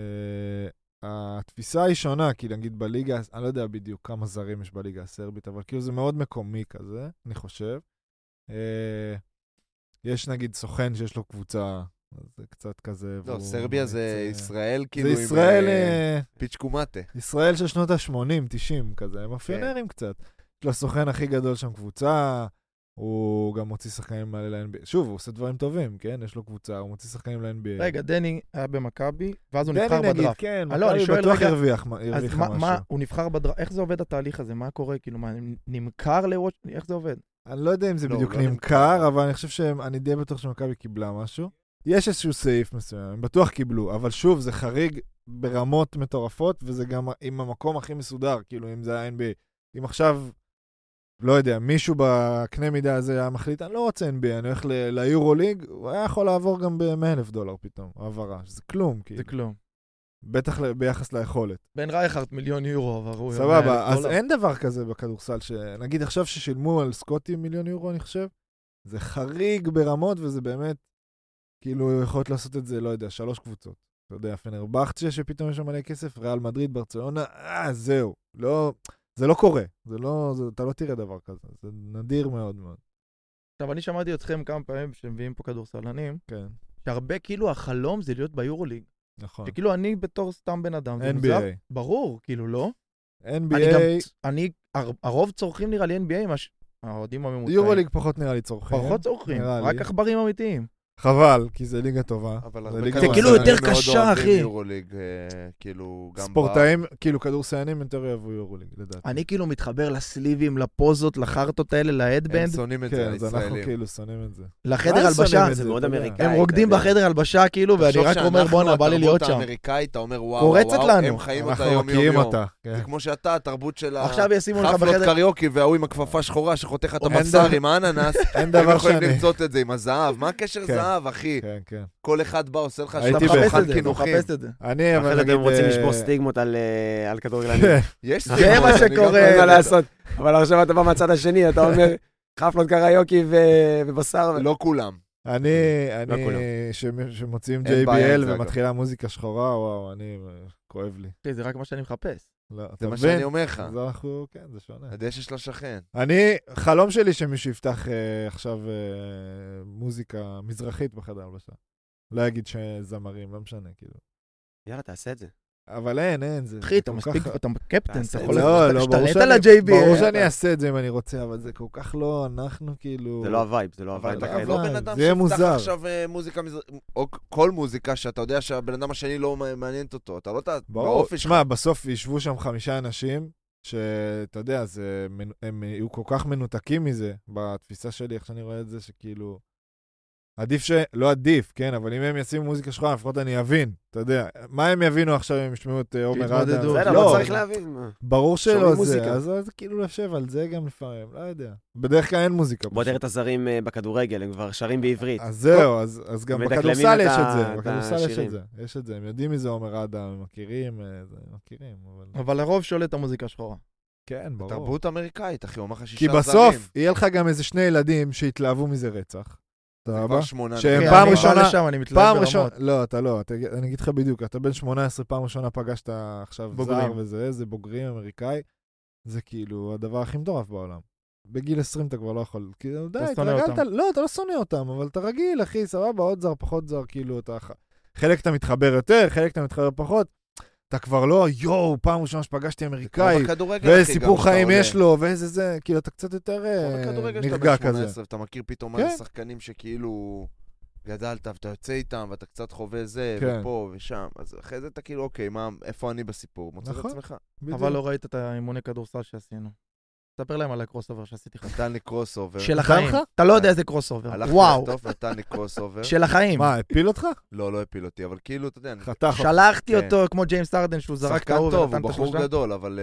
התפיסה היא שונה, כי נגיד בליגה, אני לא יודע בדיוק כמה זרים יש בליגה הסרבית, אבל כאילו זה מאוד מקומי כזה, אני חושב. יש נגיד סוכן שיש לו קבוצה, זה קצת כזה... לא, סרביה זה ישראל כאילו עם... זה ישראל... פיצ'קומטה. ישראל של שנות ה-שמונים, תשעים כזה, הם אפיונרים קצת. יש לו הסוכן הכי גדול שם קבוצה, הוא גם מוציא שחקנים ל-אן בי איי. שוב, הוא עושה דברים טובים, כן? יש לו קבוצה, הוא מוציא שחקנים ל-אן בי איי. רגע, דני היה במכבי, ואז הוא נבחר בדראפט. דני נגיד, כן, מכבי בטוח הרוויח משהו. הוא נבחר בדראפט, איך זה עובד התהליך הזה? מה קורה? כאילו, מה, נמכר לוואץ', איך זה עובד? אני לא יודע אם זה בדיוק נמכר, אבל אני חושב שאני די בטוח שמכבי קיבלה משהו. יש איזשהו סעיף מסוים, הם בטוח קיבלו, אבל שוב, זה חריג ברמות מטורפות, וזה גם עם המקום הכי מסודר, כאילו, אם זה ה-אן בי איי. אם עכשיו, לא יודע, מישהו בקנה מידה הזה היה מחליט, אני לא רוצה אן בי איי, אני הולך ליורוליג, הוא היה יכול לעבור גם ב-מאה אלף דולר פתאום, העברה, זה כלום, כאילו. זה כלום. בטח ביחס ליכולת. בן רייכרט מיליון יורו עברו. סבבה, אז אין דבר כזה בכדורסל, נגיד עכשיו ששילמו על סקוטי מיליון יורו, אני חושב, זה חריג ברמות, וזה באמת, כאילו, יכולת לעשות את זה, לא יודע, שלוש קבוצות. אתה יודע, פנרבחצ'ה שפתאום יש שם מלא כסף, ריאל מדריד, ברצלונה, אה, זהו. לא, זה לא קורה. זה לא, זה, אתה לא תראה דבר כזה. זה נדיר מאוד מאוד. עכשיו, אני שמעתי אתכם כמה פעמים שמביאים פה כדורסלנים, כן. שהרבה כאילו החלום זה להיות ביורוליג. נכון. שכאילו אני בתור סתם בן אדם. אן בי איי. ברור, כאילו, לא? אן בי איי. אני, הרוב צורכים נראה לי אן בי איי, האוהדים הממוצעים. יורוליג פחות נראה לי צורכים. פחות צורכים, רק עכברים אמיתיים. חבל, כי זה ליגה טובה. זה כאילו יותר קשה, אחי. ספורטאים, כאילו כדורסלנים יותר אוהבו יורוליג, לדעתי. אני כאילו מתחבר לסליבים, לפוזות, לחרטות האלה, להדבנד. הם שונאים את זה, הישראלים. כן, אז אנחנו כאילו שונאים את זה. לחדר הלבשה. זה מאוד אמריקאי. הם רוקדים בחדר הלבשה, כאילו, ואני רק אומר, בואנה, בא לי להיות שם. התרבות האמריקאית, אתה אומר, וואו, קורצת לנו. הם חיים אותה יום יום יום. זה כמו שאתה, התרבות של החפלות קריוקי, והוא עם הכפפה שחורה שחותך את הבשר עם האננס. הם יכולים למצוא את זה עם הזהב. מה הקשר זהב, אחי? כן. כל אחד בא, עושה לך שולחן קינוחים. אני, אבל נגיד... אתם רוצים לשבור סטיגמות על כדורגלנים. יש סטיגמות. זה מה שקורה. לעשות. אבל עכשיו אתה בא מהצד השני, אתה אומר, חפלות קריוקי ובשר. לא כולם. אני, שמוציאים ג'יי בי אל ומתחילה מוזיקה שחורה, וואו, אני, כואב לי. זה רק מה שאני מחפש. זה מה שאני אומר לך. זה אנחנו, כן, זה שונה. הדשא של השכן. אני, חלום שלי שמישהו יפתח עכשיו מוזיקה מזרחית בחדר הלבשה. לא אגיד שזמרים, לא משנה, כאילו. יאללה, תעשה את זה. אבל אין, אין, זה... אחי, אתה מספיק, אתה קפטן, אתה יכול להשתלט על ה-ג'יי בי איי. ברור שאני אעשה את זה אם אני רוצה, אבל זה כל כך לא, אנחנו כאילו... זה לא הווייב, זה לא הווייב. אבל לא בן אדם שיפתח עכשיו מוזיקה מזרחית, או כל מוזיקה שאתה יודע שהבן אדם השני לא מעניינת אותו, אתה לא באופי שלך. שמע, בסוף ישבו שם חמישה אנשים, שאתה יודע, הם יהיו כל כך מנותקים מזה, בתפיסה שלי, איך שאני רואה את זה, שכאילו... עדיף ש... לא עדיף, כן, אבל אם הם ישימו מוזיקה שחורה, לפחות אני אבין, אתה יודע. מה הם יבינו עכשיו אם ישמעו את עומר אדם? זה לא צריך להבין. ברור שלא זה, אז זה כאילו לשב על זה גם לפעמים, לא יודע. בדרך כלל אין מוזיקה. בוא תראה את הזרים בכדורגל, הם כבר שרים בעברית. אז זהו, אז גם בכדורסל יש את זה, בכדורסל יש את זה, יש את זה. הם יודעים מי זה עומר אדם, הם מכירים, מכירים. אבל לרוב שואל את המוזיקה שחורה. כן, ברור. תרבות אמריקאית, אחי, אומר לך שישה כי בסוף יהיה לך גם איזה שני ילדים שהתלהבו מזה רצח. כבר שמונה. שהם פעם ראשונה, פעם ראשונה, לא, אתה לא, אני אגיד לך בדיוק, אתה בן שמונה עשרה, פעם ראשונה פגשת עכשיו זר וזה, זה בוגרים אמריקאי, זה כאילו הדבר הכי מטורף בעולם. בגיל עשרים אתה כבר לא יכול, כאילו, די, התרגלת, לא, אתה לא שונא אותם, אבל אתה רגיל, אחי, סבבה, עוד זר, פחות זר, כאילו, אתה, חלק אתה מתחבר יותר, חלק אתה מתחבר פחות, אתה כבר לא, יואו, פעם ראשונה שפגשתי אמריקאי, ואיזה סיפור חיים יש לו, ואיזה זה, כאילו, אתה קצת יותר נרגע כזה. אתה מכיר פתאום על שחקנים שכאילו גדלת, ואתה יוצא איתם, ואתה קצת חווה זה, ופה ושם, אז אחרי זה אתה כאילו, אוקיי, איפה אני בסיפור? מוצא את עצמך. אבל לא ראית את האימוני כדורסל שעשינו. תספר להם על הקרוס אובר שעשיתי לך. נתן לי קרוס אובר. של החיים. אתה לא יודע איזה קרוס אובר. וואו. נתן לי קרוס אובר. של החיים. מה, הפיל אותך? לא, לא הפיל אותי, אבל כאילו, אתה יודע. שלחתי אותו כמו ג'יימס ארדן, שהוא זרק את ההוא. שחקן טוב, הוא בחור גדול, אבל...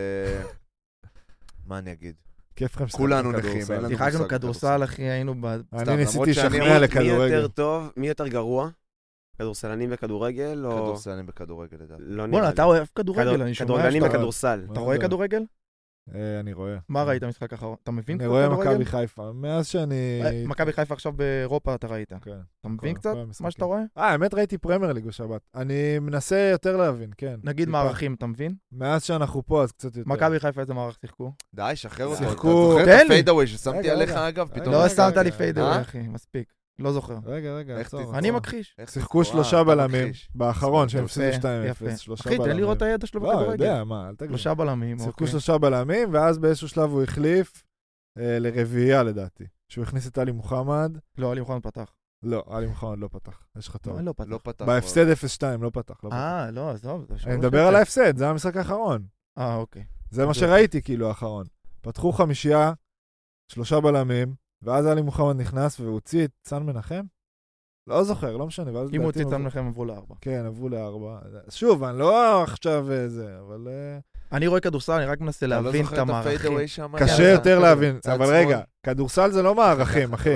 מה אני אגיד? כיף לכם כולנו נכים. שיחקנו כדורסל, אחי, היינו... אני ניסיתי לשכנע לכדורגל. מי יותר טוב, מי יותר גרוע? כדורסלנים בכדורגל או... כדורסלנים בכדורגל, לדעתי. בוא, אתה אוהב כדורגל, אני שומע. כדורגלנים בכדורסל. אתה רואה כדורגל? אני רואה. מה ראית משחק אחרון? אתה מבין קצת כדורגל? אני רואה מכבי חיפה. מאז שאני... מכבי חיפה עכשיו באירופה אתה ראית. אתה מבין קצת מה שאתה רואה? אה, האמת ראיתי פרמייר ליג בשבת. אני מנסה יותר להבין, כן. נגיד מערכים, אתה מבין? מאז שאנחנו פה, אז קצת יותר. מכבי חיפה איזה מערך שיחקו? די, שחרר אותו. שיחקו... אתה זוכר את הפיידאווי ששמתי עליך אגב? לא שמת לי פיידאווי, אחי, מספיק. לא זוכר. רגע, רגע, עצור. אני מכחיש. שיחקו שלושה בלמים, באחרון שהם הפסידו שתיים אפס. אחי, תן לראות את הידע שלו בכדורגל. לא, יודע, מה, אל תגיד. שלושה בלמים. שיחקו שלושה בלמים, ואז באיזשהו שלב הוא החליף לרביעייה לדעתי. שהוא הכניס את אלי מוחמד. לא, אלי מוחמד פתח. לא, אלי מוחמד לא פתח. יש לך טוב. לא פתח. בהפסד אפס שתיים לא פתח. אה, לא, עזוב. אני מדבר על ההפסד, זה המשחק האחרון. אה, אוקיי. זה מה שראיתי כאילו האחרון. פתחו חמישייה, שלושה בלמים, ואז אלי מוחמד נכנס והוציא את סן מנחם. לא זוכר, לא משנה. אם הוא הוציא את סן מנחם, עברו לארבע. כן, עברו לארבע. שוב, אני לא עכשיו זה, אבל... אני רואה כדורסל, אני רק מנסה להבין את המערכים. קשה יותר להבין, אבל רגע, כדורסל זה לא מערכים, אחי.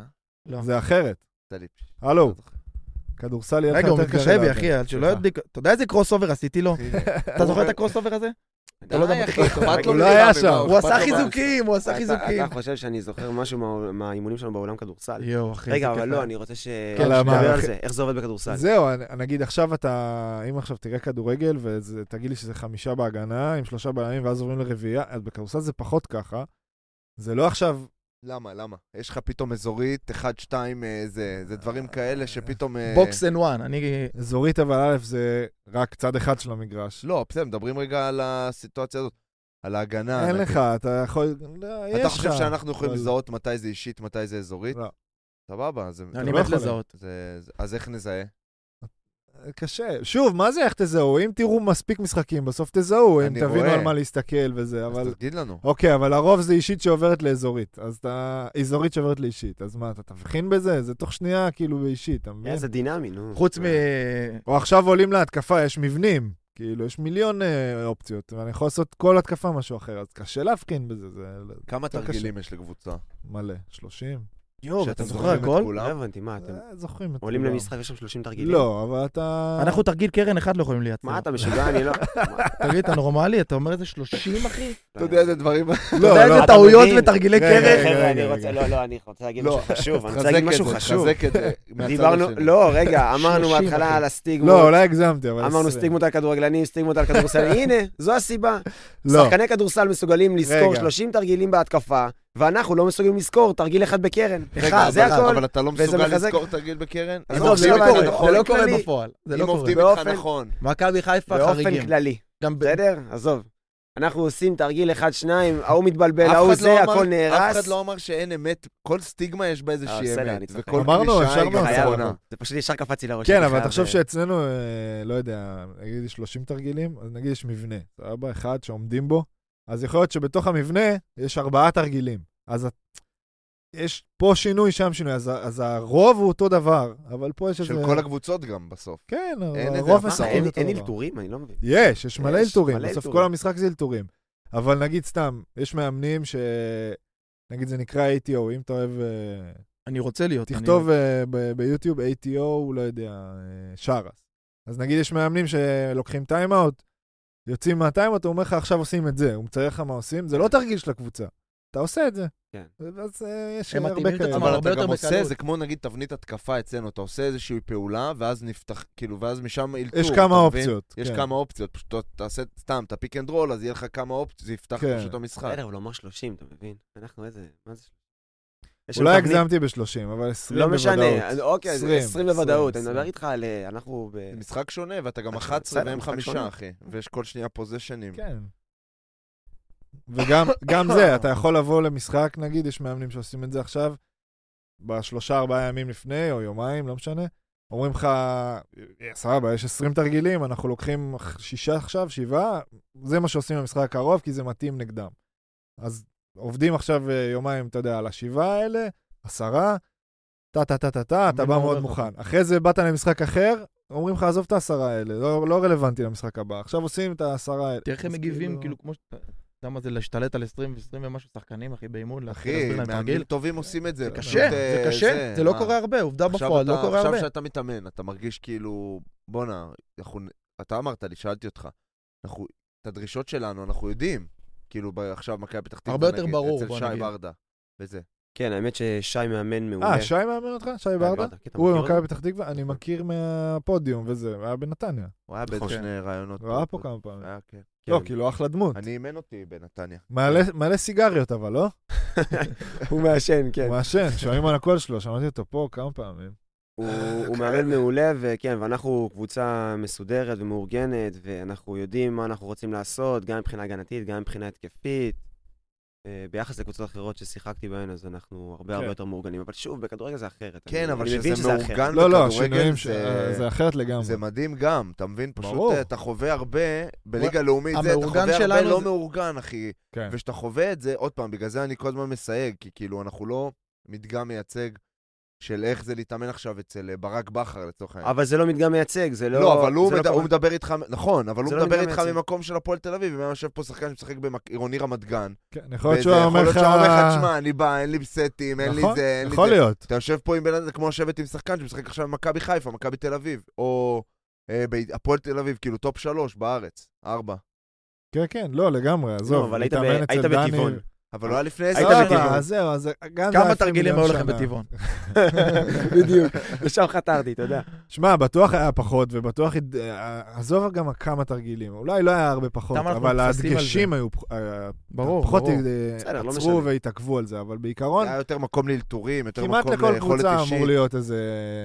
זה אחרת. הלו. כדורסל יהיה לך יותר קשה. רגע, הוא מתקרב בי, אחי, אתה יודע איזה קרוס אובר עשיתי לו? אתה זוכר את הקרוס אובר הזה? אתה לא יודע אחי, הוא לא היה שם. הוא עשה חיזוקים, הוא עשה חיזוקים. אתה חושב שאני זוכר משהו מהאימונים שלנו בעולם כדורסל? יואו, אחי. רגע, אבל לא, אני רוצה שתדבר על זה. איך זה עובד בכדורסל? זהו, נגיד עכשיו אתה, אם עכשיו תראה כדורגל, ותגיד לי שזה חמישה בהגנה, עם שלושה בלמים, ואז עוברים לרביעייה, אז בכדורסל זה פחות ככה. זה לא עכשיו... למה, למה? יש לך פתאום אזורית, אחד, שתיים, זה, זה דברים כאלה שפתאום... בוקס אנד וואן, אני... אזורית, אבל א' זה רק צד אחד של המגרש. לא, בסדר, מדברים רגע על הסיטואציה הזאת, על ההגנה. אין לך, אתה יכול... אתה חושב שאנחנו יכולים לזהות מתי זה אישית, מתי זה אזורית? לא. סבבה, אני מת לזהות. אז איך נזהה? קשה. שוב, מה זה איך תזהו? אם תראו מספיק משחקים, בסוף תזהו, אם תבינו על מה להסתכל וזה, אבל... אז תגיד לנו. אוקיי, אבל הרוב זה אישית שעוברת לאזורית. אז אתה... אזורית שעוברת לאישית. אז מה, אתה תבחין בזה? זה תוך שנייה כאילו באישית, אתה מבין? זה דינמי, נו. חוץ מ... או עכשיו עולים להתקפה, יש מבנים. כאילו, יש מיליון אופציות, ואני יכול לעשות כל התקפה משהו אחר, אז קשה להבחין בזה. כמה תרגילים יש לקבוצה? מלא, שלושים. יואו, אתה זוכר הכל? לא הבנתי, מה אתם? זוכרים את כולם. עולים למשחק יש שם שלושים תרגילים? לא, אבל אתה... אנחנו תרגיל קרן אחד לא יכולים לייצר. מה אתה משוגע? אני לא... תגיד, אתה נורמלי? אתה אומר איזה שלושים, אחי? אתה יודע איזה דברים... אתה יודע איזה טעויות ותרגילי קרן? חבר'ה, אני רוצה... לא, לא, אני רוצה להגיד משהו חשוב. אני רוצה להגיד משהו חשוב. חזק את זה. דיברנו... לא, רגע, אמרנו בהתחלה על הסטיגמות. לא, אולי הגזמתי, אבל... אמרנו סטיגמות על כדורגלנים, סטיגמות על כדורסל. הנה, זו הסיבה. שחקני כדורסל מסוגלים לזכור שלושים תרגילים בהתקפה, ואנחנו לא מסוגלים לזכור תרגיל אחד בקרן. אחד, זה הכל. אבל אתה לא מסוגל לזכור תרגיל בקרן? זה לא קורה בפועל. אם עובדים איתך נכון. מכבי חיפה חריגים. באופן כללי. בסדר? עזוב. אנחנו עושים תרגיל אחד, שניים, ההוא מתבלבל, ההוא זה, הכל נהרס. אף אחד לא אמר שאין אמת. כל סטיגמה יש בה איזושהי אמת. אמרנו, אפשרנו. זה פשוט ישר קפצי לראש. כן, אבל תחשוב שאצלנו, לא יודע, נגיד שלושים תרגילים, אז נגיד יש מבנה. זה ארבע אחד שעומדים בו. אז יכול להיות שבתוך המבנה יש ארבעה תרגילים. אז יש פה שינוי, שם שינוי, אז, אז הרוב הוא אותו דבר, אבל פה יש איזה... של כל הקבוצות גם בסוף. כן, אין הרוב איזה- משחקים אין אותו אין דבר. אלתורים? אני לא מבין. יש, יש מלא יש, אלתורים, מלא בסוף אלתורים. כל המשחק זה אלתורים. אבל נגיד סתם, יש מאמנים ש... נגיד זה נקרא איי טי או, אם אתה אוהב... אה, אני רוצה להיות. אני- תכתוב אה, ב- ביוטיוב איי טי או, לא יודע, אה, שרס. אז נגיד יש מאמנים שלוקחים טיימאוט, יוצאים מהטיימאוט, הוא אומר לך עכשיו עושים את זה, הוא מצייר לך מה עושים, זה לא תרגיל של הקבוצה. אתה עושה את זה. כן. אז אה, יש הם הרבה מתאימים את כאלה. עצמם אבל הרבה אתה יותר גם עושה, בקלות. זה כמו נגיד תבנית התקפה אצלנו, אתה עושה איזושהי פעולה, ואז נפתח, כאילו, ואז משם אלתור. יש אתה כמה מבין? אופציות. יש כן. כמה אופציות, פשוט אתה תעשה סתם, אתה פיק אנד רול, אז יהיה לך כמה אופציות, זה יפתח כן. פשוט המשחק. בסדר, אבל הוא אמר שלושים, אתה מבין? אנחנו איזה... מה זה? יש אולי לנו תבנית- הגזמתי ב-שלושים, אבל עשרים לא בוודאות. משנה, אז אוקיי, אז עשרים, עשרים בוודאות. אני עשרים. מדבר איתך על... אה, אנחנו ב... זה משחק שונה, ואתה גם משחק- אחת עשרה בסדר, והם משחק חמישה, שונה. אחי. ויש כל שנייה פוזיישנים. כן. וגם גם זה, אתה יכול לבוא למשחק, נגיד, יש מאמנים שעושים את זה עכשיו, בשלושה ארבעה ימים לפני, או יומיים, לא משנה, אומרים לך, "אה, סבבה, יש עשרים תרגילים, אנחנו לוקחים שישה עכשיו, שבעה, זה מה שעושים במשחק הקרוב, כי זה מתאים נגדם. אז עובדים עכשיו אה, יומיים, אתה יודע, על השבעה האלה, עשרה, טה טה טה טה טה, אתה מבין בא מה מאוד אומר לך. מוכן. אחרי זה באת למשחק אחר, אומרים לך, עזוב את העשרה האלה, לא, לא רלוונטי למשחק הבא. עכשיו עושים את העשרה האלה. תראה איך הם אז מגיבים, כאילו, כמו שאתה... אתה יודע מה זה להשתלט על עשרים ו-עשרים ומשהו שחקנים, אחי, באימון, להתחיל אחי, להסביר להם מאמנים תרגיל. טובים עושים את זה. זה פשוט, קשה, זה אה, קשה, זה לא מה? קורה הרבה, עובדה עכשיו בפועל, לא אתה- קורה הרבה. עכשיו שאתה מתאמן, אתה מרגיש כאילו, בואנה, אנחנו- אתה אמרת לי, שאלתי אותך, אנחנו, את הדרישות שלנו, אנחנו יודעים. כאילו, ב- עכשיו מכבי פתח תקווה, הרבה יותר נגיד, ברור, אצל בוא שי נגיד. ורדה, וזה. כן, האמת ששי מאמן מעולה. אה, שי מאמן אותך? שי ברדה? כן, אתה הוא מכיר במכבי אותו? פתח תקווה? אני מכיר מהפודיום וזה, הוא היה בנתניה. הוא היה באיזה נכון. שני רעיונות. הוא היה פה כמה פעמים. היה, כן. לא, כן. כאילו, אחלה דמות. אני אימן אותי בנתניה. מלא- מלא סיגריות, אבל לא? הוא מעשן, כן. הוא מעשן, שומעים על הקול שלו, שמעתי אותו פה כמה פעמים. הוא הוא מאמן מעולה, וכן, ואנחנו קבוצה מסודרת ומאורגנת, ואנחנו יודעים מה אנחנו רוצים לעשות, גם מבחינה הגנתית, גם מבחינה התקפית. אה, ביחס לקבוצות אחרות ששיחקתי בהן, אז אנחנו הרבה הרבה כן. יותר מאורגנים. אבל שוב, בכדורגל זה אחרת. כן, אני- אבל אני מבין שזה שזה אחרת. מאורגן לא, לא, בכדורגל, שינויים, ש- זה- זה אחרת לגמרי. זה מדהים גם, אתה מבין? פשוט ברור. אה, אתה חווה הרבה, בליגה לאומית, זה, אתה המאורגן חווה הרבה שלנו לא זה- מאורגן, אחי. כן. ושאתה חווה את זה, עוד פעם, בגלל זה אני כל הזמן מסייג, כי כאילו אנחנו לא מדגם מייצג של איך זה להתאמן עכשיו אצל אה, ברק בכר לצורך העניין. אבל זה לא מדגם מייצג, זה לא... לא, אבל הוא זה לא מד- הוא כמובן- מדבר איתך, נכון, אבל הוא זה לא מדבר מדגם איתך מייצג. ממקום של הפועל תל אביב, אם היה יושב פה שחקן שמשחק בעירוני רמת גן. כן, יכול להיות וזה שהוא אומר לך... יכול להיות שהוא אומר לך, תשמע, אני בא, אין לי סטים, אין לי נכון, זה, אין לי יכול זה. להיות. אתה יושב פה עם בן אדם, זה כמו לשבת עם שחקן שמשחק עכשיו במכבי חיפה, מכבי תל אביב, או אה, בהפועל תל אביב, כאילו טופ שלוש בארץ, ארבע. כן, כן, לא, לגמרי, עזוב. אבל היית להתאמן ב- אצל היית דני- בטבעון. אבל הוא היה לפני עשר היית שנים. בטבעון. סבבה, אז זהו, אז גם זה כמה היה תרגילים מיליון היו לכם שנה. בטבעון? בדיוק, לשם חתרתי, אתה יודע. שמע, בטוח היה פחות, ובטוח, הד- אה, עזוב גם כמה תרגילים, אולי לא היה הרבה פחות, כמה אנחנו אבל מבססים על הדגשים היו פח- אה, ברור, פחות ברור. אה, בסדר, לא עצרו משנה. והתעכבו על זה, אבל בעיקרון, היה יותר מקום לאלתורים, יותר כמעט מקום לכל ליכולת קבוצה אישית. אמור להיות איזה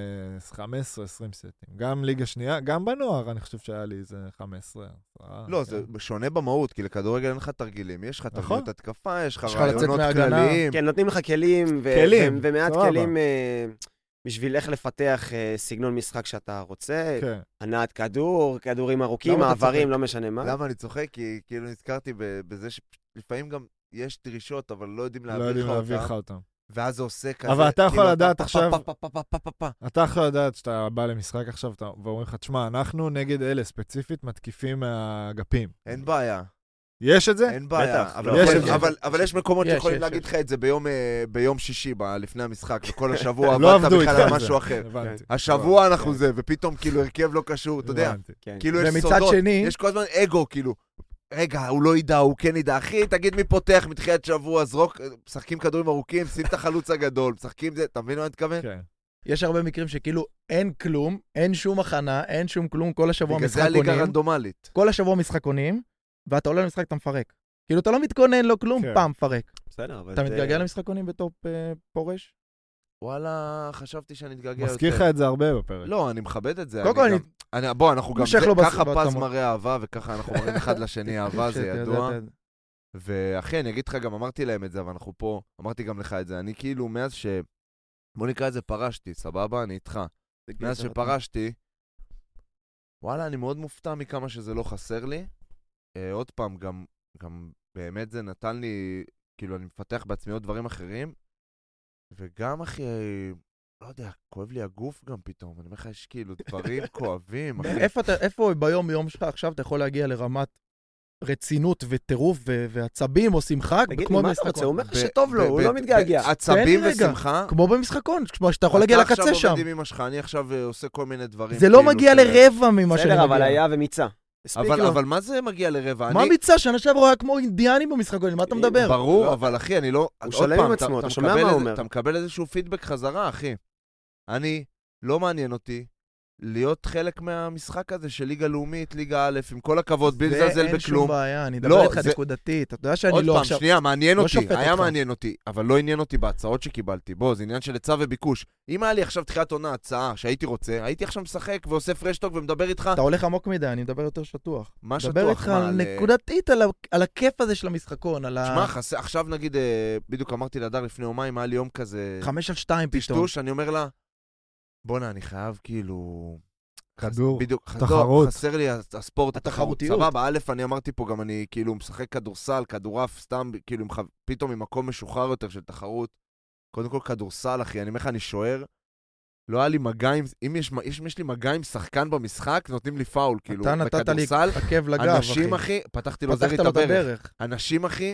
חמש עשרה עשרים סטים. גם ליגה שנייה, גם בנוער, אני חושב שהיה לי איזה חמש עשרה. עשרה, לא, כן. זה שונה במהות, כי לכדורגל אין לך תרגילים. יש לך נכון. תרגילות התקפה, יש לך יש לך לצאת רעיונות מההגנה. כלליים. כן, נותנים לך כלים, ו- כלים, ו- ומעט סבבה. כלים אה, בשביל איך לפתח אה, סגנון משחק שאתה רוצה, כן. הנעת כדור, כדורים ארוכים, למה אתה מעברים, צוחק? לא משנה מה. למה אני צוחק? כי כאילו נזכרתי ב- בזה שלפעמים גם יש דרישות, אבל לא יודעים לא להעביר יודעים לך להעביר לך אותם. אותם. ואז זה עושה כזה... אבל אתה יכול כאילו, לדעת פה, עכשיו- פה, פה, פה, פה, פה, פה, פה. אתה יכול לדעת שאתה בא למשחק עכשיו, אתה- ואומרים לך, תשמע, אנחנו נגד אלה ספציפית מתקיפים מהאגפים. אין בעיה. יש את זה? אין בעיה, בטח, אבל, לא, יש אבל, את זה. אבל, אבל יש מקומות יש, שיכולים יש, להגיד יש. לך את זה ביום, אה, ביום שישי, ב- לפני המשחק, וכל השבוע לא עבדת עבדו בכלל איתך על על משהו זה. אחר. הבנתי. השבוע כן. אנחנו זה, ופתאום כאילו הרכב לא קשור, אתה יודע, הבנתי. כן. כאילו יש ומצד סודות, שני- יש כל הזמן אגו, כאילו, רגע, הוא לא ידע, הוא כן ידע, אחי, תגיד מי פותח מתחילת שבוע, זרוק, משחקים כדורים ארוכים, שים את החלוץ הגדול, משחקים זה, אתה מבין מה אני מתכוון? כן. יש הרבה מקרים שכאילו אין כלום, אין שום הכנה, אין שום כלום, כל השבוע בגלל זה משחק הליגה עונים, רנדומלית. כל השבוע משחק עונים, ואתה עולה למשחק, אתה מפרק. כאילו, אתה לא מתכונן, לא כלום, כן. פעם מפרק. בסדר, אבל אתה זה- מתגעגע למשחק עונים בטופ אה, פורש? וואלה, חשבתי שאני אתגעגע יותר. מזכיר לך את זה הרבה בפרק. לא, אני מכבד את זה. קודם כל, אני אני- גם- אני- בוא, אנחנו גם... מושך זה- לו בס- ככה פז בעצמות. מראה אהבה, וככה אנחנו מראים אחד לשני אהבה, זה שאתה יודע, ידוע. אתה יודע. ואחי, אני אגיד לך, גם אמרתי להם את זה, אבל אנחנו פה, אמרתי גם לך את זה. אני כאילו, מאז ש... בוא נקרא את זה פרשתי, סבבה? אני איתך. מאז שפרשתי, וואלה, אני מאוד מופתע מכמה שזה לא חסר לי. אה, עוד פעם, גם, גם באמת זה נתן לי, כאילו, אני מפתח בעצמי עוד דברים אחרים. וגם, אחי, לא יודע, כואב לי הגוף גם פתאום. אני אומר לך, יש כאילו דברים כואבים, אחי. איפה אתה, איפה ביום יום שלך עכשיו אתה יכול להגיע לרמת רצינות וטירוף ועצבים או שמחה? תגיד לי, מה אתה רוצה? הוא אומר שטוב לו, הוא לא מתגעגע. עצבים ושמחה? כמו במשחקון, כמו שאתה יכול להגיע לקצה שם. אתה עכשיו עובד עם אמא שלך, אני עכשיו עושה כל מיני דברים. זה לא מגיע לרבע ממה שאני מגיע. בסדר, אבל היה ומיצה. אבל מה זה מגיע לרבע? מה מיצה? שנה שעברה היה כמו אינדיאני במשחקון, מה אתה מדבר? ברור, אבל אחי, אני לא... הוא שלם עם עצמו, אתה שומע מה הוא אומר. אתה מקבל איזשהו פידבק חזרה, אחי. אני, לא מעניין אותי להיות חלק מהמשחק הזה של ליגה לאומית, ליגה א', עם כל הכבוד, בלי לזלזל בכלום. זה אין שום בעיה, אני אדבר איתך נקודתית. אתה יודע שאני לא עכשיו... עוד פעם, שנייה, מעניין אותי, היה מעניין אותי, אבל לא עניין אותי בהצעות שקיבלתי. בוא, זה עניין של היצע וביקוש. אם היה לי עכשיו תחילת עונה הצעה שהייתי רוצה, הייתי עכשיו משחק ועושה פרשטוק ומדבר איתך... אתה הולך עמוק מדי, אני מדבר יותר שטוח. מה שטוח? מדבר איתך נקודתית על הכיף הזה של המשחקון, על ה... שמע, עכשיו נגיד, בדיוק אמרתי להדר לפני יומיים, היה לי יום כזה... חמש על שתיים פתאום. טשטוש, אני אומר לה, בונה, אני חייב כאילו... כדור, בדיוק, תחרות. חסר לי הספורט, התחרותיות. סבבה, א', אני אמרתי פה גם, אני כאילו משחק כדורסל, כדורף, סתם, כאילו, פתאום ממקום משוחרר יותר של תחרות. קודם כל כדורסל, אחי, אני אומר לך, אני שוער, לא היה לי מגע עם, אם יש, אם יש לי מגע עם שחקן במשחק, נותנים לי פאול, כאילו, בכדורסל. אתה נתת לי עקב לגב, אנשים, אחי, פתחתי לו זרי את הברך. אנשים, אחי,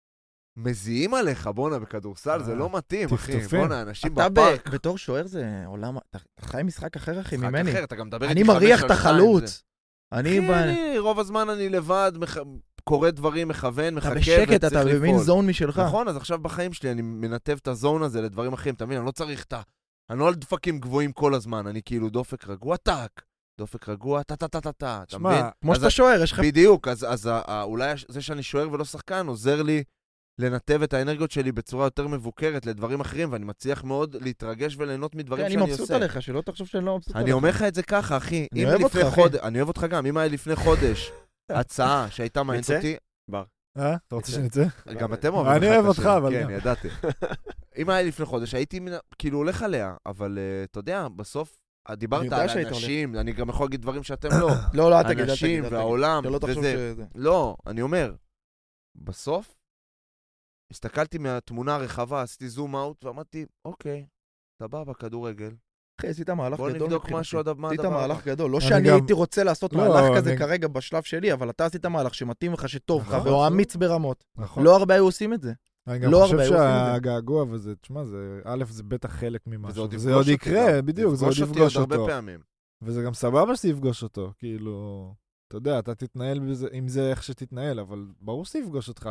מזיעים עליך, בונה, בכדורסל, זה לא מתאים, אחי. בונה, אנשים בפארק. אתה בתור שוער זה עולם, אתה חי משחק אחר, אחי, ממני. משחק אחר, אתה גם מדבר אני מריח את החלוץ. אני, רוב הזמן אני לבד, קורא דברים, מכוון, מחכה, אתה בשקט, אתה במין זון משלך. נכון, אז עכשיו בחיים שלי אני מנתב את הזון הזה לדברים אחרים, אתה מבין, אני לא צריך את ה... אני לא על דפקים גבוהים כל הזמן, אני כאילו דופק רגוע, טק. דופק רגוע, טה-טה-טה-טה, אתה מבין? כמו שאתה שוער, יש לך... בדיוק, אז אולי זה שאני שוער ולא שחקן עוזר לי לנתב את האנרגיות שלי בצורה יותר מבוקרת לדברים אחרים, ואני מצליח מאוד להתרגש וליהנות מדברים שאני עושה. אני מבסוט עליך, שלא תחשוב שאני לא מבסוט עליך. אני אומר לך את זה ככה, אחי. אני אוהב אותך, אחי. אני אוהב אותך גם. אם היה לפני חודש הצעה שהייתה מעניינת אותי... בר. אה? אתה רוצה שנצא? גם אתם אוהבים לך. אני אוהב אותך, אבל... כן, ידעתי. אם היה לפני חודש, הייתי כאילו הולך עליה, אבל אתה יודע, בסוף... דיברת על אנשים, אני גם יכול להגיד דברים שאתם לא. לא, לא, אל תגיד, אנשים והעולם וזה. לא, אני אומר, בסוף הסתכלתי מהתמונה הרחבה, עשיתי זום אאוט, ואמרתי, אוקיי, אתה בא בכדורגל. אחי, עשית מהלך גדול. בוא נבדוק משהו עד מה הדבר. עשית מהלך גדול. לא שאני הייתי רוצה לעשות מהלך כזה כרגע בשלב שלי, אבל אתה עשית מהלך שמתאים לך, שטוב לך, והוא אמיץ ברמות. לא הרבה היו עושים את זה. אני גם חושב שהגעגוע וזה, תשמע, א', זה בטח חלק ממשהו. זה עוד יקרה, בדיוק, זה עוד יפגוש אותו. וזה גם סבבה שיפגוש אותו, כאילו... אתה יודע, אתה תתנהל עם זה איך שתתנהל, אבל ברור שיפגוש אותך,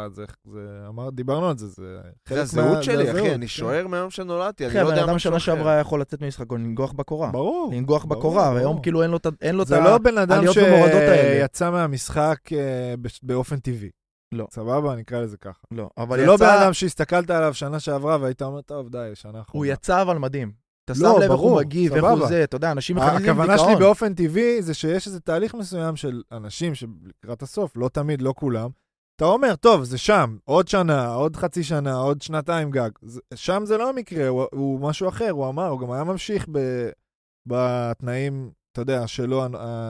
דיברנו על זה, זה חלק זה הזהות שלי, אחי, אני שוער מהיום שנולדתי, אני לא יודע מה אדם שנה שעברה יכול לצאת ממשחקון, לנגוח בקורה. ברור. לנגוח בקורה, והיום כאילו אין לו את העליות זה לא בן אדם שיצא מהמשחק באופן טבעי. לא. סבבה, נקרא לזה ככה. לא, אבל זה לא בן אדם שהסתכלת עליו שנה שעברה, והיית אומר, טוב, די, שנה אחרונה. הוא יצא אבל מדהים. אתה שם לב איך הוא מגיב, איך הוא זה, אתה יודע, אנשים מכניסים דיכאון. הכוונה שלי באופן טבעי זה שיש איזה תהליך מסוים של אנשים שלקראת הסוף, לא תמיד, לא כולם. אתה אומר, טוב, זה שם, עוד שנה, עוד חצי שנה, עוד שנתיים גג. שם זה לא המקרה, הוא, הוא משהו אחר, הוא אמר, הוא גם היה ממשיך ב, בתנאים, אתה יודע, שלו,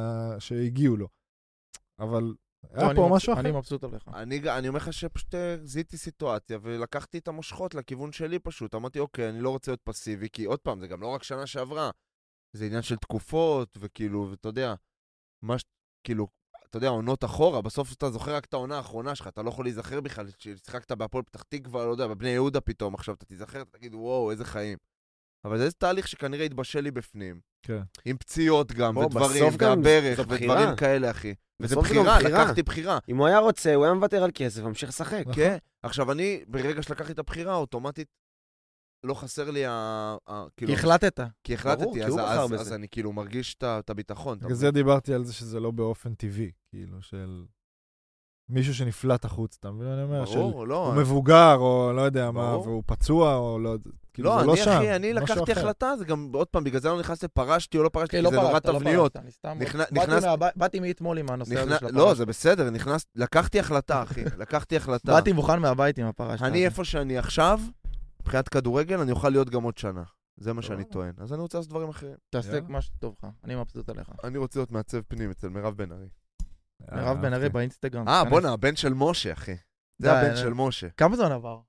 שהגיעו לו. אבל... היה פה משהו אחר. אני מבסוט עליך. אני אומר לך שפשוט זיהיתי סיטואציה, ולקחתי את המושכות לכיוון שלי פשוט. אמרתי, אוקיי, אני לא רוצה להיות פסיבי, כי עוד פעם, זה גם לא רק שנה שעברה. זה עניין של תקופות, וכאילו, ואתה יודע, מה ש... כאילו, אתה יודע, עונות אחורה, בסוף אתה זוכר רק את העונה האחרונה שלך, אתה לא יכול להיזכר בכלל, ששיחקת בהפועל פתח תקווה, לא יודע, בבני יהודה פתאום, עכשיו אתה תיזכר, אתה תגיד, וואו, איזה חיים. אבל זה תהליך שכנראה התבשל לי בפנים. כן. עם פציעות גם, ודברים, והברך, ודברים כאלה, אחי. וזה בחירה, לקחתי בחירה. אם הוא היה רוצה, הוא היה מוותר על כסף, ממשיך לשחק. כן. עכשיו, אני, ברגע שלקחתי את הבחירה, אוטומטית, לא חסר לי ה... כי החלטת. כי החלטתי, אז אני כאילו מרגיש את הביטחון. בגלל זה דיברתי על זה שזה לא באופן טבעי, כאילו, של... מישהו שנפלט החוץ, אתה מבין? אני אומר, ברור, לא. הוא מבוגר, או לא יודע מה, והוא פצוע, או לא... לא, אני אחי, אני לקחתי החלטה, זה גם, עוד פעם, בגלל זה לא נכנסתי, פרשתי או לא פרשתי, כי זה נורא תבניות. באתי מאתמול עם הנושא הזה של הפרש. לא, זה בסדר, לקחתי החלטה, אחי, לקחתי החלטה. באתי מוכן מהבית עם הפרש. אני איפה שאני עכשיו, מבחינת כדורגל, אני אוכל להיות גם עוד שנה. זה מה שאני טוען. אז אני רוצה לעשות דברים אחרים. תעשה מה שטוב לך, אני מבסוט עליך. אני רוצה להיות מעצב פנים אצל מירב בן ארי. מירב בן ארי באינסטגרם. אה, בוא'נה, הבן של משה, אחי. זה הבן של משה. כמה זמן עבר?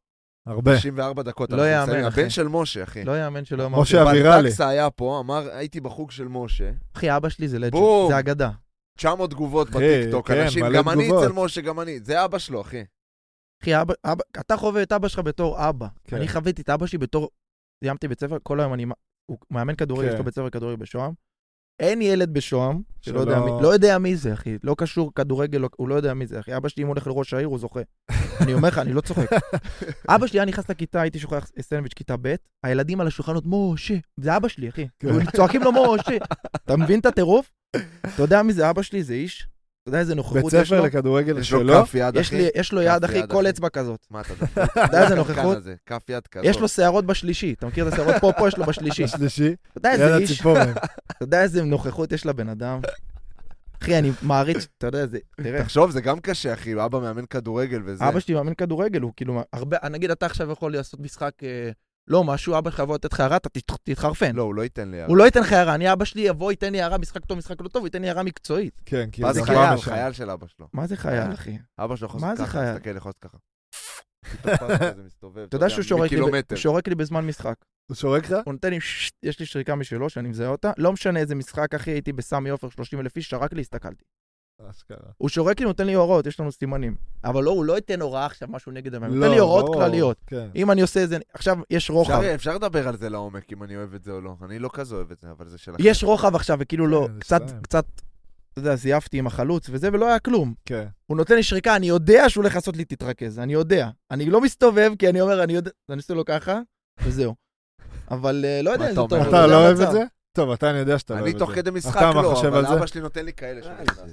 הרבה. תשעים וארבע דקות. לא אנחנו יאמן, מסיימים. אחי. הבן של משה, אחי. לא יאמן שלא אמרתי. משה אבירלי. בלטקסה היה פה, אמר, הייתי בחוג של משה. אחי, אבא שלי זה לג'נד, בום. זה אגדה. תשע מאות תגובות אחי, בטיקטוק, כן, אנשים, מלא גם אני תגובות. אצל משה, גם אני. זה אבא שלו, אחי. אחי, אבא, אבא, אתה חווה את אבא שלך בתור אבא. כן. אני חוויתי את אבא שלי בתור... סיימתי בית ספר, כל היום אני... הוא מאמן כדורגל, כן. יש לו בית ספר כדורגל בשוהם. אין ילד בשוהם שלא שלא- יודע מי, לא יודע מי זה, אחי. לא קשור כדורגל, לא- הוא לא יודע מי זה, אחי. אבא שלי, אם הוא הולך לראש העיר, הוא זוכה. אני אומר לך, אני לא צוחק. אבא שלי היה נכנס לכיתה, הייתי שוכח סנדוויץ' כיתה ב', הילדים על השולחנות, משה, זה אבא שלי, אחי. כן. צועקים לו משה. אתה מבין את הטירוף? אתה יודע מי זה אבא שלי? זה איש. אתה יודע איזה בית נוכחות יש ספר לו? לכדורגל יש לו שלו. כף יד, יש אחי. לי- יש לו יד, כף אחי, יד, כל אחי. אצבע כזאת. מה אתה יודע? אתה יודע איזה נוכחות? כף יד כזאת. יש לו שערות בשלישי, אתה מכיר את השערות פה, פה יש לו בשלישי. השלישי. אתה יודע יד איזה איש, הציפורן. אתה יודע איזה נוכחות יש לבן אדם. אחי, אני מעריץ, אתה יודע, זה, תראה, תחשוב, זה גם קשה, אחי. אבא מאמן כדורגל וזה. אבא שלי מאמן כדורגל, הוא כאילו, הרבה, נגיד אתה עכשיו יכול לעשות משחק, אה, לא משהו, אבא שלך יבוא לתת לך הערה, אתה תת- תתחרפן. לא, הוא לא ייתן לי. הוא לא ייתן לך הערה, אני אבא שלי יבוא, ייתן לי הערה, משחק טוב, משחק לא טוב, ייתן לי הערה מקצועית. כן, כי מה זה גם חייל? בא משם. חייל של אבא שלו. מה זה חייל, אחי? אבא שלו יכול מה לעשות זה ככה, חייל? תסתכל, יכול לעשות ככה. פתאום פס כזה מסתובב, אתה יודע שהוא שורק לי ב- מקילומטר. הוא שורק לי בזמן משחק. הוא שורק לך? הוא נותן לי, "ששט", יש לי שריקה משלו, שאני מזהה אותה, לא משנה איזה משחק, אחי, הייתי בסמי עופר שלושים אלף איש, שרק לי, הסתכלתי. אשכרה. הוא שורק לי, נותן לי הוראות, יש לנו סימנים. אבל לא, הוא לא ייתן הוראה עכשיו, משהו נגד המאמן. לא, נותן לי הוראות ברור, כלליות. כן. אם אני עושה איזה, עכשיו יש רוחב. אפשר- אפשר לדבר על זה לעומק, אם אני אוהב את זה או לא. אני לא כזה אוהב את זה, אבל זה שלכם. יש רוחב עכשיו, וכאילו לא, כן, זה קצת, שלהם. קצת, אתה יודע, זייפתי עם החלוץ וזה, ולא היה כלום. כן. הוא נותן לי שריקה, אני יודע שהוא הולך לעשות לי תתרכז, אני יודע. אני לא מסתובב, כי אני אומר, אני יודע, אני עושה לו ככה, וזהו. אבל אה, לא יודע מה אם זה אתה טוב. אומר? אבל אתה זה לא אוהב המצב. את זה? טוב, אתה אני יודע שאתה לא אוהב אני את זה. תוך כדי משחק אתה מה לא, חושב אבל על זה? אבא שלי נותן לי כאלה שהוא נכנס.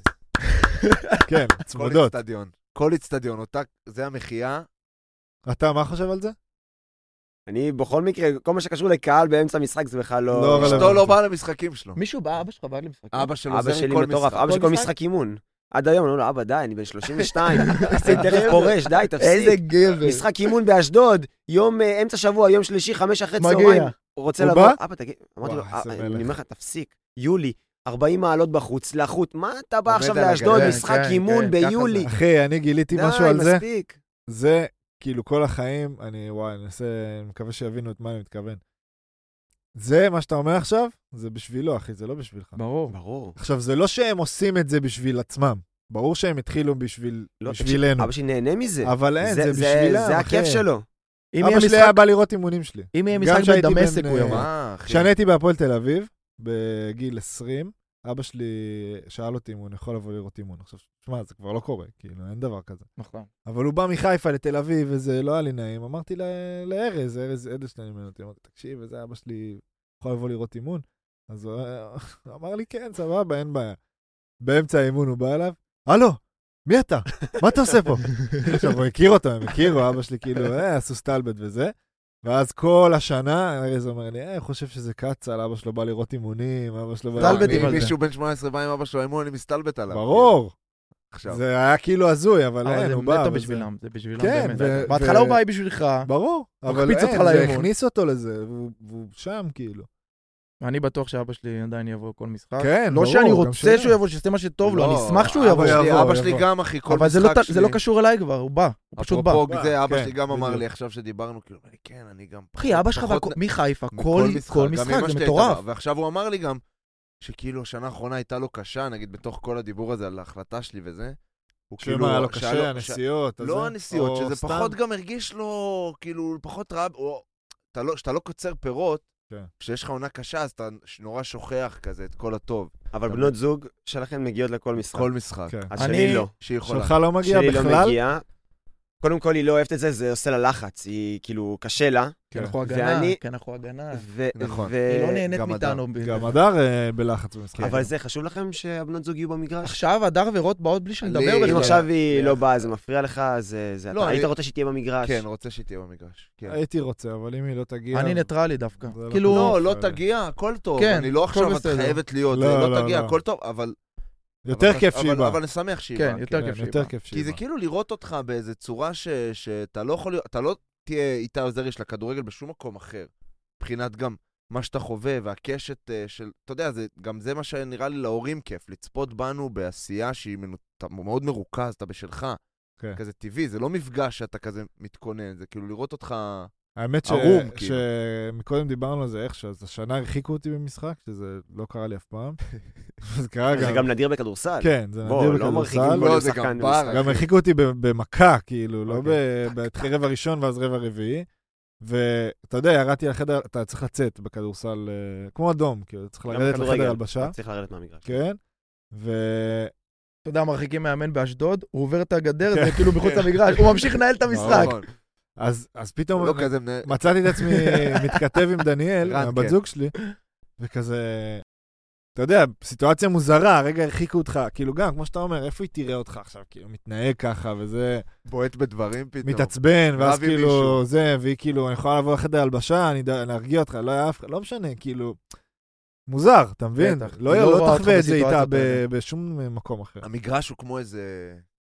כן, כל צמודות. אצטדיון. כל אצטדיון, אותה, זה המחייה. אתה מה חושב על זה? אני בכל מקרה, כל מה שקשור לקהל באמצע משחק זה בכלל לא לא... רלוונטי. אשתו לא באה למשחקים שלו. מישהו בא, אבא שלך בא למשחק. אבא שלו אבא עוזר שלי לי כל מטורף, משחק. אבא שלי כל כל משחק? משחק אימון. עד היום, אני אומר לו, אבא די, אני בן שלושים ושתיים, אני תכף גבר. פורש, די, איזה תפסיק. גבר. משחק אימון באשדוד, יום אה, אמצע שבוע, יום שלישי, חמש אחרי מגיע. צהריים. הוא רוצה הוא לבוא, בא? אבא תגיד, אמרתי לו, וואי, איזה "אה, מלך." אני אומר לך, תפסיק, יולי, ארבעים מעלות בחוץ, לחוט, מה אתה בא עומד עכשיו על לאשדוד, הגדר. משחק כן, אימון כן, ככה ביולי? זה. אחי, אני גיליתי די, משהו על זה. מספיק. זה, כאילו, כל החיים, אני, וואי, אני אנסה, אני מקווה שיבינו את מה אני מתכוון. זה, מה שאתה אומר עכשיו, זה בשבילו, אחי, זה לא בשבילך. ברור. ברור. עכשיו, זה לא שהם עושים את זה בשביל עצמם. ברור שהם התחילו בשביל, לא, בשבילנו. אבא שלי נהנה מזה. אבל אין, זה זה- בשבילם, זה אחי. הכיף שלו. אם יהיה אבא שלי משחק- היה בא לראות אימונים שלי. אם יהיה גם משחק כשהייתי בדמשק, בן, הוא יבוא. אה, מה, אחי? כשאני הייתי בהפועל תל אביב, בגיל עשרים, אבא שלי שאל אותי אם הוא יכול לבוא לראות אימון. עכשיו, שמע, זה כבר לא קורה, כאילו, אין דבר כזה. נכון. אבל הוא בא מחיפה לתל אביב, וזה לא היה לי נעים. אמרתי ל- לארז, ארז אדלשטיין אימן אותי, אמרתי, תקשיב, וזה אבא שלי יכול לבוא לראות אימון? אז הוא הוא אמר לי, כן, סבבה, אין בעיה. באמצע האימון הוא בא אליו, הלו, מי אתה? מה אתה עושה פה? עכשיו, הוא הכיר אותו, הם הכירו, אבא שלי כאילו, אה, עשו סטלבט וזה. ואז כל השנה, ארז אומר לי, אה, חושב שזה קצל, אבא שלו בא לראות אימונים, אבא שלו בא לראות סטלבטים אם על זה. מישהו בן שמונה עשרה בא עם אבא שלו אימון, אני מסתלבט עליו. ברור. עכשיו. זה היה כאילו הזוי, אבל אבל אין, זה הוא בא. נטו וזה- בשבילם, זה בשבילם כן, באמת. ו- בהתחלה ו- הוא בא בשבילך, ברור, אבל מקפיץ אין, אותך זה לאימון. הכניס אותו לזה, והוא והוא שם כאילו. ואני בטוח שאבא שלי עדיין יבוא כל משחק. כן, לא ברור, שאני גם רוצה שלי. שהוא יבוא, שיעשה מה שטוב לו, לא, אני אשמח שהוא אבא יבוא. שלי- יבוא, אבא שלי יבוא. גם, אחי, כל אבל זה לא משחק ת- זה לא שלי. קשור אליי כבר, הוא בא, הוא פשוט בא. אפרופו זה, אבא כן, שלי גם אמר בדיוק. לי עכשיו שדיברנו, כאילו, אני, כן, אני גם... אחי, אבא שלך בא פחות- מחיפה, בכל כל כל גם משחק, אמא זה שלי מטורף. הייתה בה. ועכשיו הוא אמר לי גם, שכאילו השנה האחרונה הייתה לו קשה, נגיד בתוך כל הדיבור הזה על ההחלטה שלי וזה. הוא שמה היה לו שהיה קשה, לו- הנסיעות, הזה? לא הנסיעות, או שזה סתם? פחות גם הרגיש לו, כאילו, פחות רע, או... אתה לא- שאתה לא קוצר פירות, כן. כשיש לך עונה קשה, אז אתה נורא שוכח כזה את כל הטוב. אבל גם- בנות זוג שלכם מגיעות לכל משחק. כל משחק. כן. אז אני- שלי לא. שהיא יכולה. שלך לא מגיע שלי לא בכלל? מגיעה. קודם כל, היא לא אוהבת את זה, זה עושה לה לחץ. היא כאילו, קשה לה. כי אנחנו הגנה, ואני- כי אנחנו הגנה. ו- נכון. ו- היא לא נהנית גם מאיתנו. גם הדר אה, בלחץ במשחק. אבל זה חשוב לכם שהבנות זוג יהיו במגרש? עכשיו הדר ורות באות בלי שנדבר לי- אם בכלל. עכשיו היא ביחד. לא באה, זה מפריע לך, זה... זה- לא, אתה היית אני- רוצה שהיא תהיה במגרש? כן, רוצה שהיא תהיה במגרש. כן. הייתי רוצה, אבל אם היא לא תגיע... אני ניטרלי דווקא. זה לא כאילו, לא, לא בסדר. תגיע, הכל טוב. כן, אני לא הכל עכשיו, את בסדר. חייבת להיות, לא, זה לא, לא תגיע, לא. הכל טוב, אבל... יותר אבל- כיף שהיא אבל- באה. אבל נשמח שהיא כן, באה. יותר כן, כיף שהיא יותר באה. כיף שהיא כי זה באה. כאילו לראות אותך באיזה צורה ש- שאתה לא יכול להיות, אתה לא תהיה איתה עוזרי של הכדורגל בשום מקום אחר. מבחינת גם מה שאתה חווה והקשת אה, של, אתה יודע, זה, גם זה מה שנראה לי להורים כיף, לצפות בנו בעשייה שהיא מנו- אתה מאוד מרוכז, אתה בשלך. כזה טבעי, זה לא מפגש שאתה כזה מתכונן, זה כאילו לראות אותך... האמת ערום, ש... כאילו. שמקודם דיברנו על זה איכשהו, אז השנה הרחיקו אותי במשחק, שזה לא קרה לי אף פעם. זה קרה גם... זה גם נדיר בכדורסל. כן, זה בוא, נדיר לא מרחיקים בכדורסל. כל לא, זה שחקן גם בר. במשחק. גם הרחיקו אותי במכה, כאילו, לא אוקיי. בתחיל רבע ראשון ואז רבע רביעי. ואתה יודע, ירדתי לחדר, אתה צריך לצאת בכדורסל, אה, כמו אדום, כאילו, צריך גם לרדת בכדורגל. לחדר הלבשה. אתה צריך לרדת מהמגרש. כן, ו... אתה יודע, מרחיקים מאמן באשדוד, הוא עובר את הגדר, כן. זה כאילו מחוץ למגרש, הוא ממשיך לנהל את המשחק. נכון. אז, אז פתאום הוא לא כזה מנהל... מצאתי את עצמי מתכתב עם דניאל, רן, הבת כן. זוג שלי, וכזה, אתה יודע, סיטואציה מוזרה, רגע הרחיקו אותך, כאילו גם, כמו שאתה אומר, איפה היא תראה אותך עכשיו, כאילו, מתנהג ככה, וזה, בועט בדברים פתאום. מתעצבן, ואז רב עם כאילו, מישהו. זה, והיא כאילו, אני יכולה לבוא לחדר הלבשה, אני ד- להרגיע אותך, לא היה אף אחד, לא משנה, כאילו, מוזר, אתה מבין? בטח, לא היא לא לא רואה אותך תחווה את זה איתה בסיטואציות ב- האלה. בשום מקום אחר. המגרש הוא כמו איזה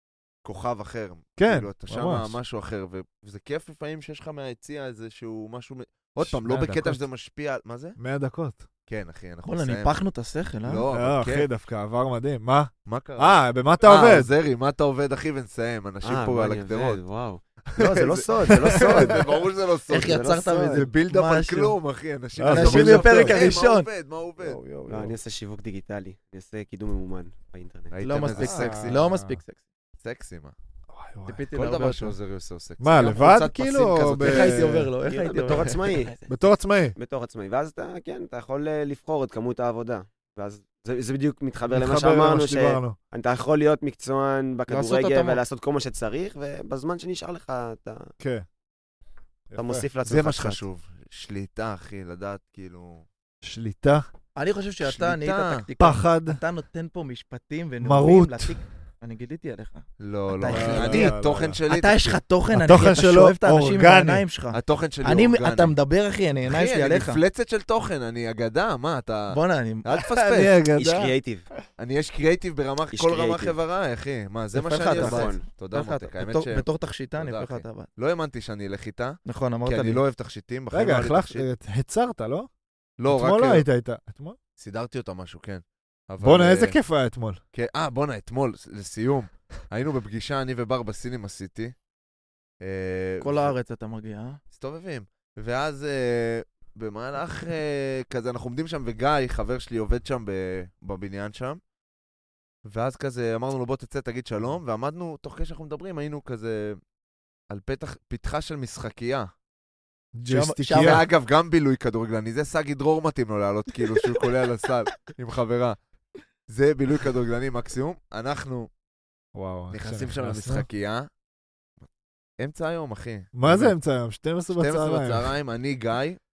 כוכב אחר. כן, כאילו, אתה שם ממש. משהו אחר, ו- וזה כיף לפעמים שיש לך מהיציע איזשהו משהו... מ- עוד פעם, שמונה לא בקטע דקות. שזה משפיע על... מה זה? מאה דקות. כן, אחי, אנחנו וואלה, נסיים. ניפחנו את השכל, אה? לא, לא, אבל אחי, כן. דווקא עבר מדהים. מה? מה קרה? אה, במה אתה עובד? זרי, מה אתה עובד, אחי, ונסיים. אנשים אה, פה מה על אני הגדרות. עובד, וואו. לא, זה לא סוד, זה לא סוד. זה ברור שזה לא סוד. איך זה לא יצרת סוד. מזה זה בילדאפ על משהו? כלום, אחי. אנשים אה, אנשים זה בפרק בילדאפ. הראשון. מה עובד, מה עובד? לא, אני עושה שיווק דיגיטלי. אני עושה קידום ממומן באינטרנט. הייתם לא איזה מספיק סקסי. לא מספיק סקסי. סקסי, מה? וואי, וואי. ציפיתי כל להרבה דבר יותר. שעוזרי עושה הוא סקסי. מה, גם לבד, חולצת כאילו, פסים או כזאת. ב- איך הייתי עובר לו? איך כאילו, הייתי עובר? בתור עצמאי. בתור עצמאי. בתור עצמאי. ואז אתה, כן, אתה יכול אה, לבחור את כמות העבודה. ואז זה, זה בדיוק מתחבר למה מתחבר שאמרנו, למה שדיברנו. שאתה יכול להיות מקצוען בכדורגל התאמות. ולעשות כל מה שצריך, ובזמן שנשאר לך, אתה, כן. אתה יפה. מוסיף לעצמך זה מה קצת. שחשוב. שליטה, אחי, לדעת כאילו... שליטה, אני חושב שאתה שליטה. נהיית טקטיקן. פחד, אתה נותן פה משפטים מרות. ונאומים לתיק. אני גיליתי עליך. לא, לא. אתה אחי, החלטי. אני, התוכן שלי... אתה יש לך תוכן, אני- התוכן אתה שלו שואב את האנשים עם אורגני. העיניים שלך. התוכן שלי אני, אורגני. אתה מדבר, אחי, אני העיניים אחי, שלי אני עליך. מפלצת של תוכן, אני אגדה, מה, אתה... בוא'נה, אני... אל תפספס. אני אגדה. איש קריאייטיב. אני יש קריאייטיב ברמה, איש כל רמה קריאייטיב. חברה, אחי. מה, זה מה יפה לך, שאני אתה עושה. נכון. תודה, בתור- מותק. האמת בתור- ש... בתור תכשיטן, תודה, יפה לך אחי. את הבת. לא האמנתי שאני אלך איתה, נכון, אמרת כי לי. אני לא אוהב תכשיטים. בחיים רגע, לא היה לי החלפת, תכשיט. הצרת, לא? לא, אתמול לא רק היית איתה. אתמול? סידרתי אותה משהו, כן. אבל, בואנה, איזה אה, כיף היה אתמול. כן, אה, בואנה, אתמול, לסיום. היינו בפגישה, אני ובר בסינמה סיטי. אה, כל ו- הארץ אתה מגיע, אה? מסתובבים. ואז אה, במהלך אה, כזה, אנחנו עומדים שם, וגיא, חבר שלי, עובד שם ב- בבניין שם. ואז כזה, אמרנו לו, בוא תצא, תגיד שלום, ועמדנו, תוך כדי שאנחנו מדברים, היינו כזה על פתח, פתחה של משחקייה. ג'ייסטיקיה. זה אגב גם בילוי כדורגלני, זה סגי דרור מתאים לו לעלות, כאילו שהוא קולע לסל עם חברה. זה בילוי כדורגלני מקסימום. אנחנו וואו. נכנסים עכשיו שם נכנסנו. למשחקייה. אמצע היום, אחי. מה זה אמצע היום? שתים עשרה שתים עשרה בצהריים. בצהריים, אני גיא,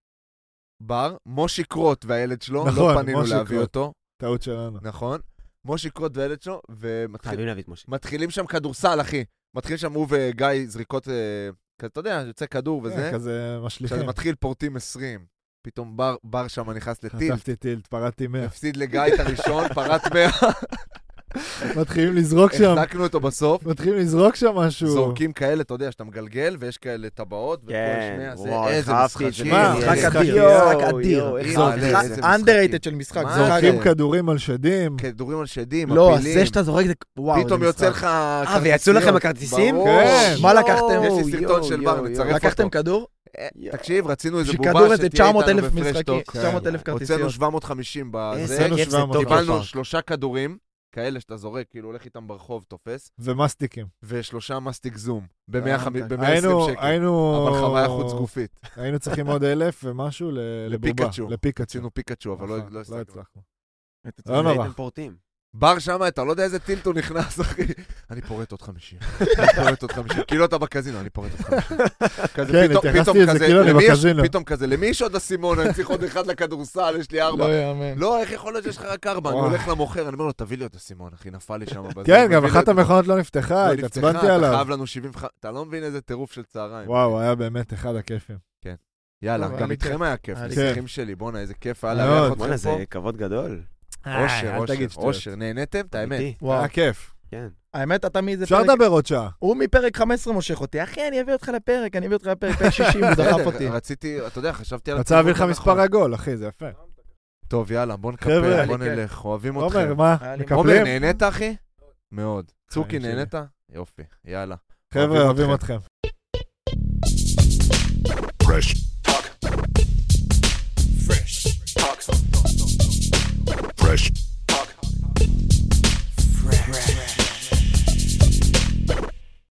בר, מושי קרוט והילד שלו, נכון, לא פנינו מושי להביא קרוט. אותו, טעות שלנו. נכון? מושי קרוט והילד שלו, חייבים להביא את משה. ומתחילים שם כדורסל, אחי. מתחילים שם הוא וגיא זריקות, אה, כזה, אתה יודע, יוצא כדור וזה. כן, כזה משליחים. כשזה מתחיל פורטים עשרים. פתאום בר, בר שם נכנס לטילט, חטפתי טילט, פרדתי מאה. הפסיד לגיא את הראשון, פרט מאה, מתחילים לזרוק שם. החזקנו אותו בסוף. מתחילים לזרוק שם משהו. זורקים כאלה, אתה יודע, שאתה מגלגל, ויש כאלה טבעות, ופה כן, יש מאה, זה וואו, איזה איך אהבתי את משחק. זה. מה, משחק משחק אדיר, יואו, משחק אדיר. יואו, איך יואו, אהבתי איזה את זה. משחקים. underrated של משחק. מה זה זה? אגב. זורקים כדורים על שדים. כדורים על שדים, לא, מפילים. זה שאתה זורק זה... וואו, פתאום זה יוצא משחק. לך אה, ויצאו לכם הכרטיסים? ברור. כן. מה לקחתם? יש לי סרטון יואו, של יואו, בר, יואו. נצרף לקחתם אותו. כדור? אה, תקשיב, רצינו איזה שכדור בובה איזה שתהיה תשע מאות איתנו אלף משחקים, בפרשטוק. תשע מאות אלף הוצאנו כרטיסיות. שבע מאות וחמישים בזה. איזה הוצאנו כיף זה שבע מאות. טוב. קיבלנו בפארק. שלושה כדורים, כאלה שאתה זורק, כאילו הולך איתם ברחוב, תופס, ומסטיקים. ושלושה מסטיק זום, אה, ב-מאה ועשרים היינו, שקל. היינו... אבל חוויה חוץ גופית. היינו צריכים עוד אלף ומשהו ל- לבובה. לפיקצ'ו. לפיקצ'ו. רצינו פיקצ'ו, אבל לא נכון, לא לא הסתכלנו. הצלחנו. לא לא נורא. הייתם פורטים. בר שמה, אתה לא יודע איזה טילט הוא נכנס, אחי. אני פורט עוד חמישים. אני פורט עוד חמישים. כאילו אתה בקזינו, אני פורט עוד חמישים. כזה כן, פתאום- התייחסתי פתאום לזה כזה, כאילו אני למי יש- בקזינו. פתאום כזה, למי יש עוד אסימון? אני צריך עוד אחד לכדורסל, יש לי ארבע. לא יאמן. לא, איך יכול להיות שיש לך רק ארבע? אני וואו. הולך למוכר, אני אומר לו, תביא לי עוד אסימון, אחי, נפל לי שם בזה. כן, גם מביא לי אחת אותו. המכונות לא נפתחה, לא נפתחה, התעצבנתי אתה עליו. חייב לנו שבעים וחמש, אתה לא מבין איזה טירוף של צהריים. וואו, היה באמת אחד הכיפים. יאללה, טוב, היה גם לי איתכם כיף. היה כיף, היה לי נסיכים שלי, בואנה, איזה כיף היה מאוד. לארח אתכם בואנה, פה. זה כבוד גדול. אושר, אל תגיד אושר, שטויות. אושר, נהניתם? את האמת. אמיתי. וואו. היה כיף. כן. האמת, אתה מאיזה אפשר פרק... לדבר עוד שעה. הוא מפרק חמש עשרה מושך אותי. אחי, אני אביא אותך לפרק, אני אביא אותך לפרק, פרק שישים, הוא דחף בסדר, אותי. רציתי, אתה יודע, חשבתי על... רצה להביא לך הכיוון מספר הנכון. עגול, אחי, זה יפה. טוב, יאללה, בוא חבר'ה, נקפל, היה בוא לי כיף. נלך, אוהבים אתכם. עומר, מה? היה לי- עומר, מקפלים? נהנית, אחי? מאוד. צוקי, חיים שלי. נהנית? יופי, יאללה. חבר'ה, אוהבים אתכם. Fresh